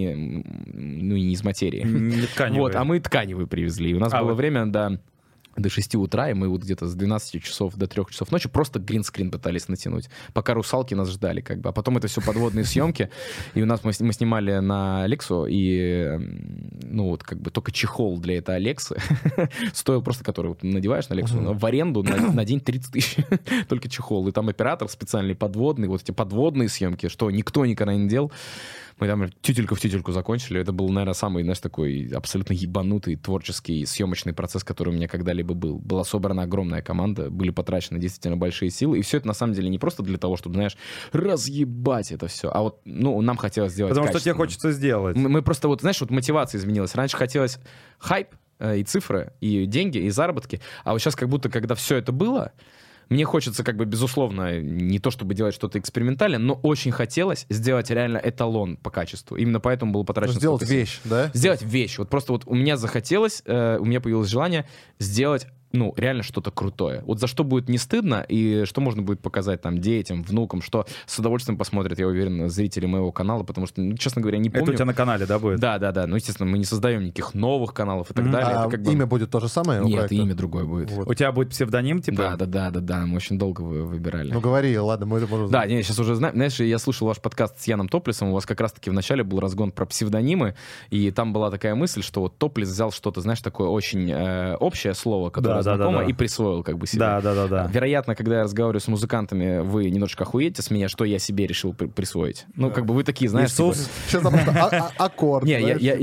из материи. Не тканевый. Вот, а мы тканевый привезли. И у нас было время, до 6 утра, и мы вот где-то с 12 часов до 3 часов ночи просто гринскрин пытались натянуть, пока русалки нас ждали, как бы. А потом это все подводные съемки, и у нас мы снимали на Алексу, и как бы только чехол для этой Алексы стоил просто, который вот надеваешь на Алексу, в аренду на день 30 тысяч. Только чехол. И там оператор специальный подводный, вот эти подводные съемки, что никто никогда не делал. Мы там тютельку в тютельку закончили. Это был, наверное, самый, такой абсолютно ебанутый творческий съемочный процесс, который у меня когда-либо был. Была собрана огромная команда, были потрачены действительно большие силы. И все это, на самом деле, не просто для того, чтобы, разъебать это все, а вот, нам хотелось сделать Потому что тебе качественно. хочется сделать. Мы просто, мотивация изменилась. Раньше хотелось хайп, и цифры, и деньги, и заработки. А вот сейчас как будто, когда все это было, мне хочется, как бы, безусловно, не то чтобы делать что-то экспериментальное, но очень хотелось сделать реально эталон по качеству. Именно поэтому было потрачено... Сделать вещь, да? Сделать вещь. Вот просто вот у меня захотелось, у меня появилось желание сделать, ну, реально что-то крутое. Вот за что будет не стыдно, и что можно будет показать там детям, внукам, что с удовольствием посмотрят, я уверен, зрители моего канала, потому что, ну, честно говоря, не помню. Это у тебя на канале, да, будет? Да. Ну, естественно, мы не создаем никаких новых каналов и так далее. А Это как бы... имя будет то же самое? у Нет, проекта? имя другое будет. Вот. У тебя будет псевдоним, типа? Да, мы очень долго выбирали. Ну говори, ладно, мы это можем... Да, не, сейчас уже знаю. Знаешь, я слушал ваш подкаст с Яном Топлесом, у вас как раз-таки в начале был разгон про псевдонимы, и там была такая мысль, что вот Топлес взял что-то, знаешь, такое очень общее слово, которое знакомо, и присвоил как бы себе. Да. Вероятно, когда я разговариваю с музыкантами, вы немножечко охуеете с меня, что я себе решил присвоить. Ну, как бы вы такие, знаешь, Иисус. типа... Сейчас там просто аккорд. Не,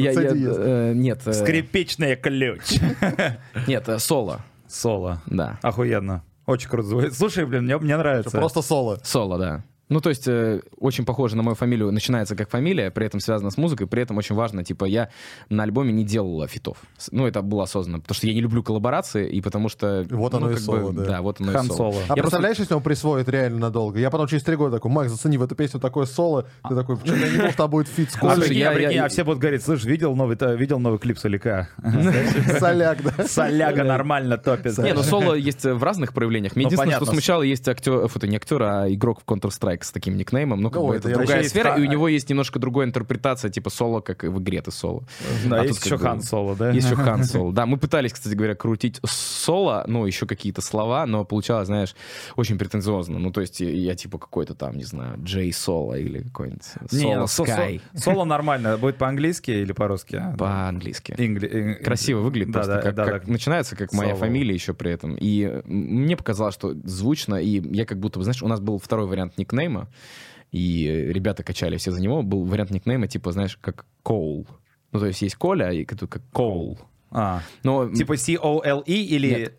нет. Скрипичный ключ. Нет, соло. Соло. Да. Охуенно. Очень круто звучит. Слушай, блин, мне нравится. Просто соло. Соло, да. Ну, то есть, очень похоже на мою фамилию, начинается как фамилия, при этом связано с музыкой, при этом очень важно, типа, я на альбоме не делал фитов. Ну, это было осознанно, потому что я не люблю коллаборации, и потому что... Вот оно и соло, да. Да, вот оно Хан и соло. Соло. А представляешь, если он присвоит реально надолго? Я потом через 3 года такой, Макс, зацени в эту песню такое соло. Ты такой, что я не думал, что там будет фит с А Колей. прикинь, а все будут говорить, слышь, видел новый клип Соляка? Соляк, да. Соляга нормально топит. Не, ну соло есть в разных проявлениях. Мне единственное, понятно. что смущало, есть актер, не актер, а игрок в Counter-Strike с таким никнеймом. Ну, как Ну, бы это это я другая вообще сфера, есть и у него есть немножко другая интерпретация, типа соло, как в игре ты соло. Да, А есть тут еще как бы- Хан Соло, да? Есть еще Хан Соло. Да, мы пытались, кстати говоря, крутить соло, ну, еще какие-то слова, но получалось, знаешь, очень претенциозно. Ну, то есть я типа какой-то там, не знаю, Джей Соло или какой-нибудь Соло Скай. Соло нормально. Будет по-английски или по-русски? По-английски. Красиво. Красиво выглядит просто, как начинается, как моя Соло. фамилия еще при этом. И мне показалось, что звучно, и я как будто бы, знаешь, у нас был второй вариант никнейма, и ребята качали все за него, был вариант никнейма, типа, знаешь, как Коул. Ну, то есть есть Коля, и как Коул. Но... Типа C-O-L-E или... Нет,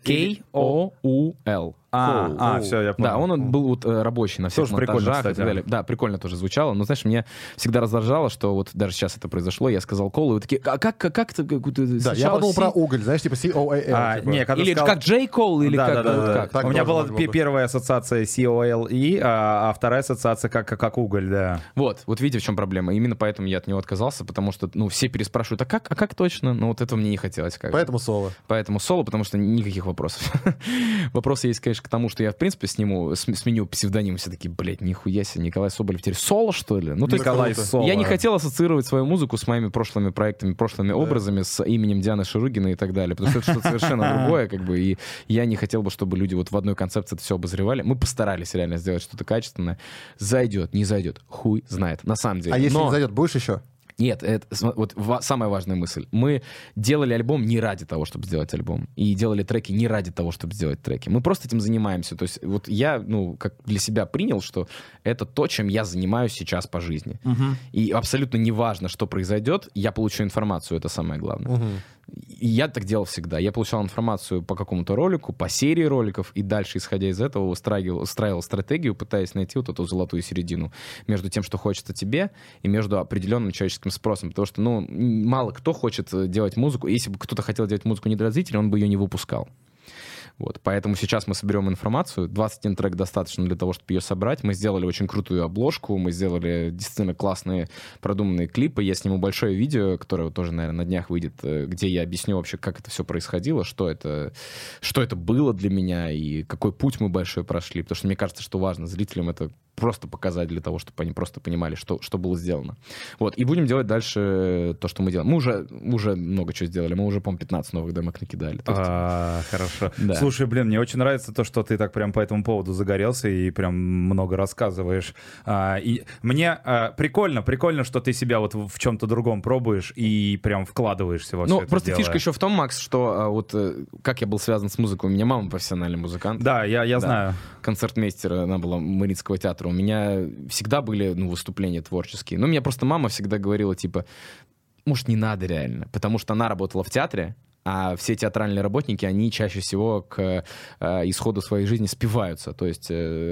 K-O-U-L. Все, я понял. Да, он был вот рабочий на всех Тоже прикольно, монтажах кстати. и так далее. Да, прикольно тоже звучало. Но, знаешь, меня всегда раздражало, что вот даже сейчас это произошло, я сказал Кол, и вы такие, а как ты Да, я подумал про уголь, знаешь, типа C-O-A-L. типа. Не, когда Или сказал- как Джей Кол, или Да, как? да, да, вот да. как? Так У меня тоже была могло быть. первая ассоциация C-O-L-E, а вторая ассоциация как уголь, да. Вот видите, в чем проблема. Именно поэтому я от него отказался, потому что, ну, все переспрашивают, а как точно? Ну, вот этого мне не хотелось. Как бы. Поэтому соло. Поэтому соло, потому что никаких вопросов. Вопросы есть, конечно, к тому, что я, в принципе, сменю псевдоним. Все таки, блядь, нихуя себе, Николай Соболев теперь соло, что ли? Ну, то есть, Николай Соло. я не хотел ассоциировать свою музыку с моими прошлыми проектами, прошлыми образами, с именем Дианы Шурыгиной и так далее, потому что это что-то совершенно другое, как бы, и я не хотел бы, чтобы люди вот в одной концепции это все обозревали. Мы постарались реально сделать что-то качественное. Зайдет, не зайдет, хуй знает, на самом деле. А если Но- не зайдет, будешь еще? Нет, это вот самая важная мысль. Мы делали альбом не ради того, чтобы сделать альбом. И делали треки не ради того, чтобы сделать треки. Мы просто этим занимаемся. То есть вот я, ну, как для себя принял, что это то, чем я занимаюсь сейчас по жизни. И абсолютно неважно, что произойдет, я получу информацию, это самое главное. И я так делал всегда. Я получал информацию по какому-то ролику, по серии роликов, и дальше, исходя из этого, устраивал стратегию, пытаясь найти вот эту золотую середину между тем, что хочется тебе, и между определенным человеческим спросом. Потому что, ну, мало кто хочет делать музыку. Если бы кто-то хотел делать музыку не для зрителей, он бы ее не выпускал. Вот, поэтому сейчас мы соберем информацию. 21 трек достаточно для того, чтобы ее собрать. Мы сделали очень крутую обложку, мы сделали действительно классные продуманные клипы. Я сниму большое видео, которое тоже, наверное, на днях выйдет, где я объясню вообще, как это все происходило, что это было для меня и какой путь мы большой прошли. Потому что мне кажется, что важно зрителям это просто показать для того, чтобы они просто понимали, что было сделано. Вот, и будем делать дальше то, что мы делаем. Мы уже много чего сделали. Мы уже, по-моему, 15 новых демок накидали. То есть, Хорошо. Да. Слушай, блин, мне очень нравится то, что ты так прям по этому поводу загорелся и прям много рассказываешь. И мне прикольно, что ты себя вот в чем-то другом пробуешь и прям вкладываешься во все Ну, это просто дело. фишка еще в том, Макс, что как я был связан с музыкой. У меня мама профессиональный музыкант. Да, я знаю. Концертмейстер, она была Мариинского театра. У меня всегда были выступления творческие. Но мне просто мама всегда говорила, типа, может, не надо реально. Потому что она работала в театре, а все театральные работники, они чаще всего к исходу своей жизни спиваются. То есть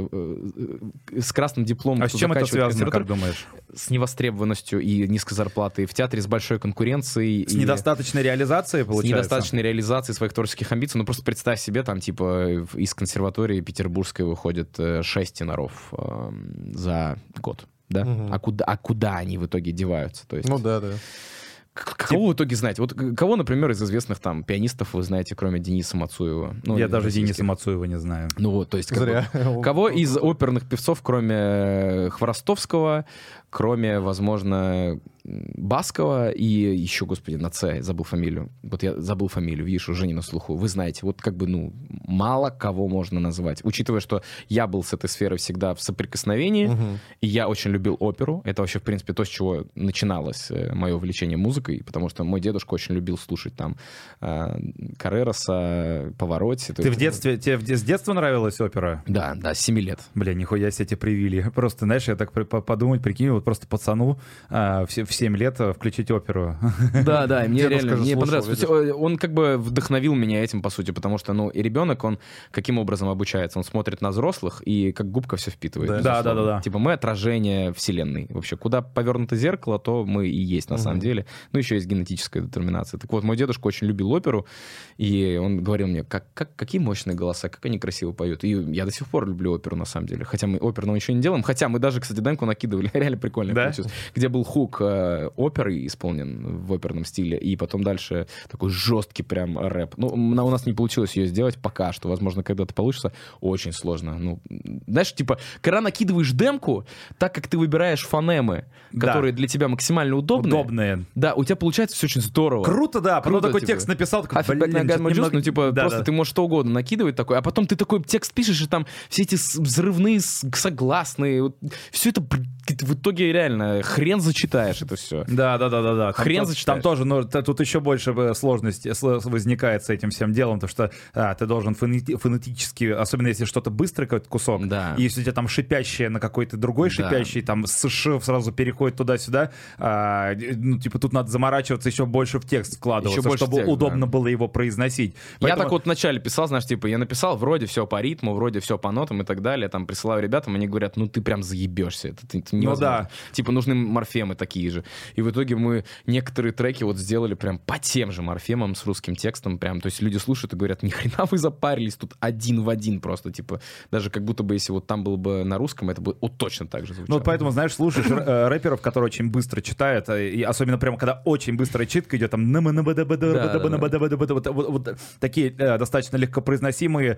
с красным дипломом... А с кто чем это заканчивает связано, как консерваторию, думаешь? с невостребованностью и низкой зарплатой. В театре с большой конкуренцией. С и недостаточной реализацией, с получается? недостаточной реализацией своих творческих амбиций. Ну, просто представь себе, там, типа, из консерватории петербургской выходит 6 теноров за год. Да? А куда они в итоге деваются? То есть, Ну да. Кого в итоге знаете? Вот кого, например, из известных там пианистов вы знаете, кроме Дениса Мацуева? Ну, Я даже российских. Дениса Мацуева не знаю. Ну вот, то есть... Зря. Кого из оперных певцов, кроме Хворостовского, кроме, возможно, Баскова и еще, господи, на «Ц» забыл фамилию. Вот я забыл фамилию, видишь, уже не на слуху. Вы знаете, вот как бы, ну, мало кого можно назвать. Учитывая, что я был с этой сферой всегда в соприкосновении, и я очень любил оперу. Это вообще, в принципе, то, с чего начиналось мое увлечение музыкой, потому что мой дедушка очень любил слушать там Каррероса, Паваротти. Тебе с детства нравилась опера? Да, с 7 лет. Бля, нихуя себе тебе привили. Просто, знаешь, я так подумать, прикинь, вот просто пацану в 7 лет включить оперу. Да, мне Дедушка реально же мне слушал, понравилось. Он как бы вдохновил меня этим, по сути, потому что, ну, и ребенок, он каким образом обучается? Он смотрит на взрослых и как губка все впитывает. Да. Типа мы отражение вселенной. Вообще, куда повернуто зеркало, то мы и есть на самом деле. Ну, еще есть генетическая детерминация. Так вот, мой дедушка очень любил оперу, и он говорил мне, какие мощные голоса, как они красиво поют. И я до сих пор люблю оперу, на самом деле. Хотя мы оперного ничего не делаем. Хотя мы даже, кстати, демку накидывали. Реально прикольно. Да? Где был хук оперы исполнен в оперном стиле, и потом дальше такой жесткий прям рэп. Ну, у нас не получилось ее сделать пока что. Возможно, когда-то получится. Очень сложно. Ну, знаешь, типа, когда накидываешь демку, так как ты выбираешь фонемы, которые для тебя максимально удобные. Да, у тебя получается все очень здорово. Круто, да. Потом Круто, такой типа, текст написал, такой, ну, типа, просто ты можешь что угодно накидывать такой, а потом ты такой текст пишешь, и там все эти взрывные согласные, вот, все это в итоге реально хрен зачитаешь это все. Да. Хрен зачитаешь. Там тоже, но тут еще больше сложности возникает с этим всем делом, потому что ты должен фонетически, особенно если что-то быстрое, какой-то кусок, да. И если у тебя там шипящее на какой-то другой шипящий, там с «ш» сразу переходит туда-сюда, ну, типа, тут надо заморачиваться еще больше в текст вкладываться, чтобы удобно было его произносить. Я так вот вначале писал, знаешь, типа, я написал вроде все по ритму, вроде все по нотам и так далее, там присылаю ребятам, они говорят, ну ты прям заебешься, это невозможно. Ну, да. Типа нужны морфемы такие же. И в итоге мы некоторые треки вот сделали прям по тем же морфемам с русским текстом, прям, то есть люди слушают и говорят, ни хрена вы запарились, тут один в один просто, типа, даже как будто бы если вот там было бы на русском, это бы вот точно так же звучало. Ну вот поэтому, знаешь, слушаешь рэперов, которые очень быстро читают, и особенно прям когда очень быстрая читка идет, там вот такие достаточно легкопроизносимые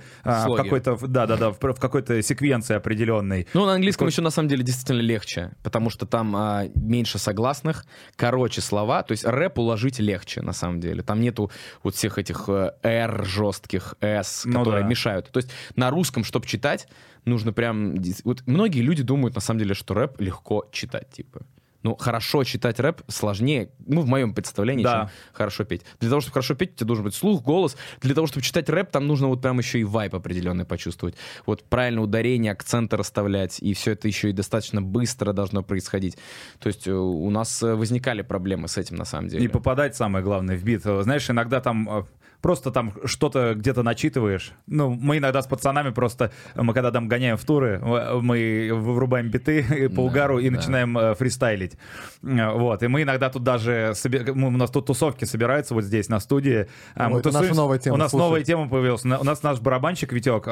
в какой-то секвенции определенной. Ну, на английском еще на самом деле действительно легче, потому что там меньше согласных, короче слова, то есть рэп уложить легче на самом деле. Там нету вот всех этих R жестких, S, которые мешают. То есть на русском, чтобы читать, нужно прям... Вот многие люди думают на самом деле, что рэп легко читать, типа. Ну, хорошо читать рэп сложнее, ну, в моем представлении, чем хорошо петь. Для того, чтобы хорошо петь, у тебя должен быть слух, голос. Для того, чтобы читать рэп, там нужно вот прям еще и вайб определенный почувствовать. Вот правильно ударение, акценты расставлять, и все это еще и достаточно быстро должно происходить. То есть у нас возникали проблемы с этим, на самом деле. И попадать, самое главное, в бит. Знаешь, иногда там... Просто там что-то где-то начитываешь. Ну, мы иногда с пацанами просто, мы когда там гоняем в туры, мы вырубаем биты по угару и начинаем фристайлить. Вот. И мы иногда тут даже... У нас тут тусовки собираются вот здесь, на студии. Это наша новая тема. У нас новая тема появилась. У нас наш барабанщик Витек,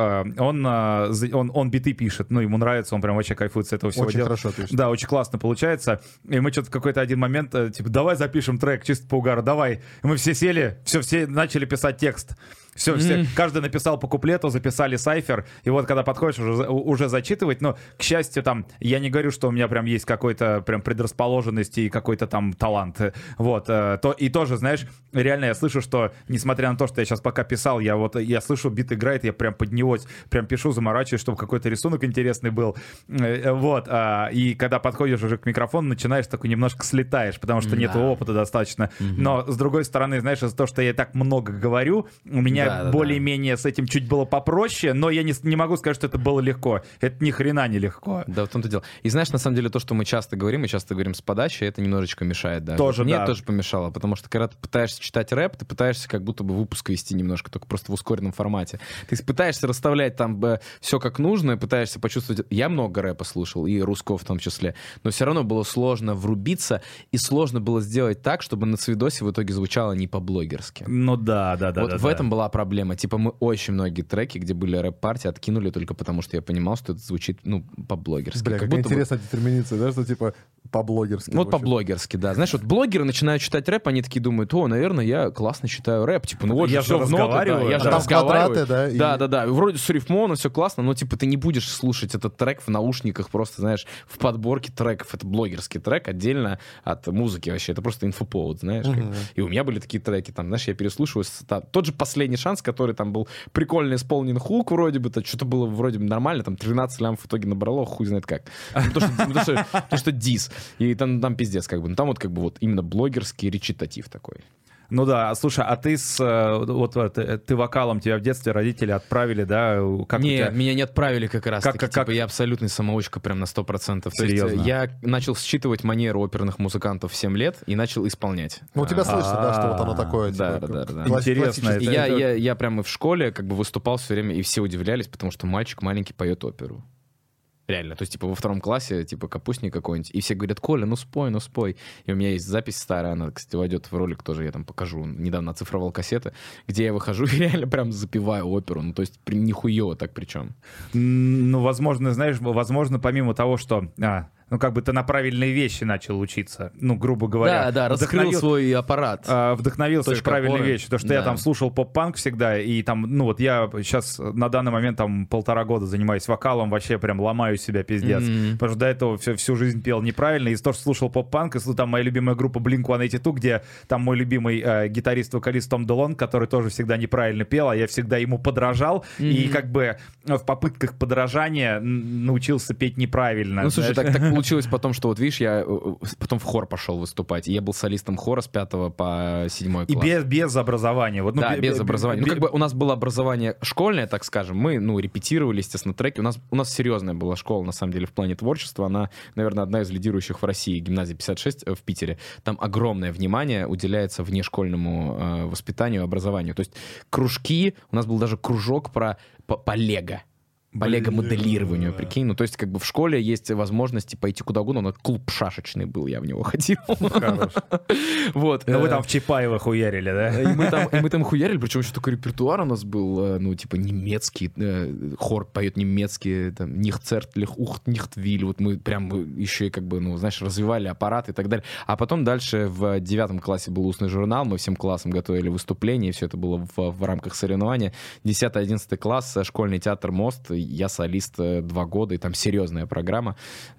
он биты пишет. Ну, ему нравится, он прям вообще кайфует с этого всего очень дела. Хорошо пишет. Да, очень классно получается. И мы что-то в какой-то один момент, типа, давай запишем трек чисто по угару, давай. И мы все сели, все начали писать текст. Все, каждый написал по куплету, записали сайфер, и вот когда подходишь уже зачитывать, но, к счастью, там, я не говорю, что у меня прям есть какой-то прям предрасположенность и какой-то там талант, вот, и тоже, знаешь, реально я слышу, что, несмотря на то, что я сейчас пока писал, я слышу, бит играет, я прям под него прям пишу, заморачиваюсь, чтобы какой-то рисунок интересный был, вот, и когда подходишь уже к микрофону, начинаешь такой немножко слетаешь, потому что нету опыта достаточно, но, с другой стороны, знаешь, из-за того, что я так много говорю, у меня более-менее с этим чуть было попроще, но я не могу сказать, что это было легко. Это ни хрена не легко. Да, в том-то дело. И знаешь, на самом деле, то, что мы часто говорим с подачей, это немножечко мешает даже. Тоже, Мне тоже помешало, потому что когда ты пытаешься читать рэп, ты пытаешься как будто бы выпуск вести немножко, только просто в ускоренном формате. Ты пытаешься расставлять там все как нужно, пытаешься почувствовать... Я много рэпа слушал, и русского в том числе, но все равно было сложно врубиться, и сложно было сделать так, чтобы на Цвидосе в итоге звучало не по-блогерски. Ну да. Вот в этом была проблема. Типа мы очень многие треки, где были рэп-партии, откинули только потому, что я понимал, что это звучит, ну, по-блогерски. Бля, какая интересная детерминиция, да, что типа По-блогерски. Вот по-блогерски, да. Знаешь, вот блогеры начинают читать рэп, они такие думают, о, наверное, я классно читаю рэп. Типа, ну вот Я все же в ноты, да, разговариваю. я А же там разговариваю. квадраты, да, и- Да. Вроде с рифмоном все классно, но типа ты не будешь слушать этот трек в наушниках, просто, знаешь, в подборке треков. Это блогерский трек отдельно от музыки вообще. Это просто инфоповод, знаешь. как. И у меня были такие треки, там, знаешь, я переслушиваю тот же «Последний шанс», который там был прикольно исполнен хук вроде бы, то что-то было вроде бы нормально, там 13 лям в итоге набрало, хуй знает как. Потому что дис. И там пиздец как бы. Ну, там вот как бы вот именно блогерский речитатив такой. Ну да, слушай, а ты ты вокалом, тебя в детстве родители отправили, да? Как у Не, тебя? меня не отправили как раз таки. Как? Типа, я абсолютный самоучка прям на 100%. То Серьезно? есть я начал считывать манеры оперных музыкантов в 7 лет и начал исполнять. Ну, у тебя слышно, да, что вот оно такое. Да, типа, да, как да. Интересно, классический- это- Я прям и в школе как бы выступал все время, и все удивлялись, потому что мальчик маленький поет оперу. Реально, то есть, типа, во 2 классе, типа, капустник какой-нибудь, и все говорят, Коля, ну спой. И у меня есть запись старая, она, кстати, войдет в ролик тоже, я там покажу, недавно оцифровал кассеты, где я выхожу и реально прям запеваю оперу, ну, то есть, нихуево так причем. Ну, возможно, знаешь, возможно, помимо того, что... ну, как бы ты на правильные вещи начал учиться, ну, грубо говоря. Да, раскрыл свой аппарат. Вдохновился в Точка правильные опоры. вещи, потому что Да. я там слушал поп-панк всегда, и там, ну, вот я сейчас на данный момент там 1,5 года занимаюсь вокалом, вообще прям ломаю себя, пиздец. Потому что до этого всю жизнь пел неправильно, и то, что слушал поп-панк, и там моя любимая группа Blink-182, где там мой любимый гитарист-вокалист Том Делон, который тоже всегда неправильно пел, а я всегда ему подражал, и как бы в попытках подражания научился петь неправильно. Ну, слушай, знаешь. так получилось потом, что вот видишь, я потом в хор пошел выступать, и я был солистом хора с 5 по 7 И класс. без образования. Вот, ну, Да, без образования. Ну, как бы у нас было образование школьное, так скажем. Мы, ну, репетировали, естественно, треки. У нас серьезная была школа, на самом деле, в плане творчества. Она, наверное, одна из лидирующих в России. Гимназия 56 в Питере. Там огромное внимание уделяется внешкольному воспитанию, образованию. То есть кружки, у нас был даже кружок по лего. По лего-моделированию, прикинь. Ну, то есть, как бы в школе есть возможности пойти куда угодно. Но клуб шашечный был, я в него ходил. Хорош. Вот. Ну вы там в Чапаева хуярили, да? И мы там хуярили, причем еще такой репертуар у нас был, ну, типа, немецкий, хор поет немецкий, там, нихцертлих, ухт, нихтвиль, вот мы прям еще и, как бы, ну, знаешь, развивали аппарат и так далее. А потом дальше в 9 классе был устный журнал, мы всем классом готовили выступления, и все это было в рамках соревнования. 10-11 класс, школьный театр «Мост», я солист 2 года, и там серьезная программа,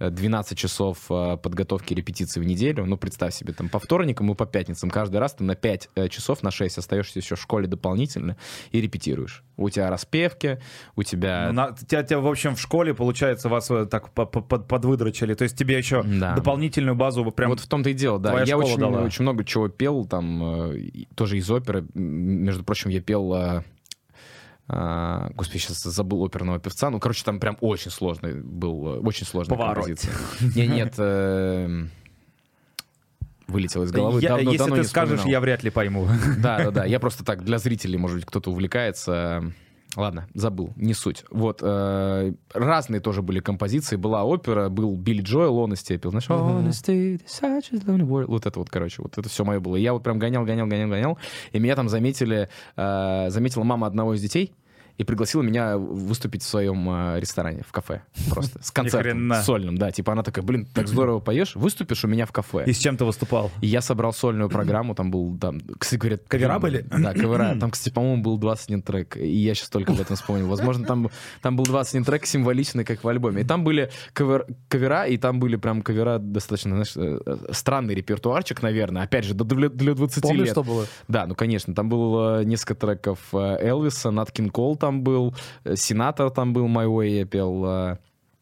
12 часов подготовки репетиций в неделю, ну, представь себе, там, по вторникам и по пятницам каждый раз ты на 5 часов, на 6 остаешься еще в школе дополнительно и репетируешь. У тебя распевки, у тебя... Тебя, в общем, в школе, получается, вас так подвыдрочили, то есть тебе еще Да. дополнительную базу прям... Вот в том-то и дело, да. твоя Я школа дала. очень много чего пел, там, тоже из оперы. Между прочим, я пел... Господи, сейчас забыл оперного певца. Ну, короче, там прям очень сложный был, очень сложная Паваротти. композиция. Нет, вылетело из головы. Давно Если не ты скажешь, вспоминал. я вряд ли пойму. Да. Я просто так, для зрителей, может быть, кто-то увлекается. Ладно, забыл, не суть. Вот, разные тоже были композиции. Была опера, был Билли Джоэл, Honesty, я пел, знаешь, Honesty, such a lonely world. Вот это вот, короче, вот это все мое было. Я вот прям гонял, и меня там заметила мама одного из детей, и пригласила меня выступить в своем ресторане, в кафе. Просто с концертом сольным. Да, типа она такая, блин, так здорово поешь, выступишь у меня в кафе. И с чем ты выступал? И я собрал сольную программу, там был, кстати, говорят... Кавера были? Да, кавера. Там, кстати, по-моему, был 21 трек, и я сейчас только об этом вспомнил. Возможно, там был 21 трек символичный, как в альбоме. И там были кавера, и там были прям кавера достаточно, знаешь, странный репертуарчик, наверное. Опять же, для 20 Помнишь, лет. что было? Да, ну, конечно. Там было несколько треков Элвиса, Nat King Cole там был, Сенатор там был, My Way я пел...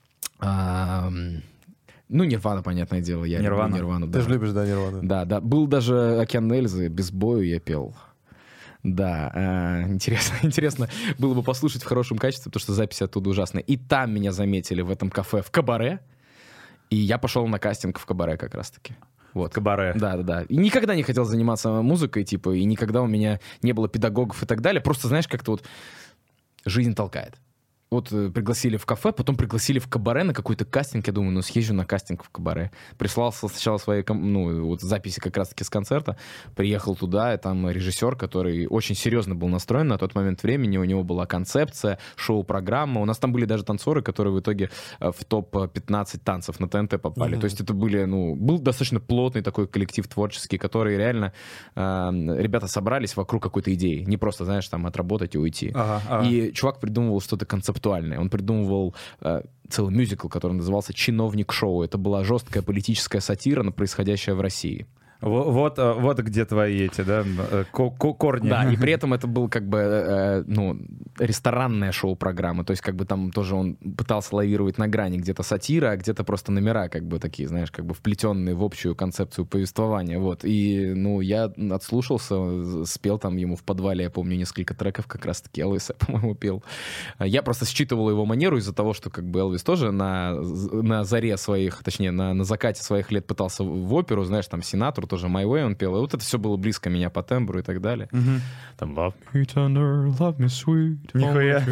Ну, Нирвана, понятное дело. Я люблю Нирвану, да. Ты же любишь, да, Нирвану? Да. Был даже Океан Эльзы, без бою я пел. Да, интересно было бы послушать в хорошем качестве, потому что запись оттуда ужасная. И там меня заметили в этом кафе в кабаре, и я пошел на кастинг в кабаре как раз-таки. Вот. Кабаре. Да. И никогда не хотел заниматься музыкой, типа, и никогда у меня не было педагогов и так далее. Просто, знаешь, как-то вот жизнь толкает. вот пригласили в кафе, потом пригласили в кабаре на какой-то кастинг. Я думаю, ну съезжу на кастинг в кабаре. Прислал сначала свои вот записи как раз-таки с концерта. Приехал туда, и там режиссер, который очень серьезно был настроен на тот момент времени. У него была концепция, шоу-программа. У нас там были даже танцоры, которые в итоге в топ-15 танцев на ТНТ попали. То есть это были, был достаточно плотный такой коллектив творческий, который реально... ребята собрались вокруг какой-то идеи. Не просто, знаешь, там отработать и уйти. И чувак придумывал что-то концептуальное. Он придумывал целый мюзикл, который назывался «Чиновник шоу». Это была жесткая политическая сатира на происходящее в России. Вот где твои эти, да, корни. Да, и при этом это был как бы, ресторанная шоу-программа, то есть как бы там тоже он пытался лавировать на грани, где-то сатира, а где-то просто номера как бы такие, знаешь, как бы вплетенные в общую концепцию повествования, вот. И, я отслушался, спел там ему в подвале, я помню, несколько треков как раз-таки Элвис, по-моему, пел. Я просто считывал его манеру из-за того, что как бы Элвис тоже на заре своих, точнее, на закате своих лет пытался в оперу, знаешь, там Синатор, тоже My Way он пел, и вот это все было близко меня по тембру и так далее. Там Love me tender, love me sweet, нихуя.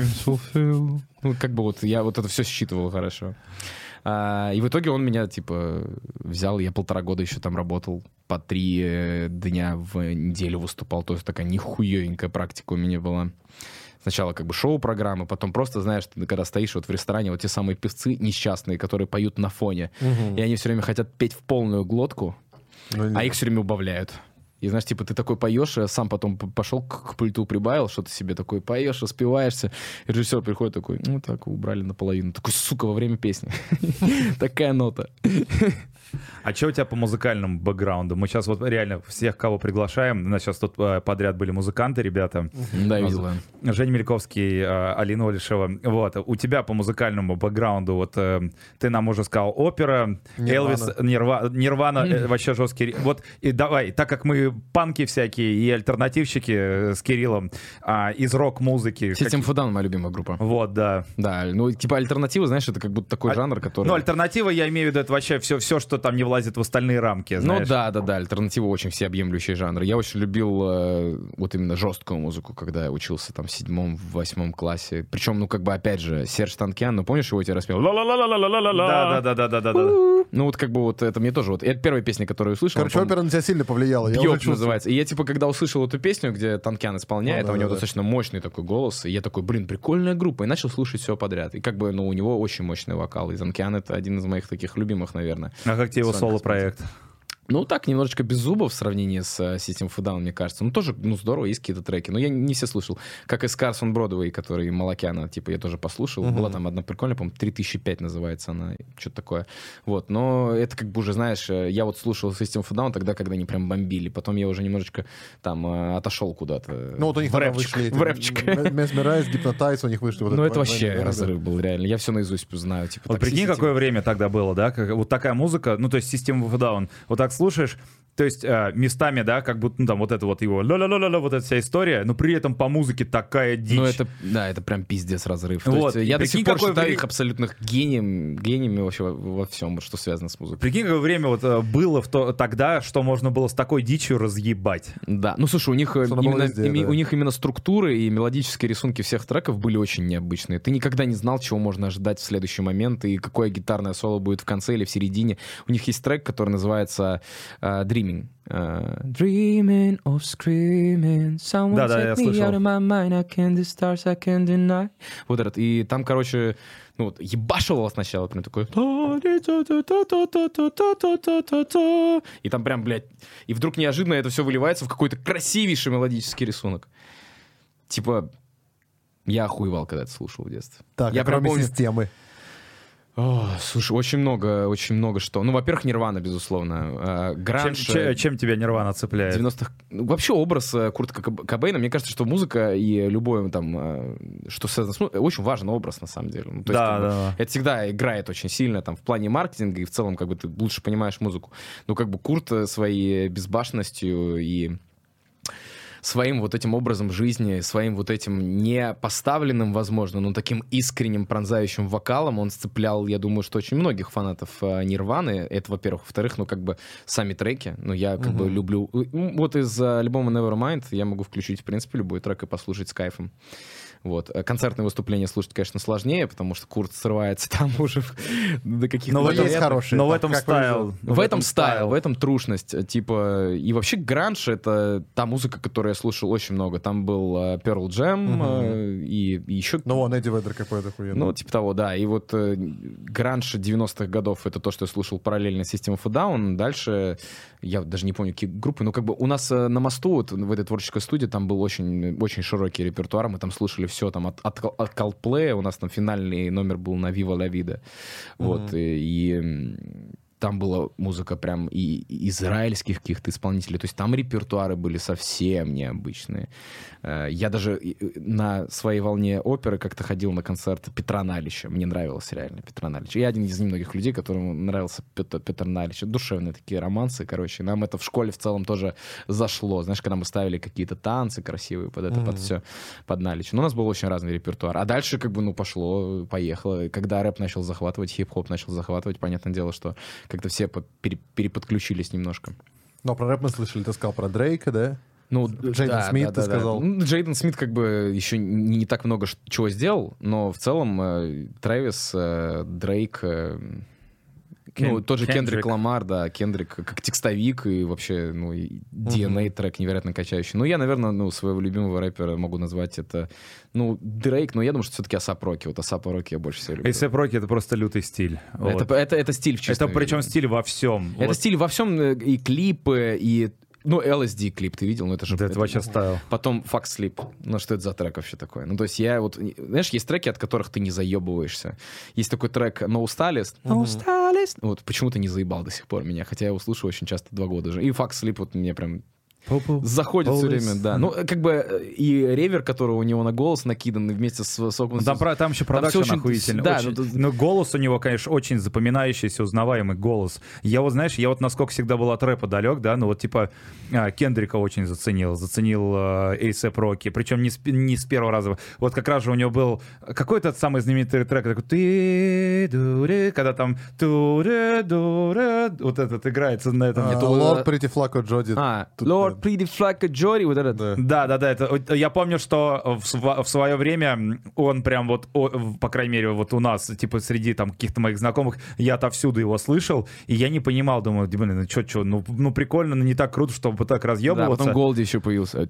Как бы вот я вот это все считывал хорошо. И в итоге он меня, взял, я 1,5 года еще там работал, по 3 дня в неделю выступал, то есть такая нихуевенькая практика у меня была. Сначала как бы шоу-программы, потом просто, знаешь, ты когда стоишь вот в ресторане, вот те самые певцы несчастные, которые поют на фоне, и они все время хотят петь в полную глотку, а их все время убавляют. И знаешь, ты такой поешь, сам потом пошел к пульту, прибавил, что-то себе такой поешь, распеваешься. И режиссер приходит такой, так, убрали наполовину. Такой, сука, во время песни. Такая нота. А что у тебя по музыкальному бэкграунду? Мы сейчас вот реально всех, кого приглашаем, у нас сейчас тут подряд были музыканты, ребята. Да, видел. Женя Мельковский, Алина Олешева. Вот. У тебя по музыкальному бэкграунду, вот ты нам уже сказал, опера, Элвис, Нирвана, вообще жесткий. Вот, и давай, так как мы панки всякие и альтернативщики с Кириллом из рок-музыки. System of a Down моя любимая группа. Вот, да. Да, альтернатива, знаешь, это как будто такой жанр, который... Альтернатива, я имею в виду, это вообще все, что там не влазит в остальные рамки, знаешь. Да, альтернатива очень всеобъемлющий жанр. Я очень любил вот именно жесткую музыку, когда я учился там в 7-8 классе. Причем, опять же, Серж Танкиан, помнишь, его тебе распел? Да. Вот как бы вот это мне тоже вот... Это первая песня, которую я услышал. Короче, опера на тебя сильно повлияла. «Бьёк» называется. И я, когда услышал эту песню, где Танкиан исполняет, у него достаточно мощный такой голос, и я такой, прикольная группа, и начал слушать все подряд. И у него очень мощный вокал. И Танкиан — это один из моих таких любимых, наверное. А как тебе его соло-проект? Так, немножечко без зубов в сравнении с System of a Down, мне кажется. Тоже, здорово, есть какие-то треки. Но я не все слышал. Как и Scars on Broadway, который Малакяна, я тоже послушал. Была там одна прикольная, по-моему, 3005 называется она, что-то такое. Вот, но это уже, знаешь, я вот слушал System of a Down тогда, когда они прям бомбили. Потом я уже немножечко там отошел куда-то. Вот у них в рэпчик. Mesmerize, Hypnotize у них вышли. Это вообще разрыв был, реально. Я все наизусть знаю. Вот прикинь, какое время тогда было, да? Вот такая музыка, то есть System of a Down. Вот так слушаешь, то есть местами, да, как будто, там вот это вот его ла-ла-ла-ла, вот эта вся история, но при этом по музыке такая дичь. Это прям пиздец разрыв. Вот. Я до сих пор считаю их абсолютных гениями вообще во всем, что связано с музыкой. Прикинь, какое время вот было тогда, что можно было с такой дичью разъебать. Да, слушай, у них именно структуры и мелодические рисунки всех треков были очень необычные. Ты никогда не знал, чего можно ожидать в следующий момент, и какое гитарное соло будет в конце или в середине. У них есть трек, который называется Dreaming. Dreaming of screaming, someone take me out of my mind, I can't the stars, I can't deny. Вот этот. И там, короче, ебашило сначала, прям такой... И там прям, блядь... И вдруг неожиданно это все выливается в какой-то красивейший мелодический рисунок. Я охуевал, когда это слушал в детстве. Так, я кроме системы. Слушай, очень много что. Во-первых, Нирвана, безусловно. Гранж. Чем тебя Нирвана цепляет? 90-х. Вообще образ Курта Кобейна, мне кажется, что музыка и любое там, что связано с музыкой, очень важный образ, на самом деле. Это всегда играет очень сильно там в плане маркетинга, и в целом ты лучше понимаешь музыку. Курт своей безбашенностью и своим вот этим образом жизни, своим вот этим не поставленным, возможно, но таким искренним, пронзающим вокалом он сцеплял, я думаю, что очень многих фанатов Нирваны. Это, во-первых. Во-вторых, ну, как бы сами треки, ну, я как бы люблю... Вот из альбома Nevermind я могу включить, в принципе, любой трек и послушать с кайфом. Вот. Концертные выступления слушать, конечно, сложнее, потому что Курт срывается там уже до каких-то... Но есть хорошие. Но в этом стайл. В этом стайл, в этом трушность. Типа, и вообще гранж — это та музыка, которую я слушал очень много. Там был Pearl Jam и еще... Ну, он Эдди Веддер какой-то охуенный. Ну, типа того, да. И вот гранж 90-х годов — это то, что я слушал параллельно System of a Down. Дальше, я даже не помню, какие группы, но как бы у нас на мосту, вот в этой творческой студии, там был очень, очень широкий репертуар. Мы там слушали все там от Coldplay, у нас там финальный номер был на Viva La Vida. Вот, и там была музыка прям и израильских каких-то исполнителей. То есть там репертуары были совсем необычные. Я даже на своей волне оперы как-то ходил на концерт Петра Налича. Мне нравился реально Петра Налич. Я один из немногих людей, которым нравился Петр Налич. Душевные такие романсы, короче. Нам это в школе в целом тоже зашло. Знаешь, когда мы ставили какие-то танцы красивые под это, под все, под Налич. Но у нас был очень разный репертуар. А дальше как бы, ну, пошло, поехало. Когда рэп начал захватывать, хип-хоп начал захватывать, понятное дело, что как-то все переподключились немножко. Но про рэп мы слышали, ты сказал про Дрейка, да? Ну, Джейден Смит, ты сказал. Ну, Джейден Смит как бы еще не так много чего сделал, но в целом Трэвис, Дрейк, ну, тот же Кендрик Ламар, да, Кендрик как текстовик и вообще, ну, DNA трек невероятно качающий. Ну, я, наверное, ну, своего любимого рэпера могу назвать это, ну, Дрейк, но я думаю, что все-таки А$ап Роки. Вот А$ап Роки я больше всего люблю. А$ап Роки — это просто лютый стиль. Это стиль в чистом виде. Это причем стиль во всем. Это стиль во всем, и клипы, и... Ну, LSD клип ты видел? Ну, это же... Да, это вообще стайл. Потом Fuck Sleep. Ну, что это за трек вообще такой? Ну, то есть я вот... Знаешь, есть треки, от которых ты не заебываешься. Есть такой трек No Stylist. No Stylist. Вот почему-то не заебал до сих пор меня, хотя я его слушаю очень часто 2 года уже. И Fuck Sleep вот мне прям... Заходит все время, да. Ну, как бы и ревер, который у него на голос накидан вместе с соком. Там еще продакшн охуительный. Да, но голос у него, конечно, очень запоминающийся, узнаваемый голос. Я вот, знаешь, я вот насколько всегда был от рэпа далек, да, ну вот типа Кендрика очень заценил A$ап Роки, причем не с первого раза. Вот как раз же у него был какой-то самый знаменитый трек, такой ты, когда там вот этот играется на этом. Lord Pretty Flacco Jody. Lord Pretty Flacco Jody, вот это. Да, это, я помню, что в свое время он прям вот, по крайней мере, вот у нас, типа, среди там каких-то моих знакомых, я отовсюду его слышал, и я не понимал, думаю, блин, ну прикольно, но не так круто, чтобы так разъебываться. Да, потом Голди еще появился.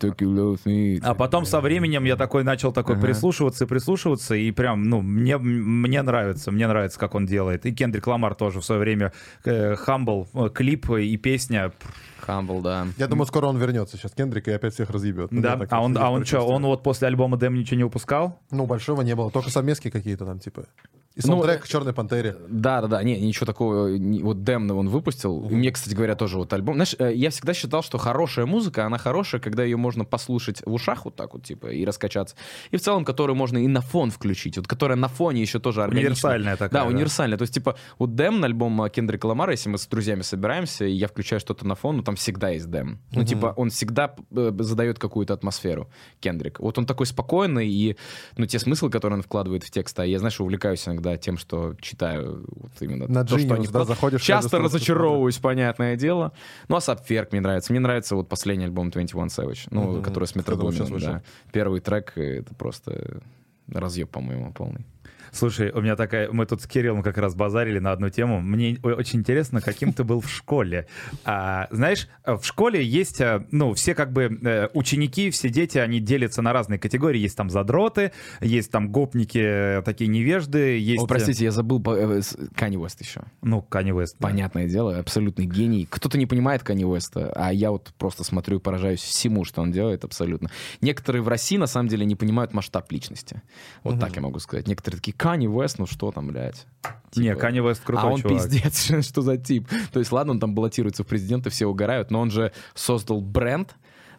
А потом со временем я начал прислушиваться, и прям, ну, мне нравится, как он делает. И Кендрик Ламар тоже в свое время, Humble, клип и песня. Humble, да. Я думаю, скоро он вернется сейчас, Кендрик, и опять всех разъебет. Да, он вот после альбома Дэм ничего не выпускал? Ну, большого не было, только совместки какие-то там, типа. И саундтрек к «Черной пантере». Да, ничего такого. Вот Дэмна он выпустил. И мне, кстати говоря, тоже вот альбом. Знаешь, я всегда считал, что хорошая музыка, она хорошая, когда ее можно послушать в ушах вот так вот, типа, и раскачаться. И в целом, которую можно и на фон включить. Вот которая на фоне еще тоже органичная. Универсальная такая. Да, универсальная. То есть, типа, вот Дэмн, альбом Кендрика Ламара, если мы с друзьями собираемся, и я включаю что-то на фон, ну, там всегда есть Дэм. Ну, типа, он всегда задает какую-то атмосферу, Кендрик. Вот он такой спокойный, и, ну, те смыслы, которые он вкладывает в текст, а я, знаешь, увлекаюсь иногда тем, что читаю вот именно на то, что они заходишь. Часто разочаровываюсь, понятное дело. Ну, а Сапферк мне нравится. Мне нравится вот последний альбом 21 Savage, ну, который с Метро Бомином, да. Первый трек — это просто разъеб, по-моему, полный. Слушай, у меня мы тут с Кириллом как раз базарили на одну тему. Мне очень интересно, каким ты был в школе. Знаешь, в школе есть, ну, все как бы ученики, все дети, они делятся на разные категории. Есть там задроты, есть там гопники, такие невежды. Есть... О, простите, я забыл Канье Уэст еще. Ну, Канье Уэст. Понятное дело, абсолютный гений. Кто-то не понимает Канье Уэста, а я вот просто смотрю и поражаюсь всему, что он делает абсолютно. Некоторые в России, на самом деле, не понимают масштаб личности. Вот так я могу сказать. Некоторые такие: Канье Уэст, ну что там, блядь? Типа, не, Канье Уэст крутой чувак. А он пиздец, что за тип? То есть, ладно, он там баллотируется в президенты, все угорают, но он же создал бренд,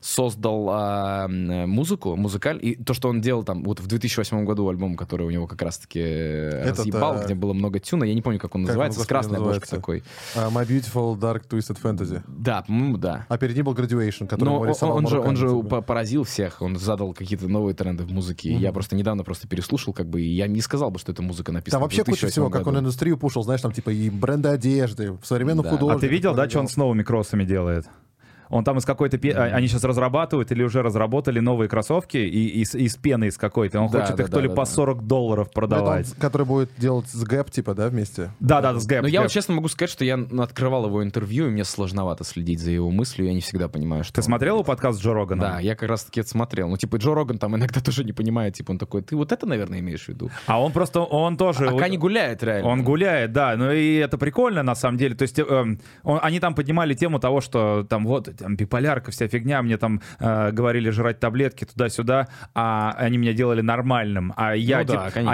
создал музыкаль, и то, что он делал там, вот в 2008 году альбом, который у него как раз-таки разъебал, где было много тюна, я не помню, как он называется, с красной обложкой такой. My Beautiful Dark Twisted Fantasy. Да, по-моему, да. А перед ним был Graduation, который он же поразил всех, он задал какие-то новые тренды в музыке. Я просто недавно переслушал, как бы, и я не сказал бы, что эта музыка написана. Там вообще куча всего, как он индустрию пушил, знаешь, там типа и бренды одежды, современных художников. А ты видел, да, что он с новыми кроссами делает? Он там из какой-то... Они сейчас разрабатывают или уже разработали новые кроссовки из пены из какой-то. Он хочет их то ли по $40 продавать. Это он, который будет делать с Gap, типа, да, вместе? Да, с Gap. Но я вот честно могу сказать, что я открывал его интервью, и мне сложновато следить за его мыслью, я не всегда понимаю, что... Ты смотрел его подкаст Джо Рогана? Да, я как раз-таки это смотрел. Ну, типа, Джо Роган там иногда тоже не понимает, типа, он такой, ты вот это, наверное, имеешь в виду? А он тоже... А Кани гуляет, реально. Он гуляет, да, ну и это прикольно, на самом деле. То есть они там поднимали тему того, что там вот, там, биполярка, вся фигня, мне там говорили жрать таблетки туда-сюда, а они меня делали нормальным. А я,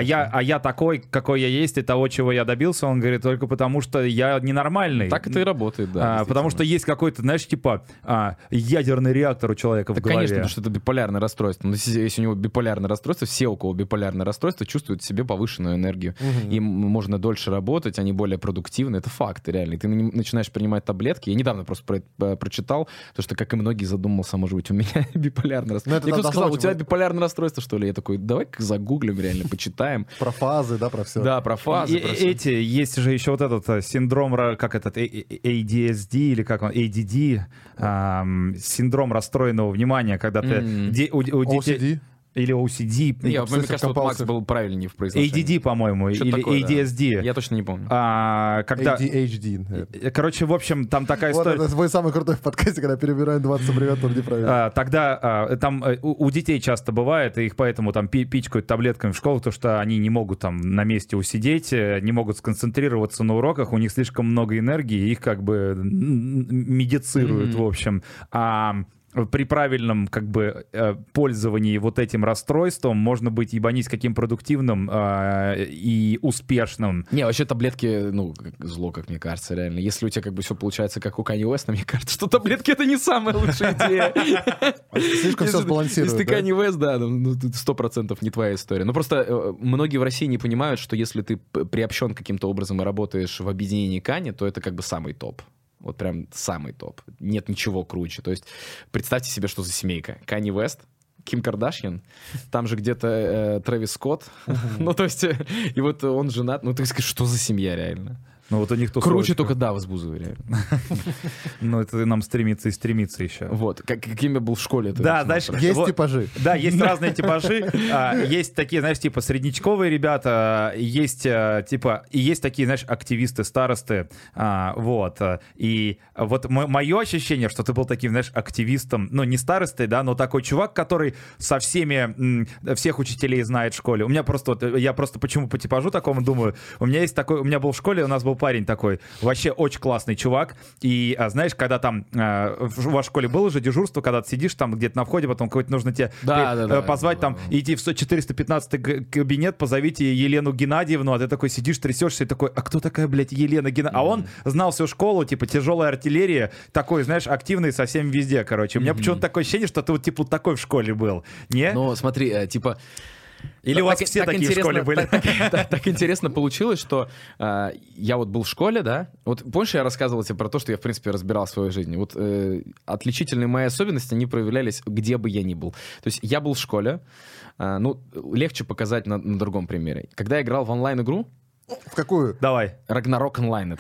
я такой, какой я есть, и того, чего я добился, он говорит, только потому что я ненормальный. Так это и работает, да. Потому что есть какой-то, знаешь, типа ядерный реактор у человека в голове. Конечно, потому что это биполярное расстройство. Но если у него биполярное расстройство, все, у кого биполярное расстройство, чувствуют в себе повышенную энергию. Им можно дольше работать, они более продуктивны. Это факт, реально. И ты начинаешь принимать таблетки. Я недавно просто прочитал, то, что, как и многие, задумался, может быть, у меня биполярное расстройство. Мне кто-то сказал, у тебя биполярное расстройство, что ли? Я такой, давай-ка загуглим, реально, почитаем. Про фазы, да, про все. Да, про фазы. Есть же еще вот этот синдром, как этот, ADSD, или как он, ADD, синдром расстроенного внимания, когда ты... OCD? Или OCD. Мне кажется, вот Макс был правильнее в произношении. ADD, по-моему, или такое, ADSD. Да. Я точно не помню. Когда... ADHD. Короче, в общем, там такая история... Вот это твой самый крутой в подкасте, когда перебираем 20 аббревиатур неправильно. Тогда там у детей часто бывает, и их поэтому там пичкают таблетками в школу, потому что они не могут там на месте усидеть, не могут сконцентрироваться на уроках, у них слишком много энергии, их как бы медицируют, в общем. При правильном как бы пользовании вот этим расстройством можно быть ебанись каким продуктивным и успешным. Не, вообще таблетки, ну, зло, как мне кажется, реально. Если у тебя как бы все получается, как у Kanye West, мне кажется, что таблетки — это не самая лучшая идея. Слишком все сбалансирует. Если ты Kanye West, да, ну, 100% не твоя история. Но просто многие в России не понимают, что если ты приобщен каким-то образом и работаешь в объединении Kanye, то это как бы самый топ. Вот прям самый топ. Нет ничего круче. То есть представьте себе, что за семейка. Kanye West, Ким Кардашьян, там же где-то Трэвис Скотт. Ну, то есть, и вот он женат. Ну, ты скажешь, что за семья реально? Ну, вот у них круче только Давос Бузовой, реально. Ну, это нам стремится еще. Вот. Каким я был в школе. Да, знаешь, есть типажи. Да, есть разные типажи. Есть такие, знаешь, типа среднячковые ребята, есть типа, и есть такие, знаешь, активисты, старосты. Вот. И вот мое ощущение, что ты был таким, знаешь, активистом, ну, не старостой, да, но такой чувак, который со всех учителей знает в школе. У меня просто, я просто почему по типажу такому думаю, у меня был в школе, у нас был парень такой, вообще очень классный чувак, и знаешь, когда там у вас в школе было же дежурство, когда ты сидишь там где-то на входе, потом какой-то нужно тебе позвать там, идти в 415 кабинет, позовите Елену Геннадьевну, а ты такой сидишь, трясешься и такой, а кто такая, блядь, Елена Геннадьевна? А он знал всю школу, типа, тяжелая артиллерия, такой, знаешь, активный со всеми везде, короче. У меня почему-то такое ощущение, что ты вот, типа, такой в школе был, не? Ну, смотри, типа... Или у вас все такие в школе были? Так интересно получилось, что я вот был в школе, да? Вот помнишь, я рассказывал тебе про то, что я, в принципе, разбирал в своей жизни? Вот отличительные мои особенности, они проявлялись, где бы я ни был. То есть я был в школе, ну, легче показать на другом примере. Когда я играл в онлайн-игру... В какую? Давай. Ragnarok Online.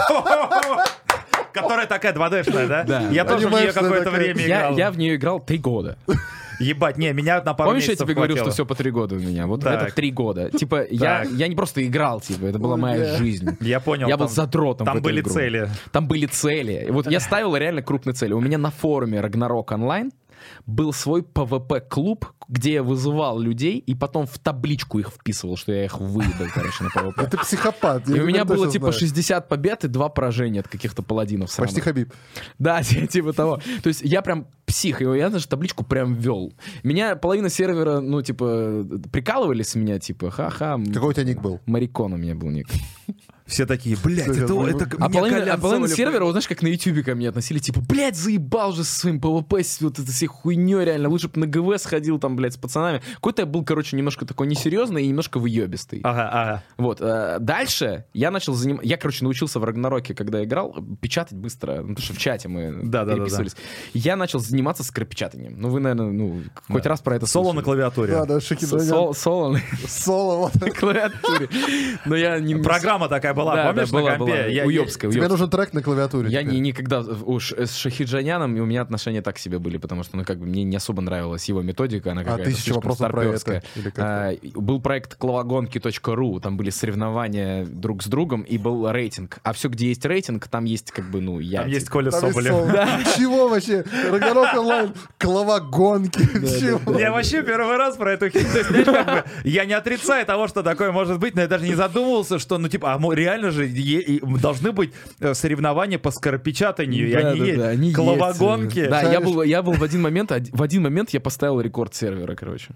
Которая такая 2D-шная, да? Да. Я тоже в нее какое-то время играл. Я в нее играл 3 года. Ебать, не, меня на пару месяцев. Помнишь, я тебе говорил, хватило. что все по 3 года у меня? Вот так. это 3 года. Типа, я не просто играл, типа, это была моя жизнь. Я понял. Я был задротом в эту были игру. цели. Там были цели. Вот я ставил реально крупные цели. У меня на форуме Ragnarok Online был свой PvP-клуб, где я вызывал людей и потом в табличку их вписывал, что я их выебал, короче, на PvP. Это психопат. И у меня было типа 60 побед и 2 поражения от каких-то паладинов. Почти Хабиб. Да, типа того. То есть я прям псих, и я даже табличку прям вел. Меня половина сервера, ну, типа, прикалывались с меня, типа, ха-ха. Какой у тебя ник был? Марикон у меня был ник. Все такие, блядь, это А меня половина Колян сервера, вот знаешь, как на Ютубе ко мне относили, типа, блядь, заебал же со своим PvP, вот этой всей хуйней, реально, лучше бы на ГВ сходил там, блядь, с пацанами. Какой-то я был, короче, немножко такой несерьезный и немножко выебистый. Ага. Вот, дальше я начал заниматься, я, короче, научился в Рагнароке, когда играл, печатать быстро, ну, потому что в чате мы переписывались. Я начал заниматься скоропечатанием. Ну, вы, наверное, хоть раз про это Соло слышали. на клавиатуре. Да, Шахиджанян. Соло Соло. на клавиатуре. Но я не... Программа такая была, Да, помнишь, была, на компе? уёбская. Тебе нужен трек на клавиатуре. Я никогда уж с Шахиджаняном у меня отношения так себе были, потому что, ну, как бы мне не особо нравилась его методика, она какая-то 1000 слишком вопросов про это, старпёрская. или как-то? Был проект клавагонки.ру, там были соревнования друг с другом, и был рейтинг. А все, где есть рейтинг, там есть как бы, ну, я... Там есть Коля Там есть Соболев. Соло. Чего вообще? Рагнарок онлайн, клавагонки. Чего? Я вообще первый раз про эту хитрость, то есть, знаешь, как бы, я не отрицаю того, что такое может быть, но я даже не задумывался, что, ну, типа, реально же должны быть соревнования по скоропечатанию, и они есть. Клавагонки. Да, я был в один момент я поставил рекорд сервера, короче.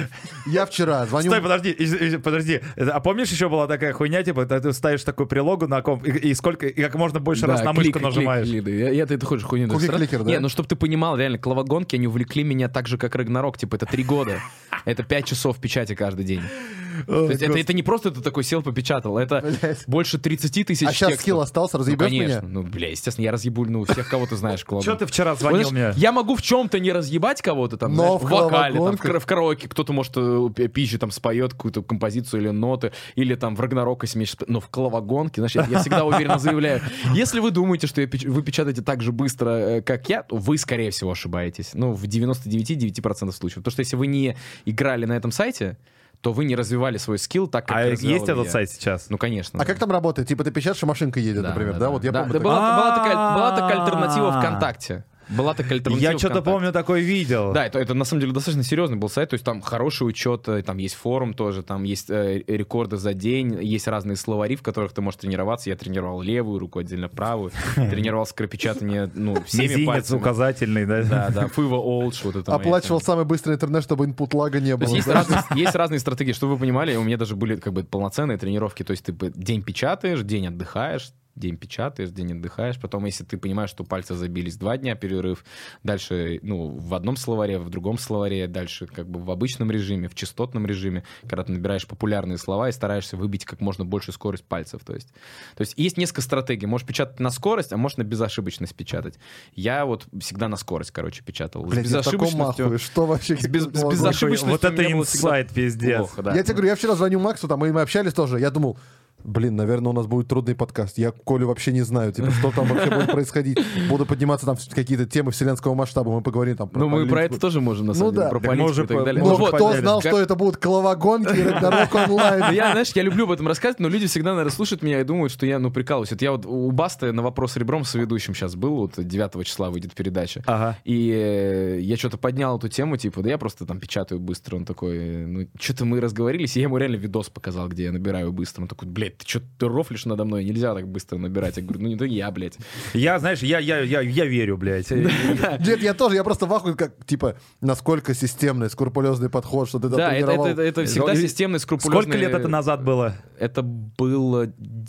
Я вчера звоню... Стой, подожди. А помнишь, еще была такая хуйня, типа, ты ставишь такую прилогу на комп, и как можно больше раз на мышку нажимаешь. Ты хочешь хуйню? Куки-кликер, да? Не, ну чтобы ты понимал, реально, клавагонки, они увлекли меня так же, как Рагнарок, типа, это 3 года. Это 5 часов печати каждый день. То есть это не просто ты такой сел, попечатал, это больше 30 тысяч А сейчас текстов. скилл остался, разъебешь меня? Конечно, ну, бля, естественно, я разъебу, ну, всех, кого ты знаешь, клавагонки. Что ты вчера звонил мне? Я могу в чем-то не разъебать кого-то там, Но знаешь, в в вокале, там, клавагонках. в караоке, кто-то, может, пизже там споет какую-то композицию или ноты, или там в Рагнарока смеешь, но в клавагонке, значит, я всегда уверенно заявляю, если вы думаете, что вы печатаете так же быстро, как я, то вы, скорее всего, ошибаетесь. Ну, в 99,9% случаев. Потому что если вы не играли на этом сайте, то вы не развивали свой скилл так, как развивал есть этот я. сайт сейчас? Ну, конечно. А как там работает? Типа ты печатаешь, и машинка едет, например, да? Вот я помню. такое. Была такая альтернатива ВКонтакте. Была такая альтернатива Я что-то ВКонтакте. помню, такой видел. Да, это на самом деле достаточно серьезный был сайт, то есть там хороший учет, там есть форум тоже, там есть рекорды за день, есть разные словари, в которых ты можешь тренироваться. Я тренировал левую руку, отдельно правую, тренировал скоропечатание, ну, всеми Мизинец пальцами. указательный, да? Да, Фыва Олдж, вот это. Оплачивал самый быстрый интернет, чтобы инпут-лага не То было. есть есть разные стратегии, чтобы вы понимали, у меня даже были как бы полноценные тренировки, то есть ты день печатаешь, день отдыхаешь, день печатаешь, день отдыхаешь. Потом, если ты понимаешь, что пальцы забились, 2 дня перерыв. Дальше, ну, в одном словаре, в другом словаре. Дальше как бы в обычном режиме, в частотном режиме, когда ты набираешь популярные слова и стараешься выбить как можно больше скорость пальцев. То есть есть несколько стратегий. Можешь печатать на скорость, а можешь на безошибочность печатать. Я вот всегда на скорость, короче, печатал. Блядь, я в таком махуе. Что вообще? С безошибочностью Вот это у меня было инсайт, пиздец. плохо, да. Я тебе говорю, я вчера звоню Максу, там, и мы общались тоже. Я думал, блин, наверное, у нас будет трудный подкаст. Я Колю вообще не знаю, типа, что там вообще будет происходить. Буду подниматься там какие-то темы вселенского масштаба, мы поговорим там про Ну, мы политику. про это тоже можем, на самом деле, да. про Так мы политику уже и так далее. мы Ну, уже кто подняли. знал, что это будут клавагонки и Рагнарок онлайн? Ну, я, знаешь, я люблю об этом рассказывать, но люди всегда, наверное, слушают меня и думают, что я, ну, прикалываюсь. Вот я вот у Басты на «Вопрос ребром» с ведущим сейчас был, вот 9 числа выйдет передача. Ага. И я что-то поднял эту тему, типа, да я просто там печатаю быстро. Он такой, ну, что-то мы разговорились, и я ему реально видос показал, где я набираю быстро. Он такой, блядь, ты что, ты рофлишь надо мной? Нельзя так быстро набирать. Я говорю, ну, не то я, блядь. Я, знаешь, я верю, блядь. Нет, я тоже, я просто в ахуе, как, типа, насколько системный, скрупулезный подход, что ты Да, тренировал. это всегда системный, скрупулезный. Сколько лет это назад было? Это был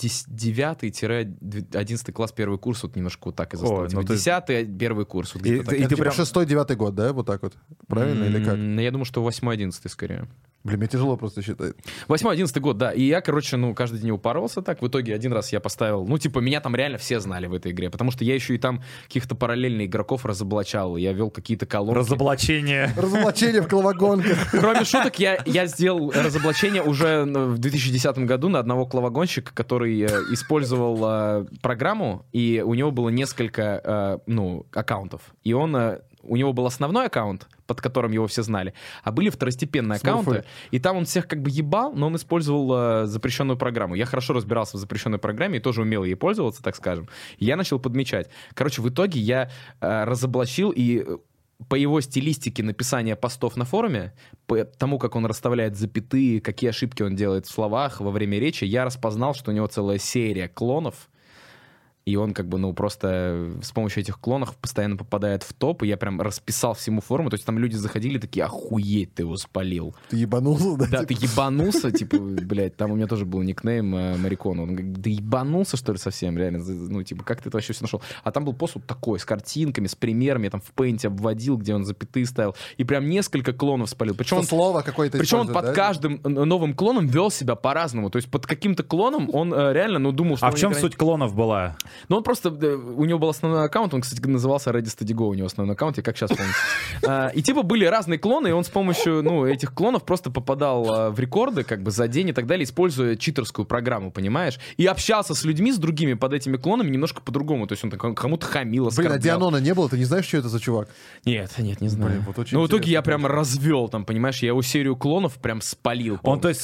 9-11 класс, первый курс, вот немножко вот так и застал. Ой, Типа, ну ты- 10-й первый курс. Вот И где-то так. ты Это типа прям- 6-9 год, да, вот так вот? Правильно или как? Я думаю, что 8-11 скорее. Блин, мне тяжело просто считать. 8-11 год, да. И я, короче, ну, каждый день упоролся так. В итоге один раз я поставил... Ну, типа, меня там реально все знали в этой игре. Потому что я еще и там каких-то параллельных игроков разоблачал. Я вел какие-то колонки. Разоблачение. Разоблачение в клавагонках. Кроме шуток, я сделал разоблачение уже в 2010 году на одного клавагонщика, который использовал программу, и у него было несколько, аккаунтов. И у него был основной аккаунт, под которым его все знали, а были второстепенные аккаунты, и там он всех как бы ебал, но он использовал запрещенную программу. Я хорошо разбирался в запрещенной программе и тоже умел ей пользоваться, так скажем. И я начал подмечать. Короче, в итоге я разоблачил и... По его стилистике написания постов на форуме, по тому, как он расставляет запятые, какие ошибки он делает в словах во время речи, я распознал, что у него целая серия клонов. и он как бы, ну, просто с помощью этих клонов постоянно попадает в топ, и я прям расписал всему форуму, то есть там люди заходили такие, охуеть, ты его спалил. Ты ебанулся, да? Да, ты ебанулся, типа, блядь, там у меня тоже был никнейм Марикон, он говорит, да ебанулся, что ли, совсем, реально, ну, типа, как ты это вообще все нашел? А там был пост вот такой, с картинками, с примерами, я там в Paint обводил, где он запятые ставил, и прям несколько клонов спалил. Причем слово какое-то причем он под да? каждым новым клоном вел себя по-разному. То есть под каким-то клоном он реально, ну, думал, что... А в чем суть клонов была? Ну, он просто... У него был основной аккаунт, он, кстати, назывался Ready Steady Go, у него основной аккаунт, я как сейчас помню. И типа были разные клоны, и он с помощью, ну, этих клонов просто попадал в рекорды, как бы, за день и так далее, используя читерскую программу, понимаешь? И общался с людьми, с другими под этими клонами немножко по-другому. То есть он кому-то хамил, оскорблял. Блин, а Дианона не было? Ты не знаешь, что это за чувак? Нет, не знаю. Блин, вот очень но в итоге интересно, я прям развел, там, понимаешь, я его серию клонов прям спалил. Он, то есть,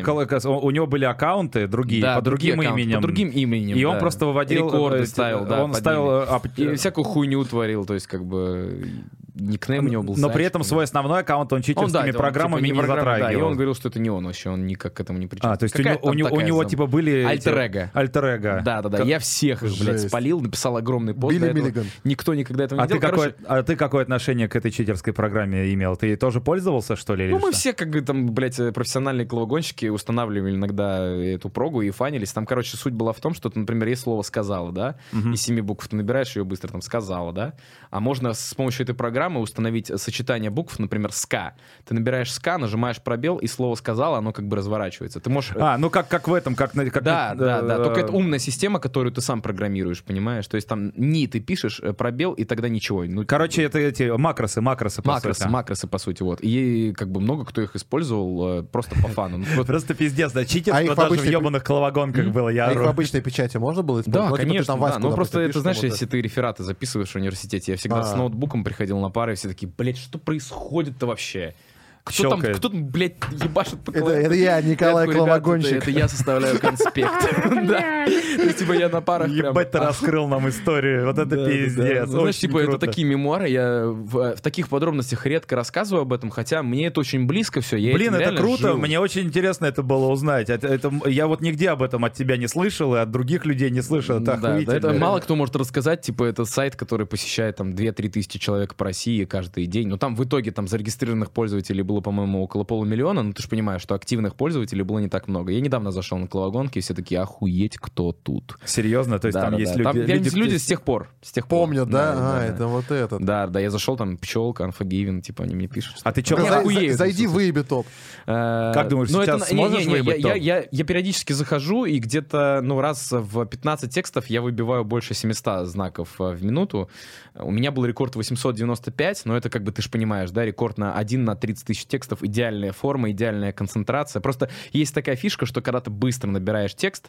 у него были аккаунты другие, да, по другим именем. По другим именем, и он просто выводил... рекорды ставил, да. Он ставил... И всякую хуйню творил, то есть, как бы... Никнейм у него был. Но при этом свой основной аккаунт он читерскими программами не затрагивал. Да, и он говорил, что это не он вообще, он никак к этому не причастен. А, то есть у него типа были... Альтер-эго. Альтер-эго. Да. Я всех их, блядь, спалил, написал огромный пост. Билли Миллиган. Никто никогда этого не делал. А ты какое отношение к этой читерской программе имел? Ты тоже пользовался, что ли? Ну, мы все, как бы, там, блядь, профессиональные клавогонщики устанавливали иногда эту прогу и фанились. Там, короче, суть была в том, что, например, есть слово «сказала», да, из 7 букв ты набираешь ее быстро, там, «сказала», да, а можно с помощью этой программы установить сочетание букв, например, «ска». Ты набираешь «ска», нажимаешь пробел, и слово «сказала», оно как бы разворачивается. Ты можешь... ну как в этом, Да, только это умная система, которую ты сам программируешь, понимаешь? То есть там «ни» ты пишешь, пробел, и тогда ничего. Ну, короче, это эти макросы, макросы, по сути, вот. И как бы много кто их использовал просто по фану. Просто пиздец, да, читерство даже в ебаных клавогонках было. А их в обычной печати можно было использовать? Да, конечно, да. Ну просто это, знаешь, если ты рефераты записываешь в университете, я всегда с ноутбуком приходил на пары, и все такие, блядь, что происходит-то вообще? Кто там, блядь, ебашит по клавиатуре? Это я, Николай Клавогонщик. Это я составляю конспект. Да. То есть, типа, я на парах прям... Ебать, ты раскрыл нам историю. Вот это пиздец. Знаешь, типа, это такие мемуары. Я в таких подробностях редко рассказываю об этом, хотя мне это очень близко все. Блин, это круто. Мне очень интересно это было узнать. Я вот нигде об этом от тебя не слышал, и от других людей не слышал. Это охуительно. Это мало кто может рассказать. Типа, это сайт, который посещает там 2-3 тысячи человек по России каждый день. Но там в итоге там зарегистрированных пользователей было, по-моему, около 500 000, но ты же понимаешь, что активных пользователей было не так много. Я недавно зашел на клавогонки, и все такие, охуеть, кто тут. Серьезно? То есть там есть люди... Там люди с тех пор. Помнят, да? Это вот этот. Да, я зашел, там, Пчелка, Unforgiven, типа, они мне пишут. А ты что, зайди, выеби топ. Как думаешь, сейчас сможешь выебать топ? Я периодически захожу, и где-то, раз в 15 текстов я выбиваю больше 700 знаков в минуту. У меня был рекорд 895, но это, как бы, ты же понимаешь, да, рекорд на 1 на 30 тысяч текстов, идеальная форма, идеальная концентрация. Просто есть такая фишка, что когда ты быстро набираешь текст,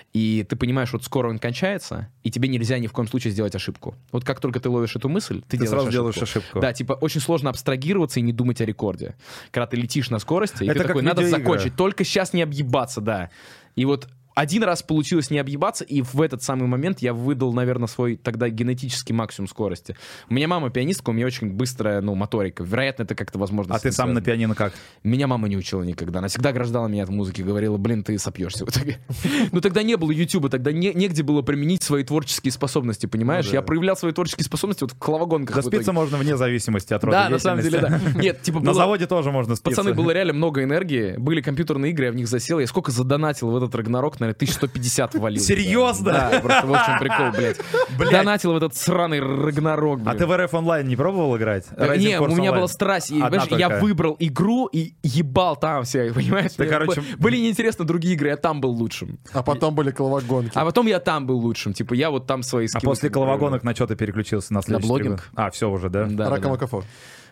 и ты понимаешь, вот скоро он кончается, и тебе нельзя ни в коем случае сделать ошибку. Вот как только ты ловишь эту мысль, ты сразу делаешь ошибку. Да, типа очень сложно абстрагироваться и не думать о рекорде. Когда ты летишь на скорости, и это ты такой, надо закончить, только сейчас не объебаться, да. И вот один раз получилось не объебаться, и в этот самый момент я выдал, наверное, свой тогда генетический максимум скорости. У меня мама пианистка, у меня очень быстрая, моторика. Вероятно, это как-то возможно. А ты сам на пианино как? Меня мама не учила никогда. Она всегда ограждала меня от музыки, говорила, блин, ты сопьешься в итоге. Ну тогда не было Ютуба, тогда негде было применить свои творческие способности, понимаешь? Я проявлял свои творческие способности вот в клавогонках. Да спиться можно вне зависимости от рода деятельности. Да, на самом деле, да. Нет, типа на заводе тоже можно спиться. Пацаны, было реально много энергии, были компьютерные игры, я в них засел, я сколько задонатил в этот Рагнарок, наверное, 1150 валил. Серьезно? Да, просто в общем прикол, блядь. Донатил в этот сраный Рагнарок, блядь. А ты в РФ онлайн не пробовал играть? Не, у меня была страсть. Я выбрал игру и ебал там все, понимаешь? Были неинтересны другие игры, я там был лучшим. А потом были клавогонки. А потом я там был лучшим. Типа я вот там свои скиллы. А после клавогонок на что ты переключился? На блогинг. А, все уже, да? Ракамакафо.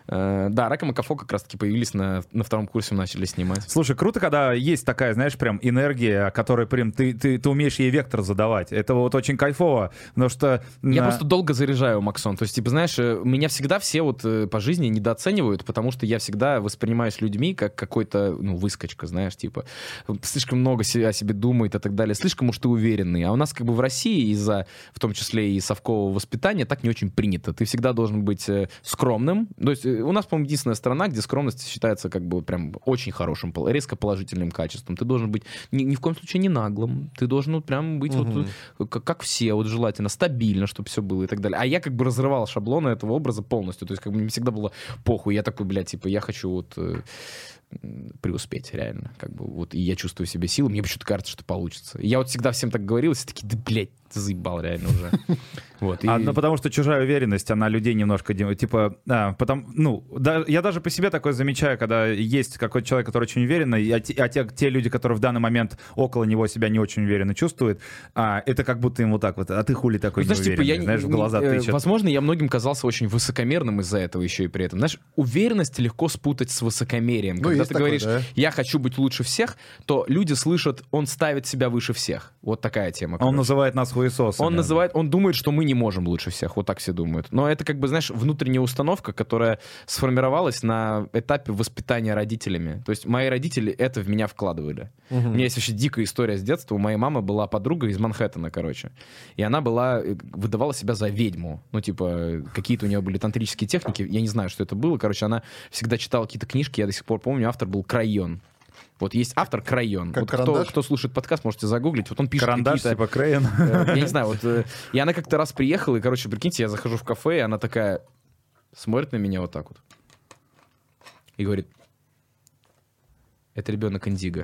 Да, Рак и Макафо как раз-таки появились на втором курсе, начали снимать. Слушай, круто, когда есть такая, знаешь, прям энергия, которая прям ты умеешь ей вектор задавать. Это вот очень кайфово, потому что... Я просто долго заряжаю Максон. То есть, типа, знаешь, меня всегда все вот по жизни недооценивают, потому что я всегда воспринимаюсь людьми как какой-то, выскочка, знаешь, типа, слишком много о себе думает и так далее, слишком уж ты уверенный. А у нас как бы в России из-за, в том числе и совкового воспитания, так не очень принято. Ты всегда должен быть скромным, то есть у нас, по-моему, единственная страна, где скромность считается как бы прям очень хорошим, резко положительным качеством. Ты должен быть ни в коем случае не наглым. Ты должен вот прям быть вот как все, вот желательно, стабильно, чтобы все было и так далее. А я как бы разрывал шаблоны этого образа полностью. То есть как бы мне всегда было похуй. Я такой, блядь, типа, я хочу вот преуспеть, реально. Как бы вот, и я чувствую в себе силы, мне почему-то кажется, что получится. И я вот всегда всем так говорил, все такие, да, блядь, ты заебал реально уже. Вот, Ну, потому что чужая уверенность, она людей немножко, типа, я даже по себе такое замечаю, когда есть какой-то человек, который очень уверенный, а те люди, которые в данный момент около него себя не очень уверенно чувствуют, это как будто им вот так вот, а ты хули такой неуверенный, типа, знаешь, в глаза тычет. Возможно, я многим казался очень высокомерным из-за этого еще и при этом. Знаешь, уверенность легко спутать с высокомерием. Ну, Когда есть ты такое, говоришь, да. я хочу быть лучше всех, то люди слышат, он ставит себя выше всех. Вот такая тема. Он называет нас хуесосами. Он думает, что мы не можем лучше всех. Вот так все думают. Но это как бы, знаешь, внутренняя установка, которая сформировалась на этапе воспитания родителями. То есть мои родители это в меня вкладывали. У меня есть вообще дикая история с детства. У моей мамы была подруга из Манхэттена, короче. И она выдавала себя за ведьму. Ну, типа, какие-то у нее были тантрические техники. Я не знаю, что это было. Короче, она всегда читала какие-то книжки. Я до сих пор помню, автор был Крайон. Вот есть автор Крайон. Как Вот кто слушает подкаст, можете загуглить. Вот он пишет Карандаш, какие-то... типа Крейн. Я не знаю, вот... И она как-то раз приехала, и, короче, прикиньте, я захожу в кафе, и она такая смотрит на меня вот так вот. И говорит, это ребенок Индиго.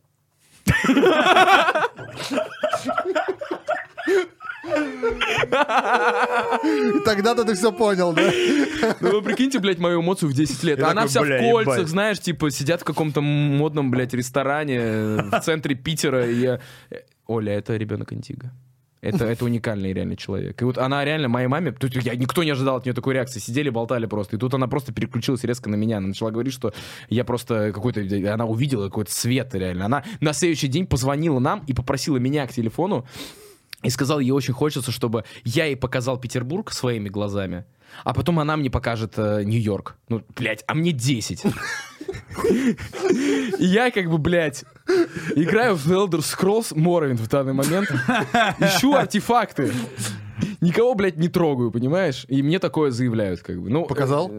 И тогда-то ты все понял, да? Ну вы прикиньте, блядь, мою эмоцию в 10 лет. Она такой, вся бля, в кольцах, ебать. знаешь, типа сидят в каком-то модном, блядь, ресторане в центре Питера. И я... Оля, это ребенок Индиго. Это уникальный реально человек. И вот она реально моей маме... Тут никто не ожидал от нее такой реакции. Сидели, болтали просто. И тут она просто переключилась резко на меня. Она начала говорить, что я просто какой-то... Она увидела какой-то свет реально. Она на следующий день позвонила нам и попросила меня к телефону. И сказала, ей очень хочется, чтобы я ей показал Петербург своими глазами, а потом она мне покажет Нью-Йорк. Ну, блядь, а мне 10. И я как бы, блядь, играю в Elder Scrolls Morrowind в данный момент, ищу артефакты. Никого, блядь, не трогаю, понимаешь? И мне такое заявляют, как бы. Ну, Показал?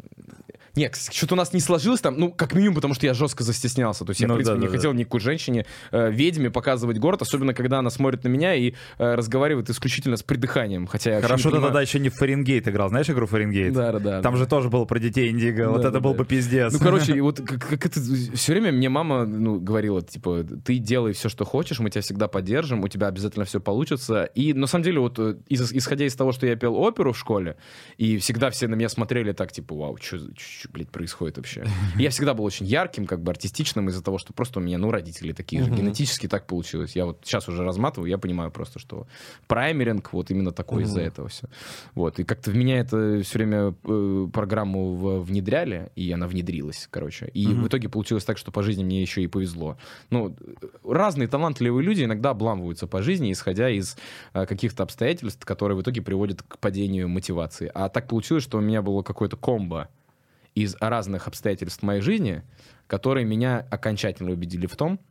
Нет, что-то у нас не сложилось там, ну, как минимум, потому что я жестко застеснялся. То есть я, в принципе, не хотел никакой женщине, ведьме показывать город, особенно когда она смотрит на меня и разговаривает исключительно с придыханием. Хотя я Хорошо, ты понимаю... тогда еще не в Фаренгейт играл. Знаешь игру Фаренгейт? Да. Там же тоже было про детей Индиго. Вот это был бы пиздец. Ну, короче, и вот как это... Все время мне мама говорила, типа, ты делай все, что хочешь, мы тебя всегда поддержим, у тебя обязательно все получится. И, на самом деле, вот исходя из того, что я пел оперу в школе, и всегда все на меня смотрели так, типа, вау, что, блядь, происходит вообще? И я всегда был очень ярким, как бы артистичным из-за того, что просто у меня, родители такие же. Генетически так получилось. Я вот сейчас уже разматываю, я понимаю просто, что праймеринг вот именно такой из-за этого все. Вот. И как-то в меня это все время программу внедряли, и она внедрилась, короче. И в итоге получилось так, что по жизни мне еще и повезло. Ну, разные талантливые люди иногда обламываются по жизни, исходя из каких-то обстоятельств, которые в итоге приводят к падению мотивации. А так получилось, что у меня было какое-то комбо из разных обстоятельств моей жизни, которые меня окончательно убедили в том,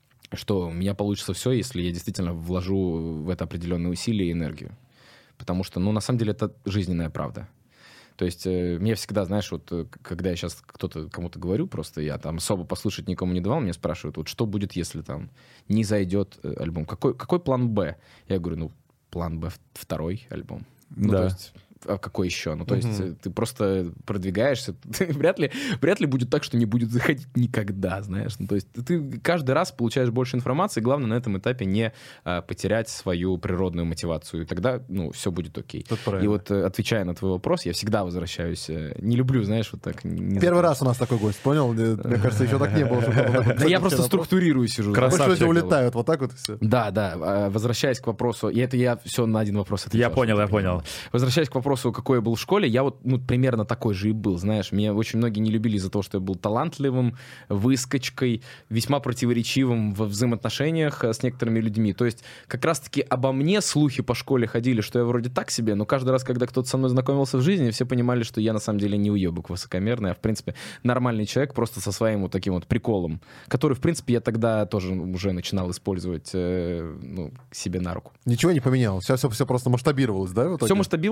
что у меня получится все, если я действительно вложу в это определенные усилия и энергию. Потому что, на самом деле, это жизненная правда. То есть мне всегда, знаешь, вот когда я сейчас кому-то говорю, просто я там особо послушать никому не давал, мне спрашивают, вот что будет, если там не зайдет альбом? Какой план «Б»? Я говорю, план «Б» — второй альбом. Да. То есть, а какой еще? То есть ты просто продвигаешься. Вряд ли будет так, что не будет заходить никогда, знаешь. То есть ты каждый раз получаешь больше информации. Главное на этом этапе не потерять свою природную мотивацию. И тогда, все будет окей. И вот, отвечая на твой вопрос, я всегда возвращаюсь. Не люблю, знаешь, вот так. Первый раз у нас такой гость, понял? Мне кажется, еще так не было. Да я просто структурирую, сижу. Потому что улетают вот так вот и все. Да. Возвращаясь к вопросу. И это я все на один вопрос отвечал. Я понял. Возвращаясь к вопросу, какой я был в школе, я вот примерно такой же и был, знаешь. Меня очень многие не любили из-за того, что я был талантливым, выскочкой, весьма противоречивым во взаимоотношениях с некоторыми людьми. То есть как раз-таки обо мне слухи по школе ходили, что я вроде так себе, но каждый раз, когда кто-то со мной знакомился в жизни, все понимали, что я на самом деле не уебок высокомерный, а в принципе нормальный человек просто со своим вот таким вот приколом, который, в принципе, я тогда тоже уже начинал использовать себе на руку. Ничего не поменялось, все просто масштабировалось, да? Все масштабировалось,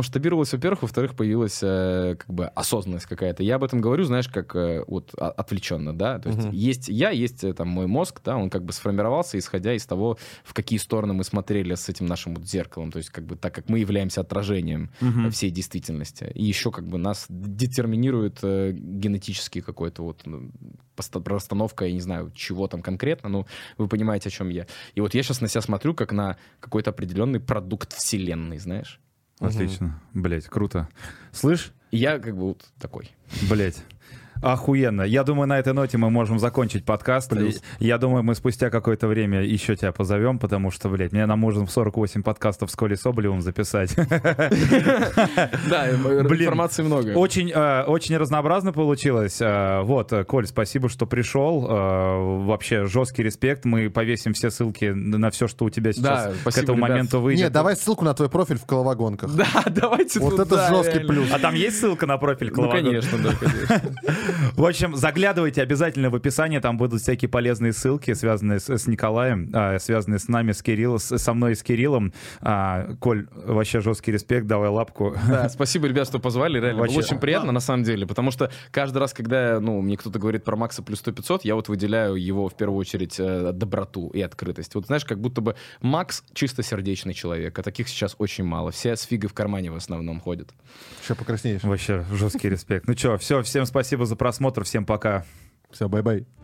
масштабировалось, во-первых, во-вторых, появилась как бы осознанность какая-то. Я об этом говорю, знаешь, как вот отвлеченно, да, то есть есть там мой мозг, да, он как бы сформировался, исходя из того, в какие стороны мы смотрели с этим нашим вот зеркалом, то есть как бы так как мы являемся отражением всей действительности. И еще как бы нас детерминирует генетически какой-то вот расстановка, я не знаю, чего там конкретно, но вы понимаете, о чем я. И вот я сейчас на себя смотрю как на какой-то определенный продукт вселенной, знаешь? Отлично. Блять, круто. Слышь? Я как бы вот такой. Блять. Охуенно. Я думаю, на этой ноте мы можем закончить подкаст. Плюс. Я думаю, мы спустя какое-то время еще тебя позовем, потому что, блядь, мне нам нужно 48 подкастов с Колей Соболевым записать. Да, информации много. Очень разнообразно получилось. Вот, Коль, спасибо, что пришел. Вообще, жесткий респект. Мы повесим все ссылки на все, что у тебя сейчас к этому моменту выйдет. Нет, давай ссылку на твой профиль в Коловагонках. Да, давайте вот туда. Вот это жесткий плюс. А там есть ссылка на профиль Коловагонков? Ну, конечно, да, конечно. В общем, заглядывайте обязательно в описании, там будут всякие полезные ссылки, связанные с Николаем, связанные с нами, с Кириллом, со мной и с Кириллом. Коль, вообще жесткий респект, давай лапку. Да, спасибо, ребят, что позвали, реально Вообще. было очень приятно, на самом деле, потому что каждый раз, когда, мне кто-то говорит про Макса плюс 100-500, я вот выделяю его, в первую очередь, доброту и открытость. Вот знаешь, как будто бы Макс чистосердечный человек, а таких сейчас очень мало. Все с фигой в кармане в основном ходят. Сейчас покраснеешь. Вообще жесткий респект. Ну что, все, всем спасибо за просмотр, всем пока. Все, бай-бай.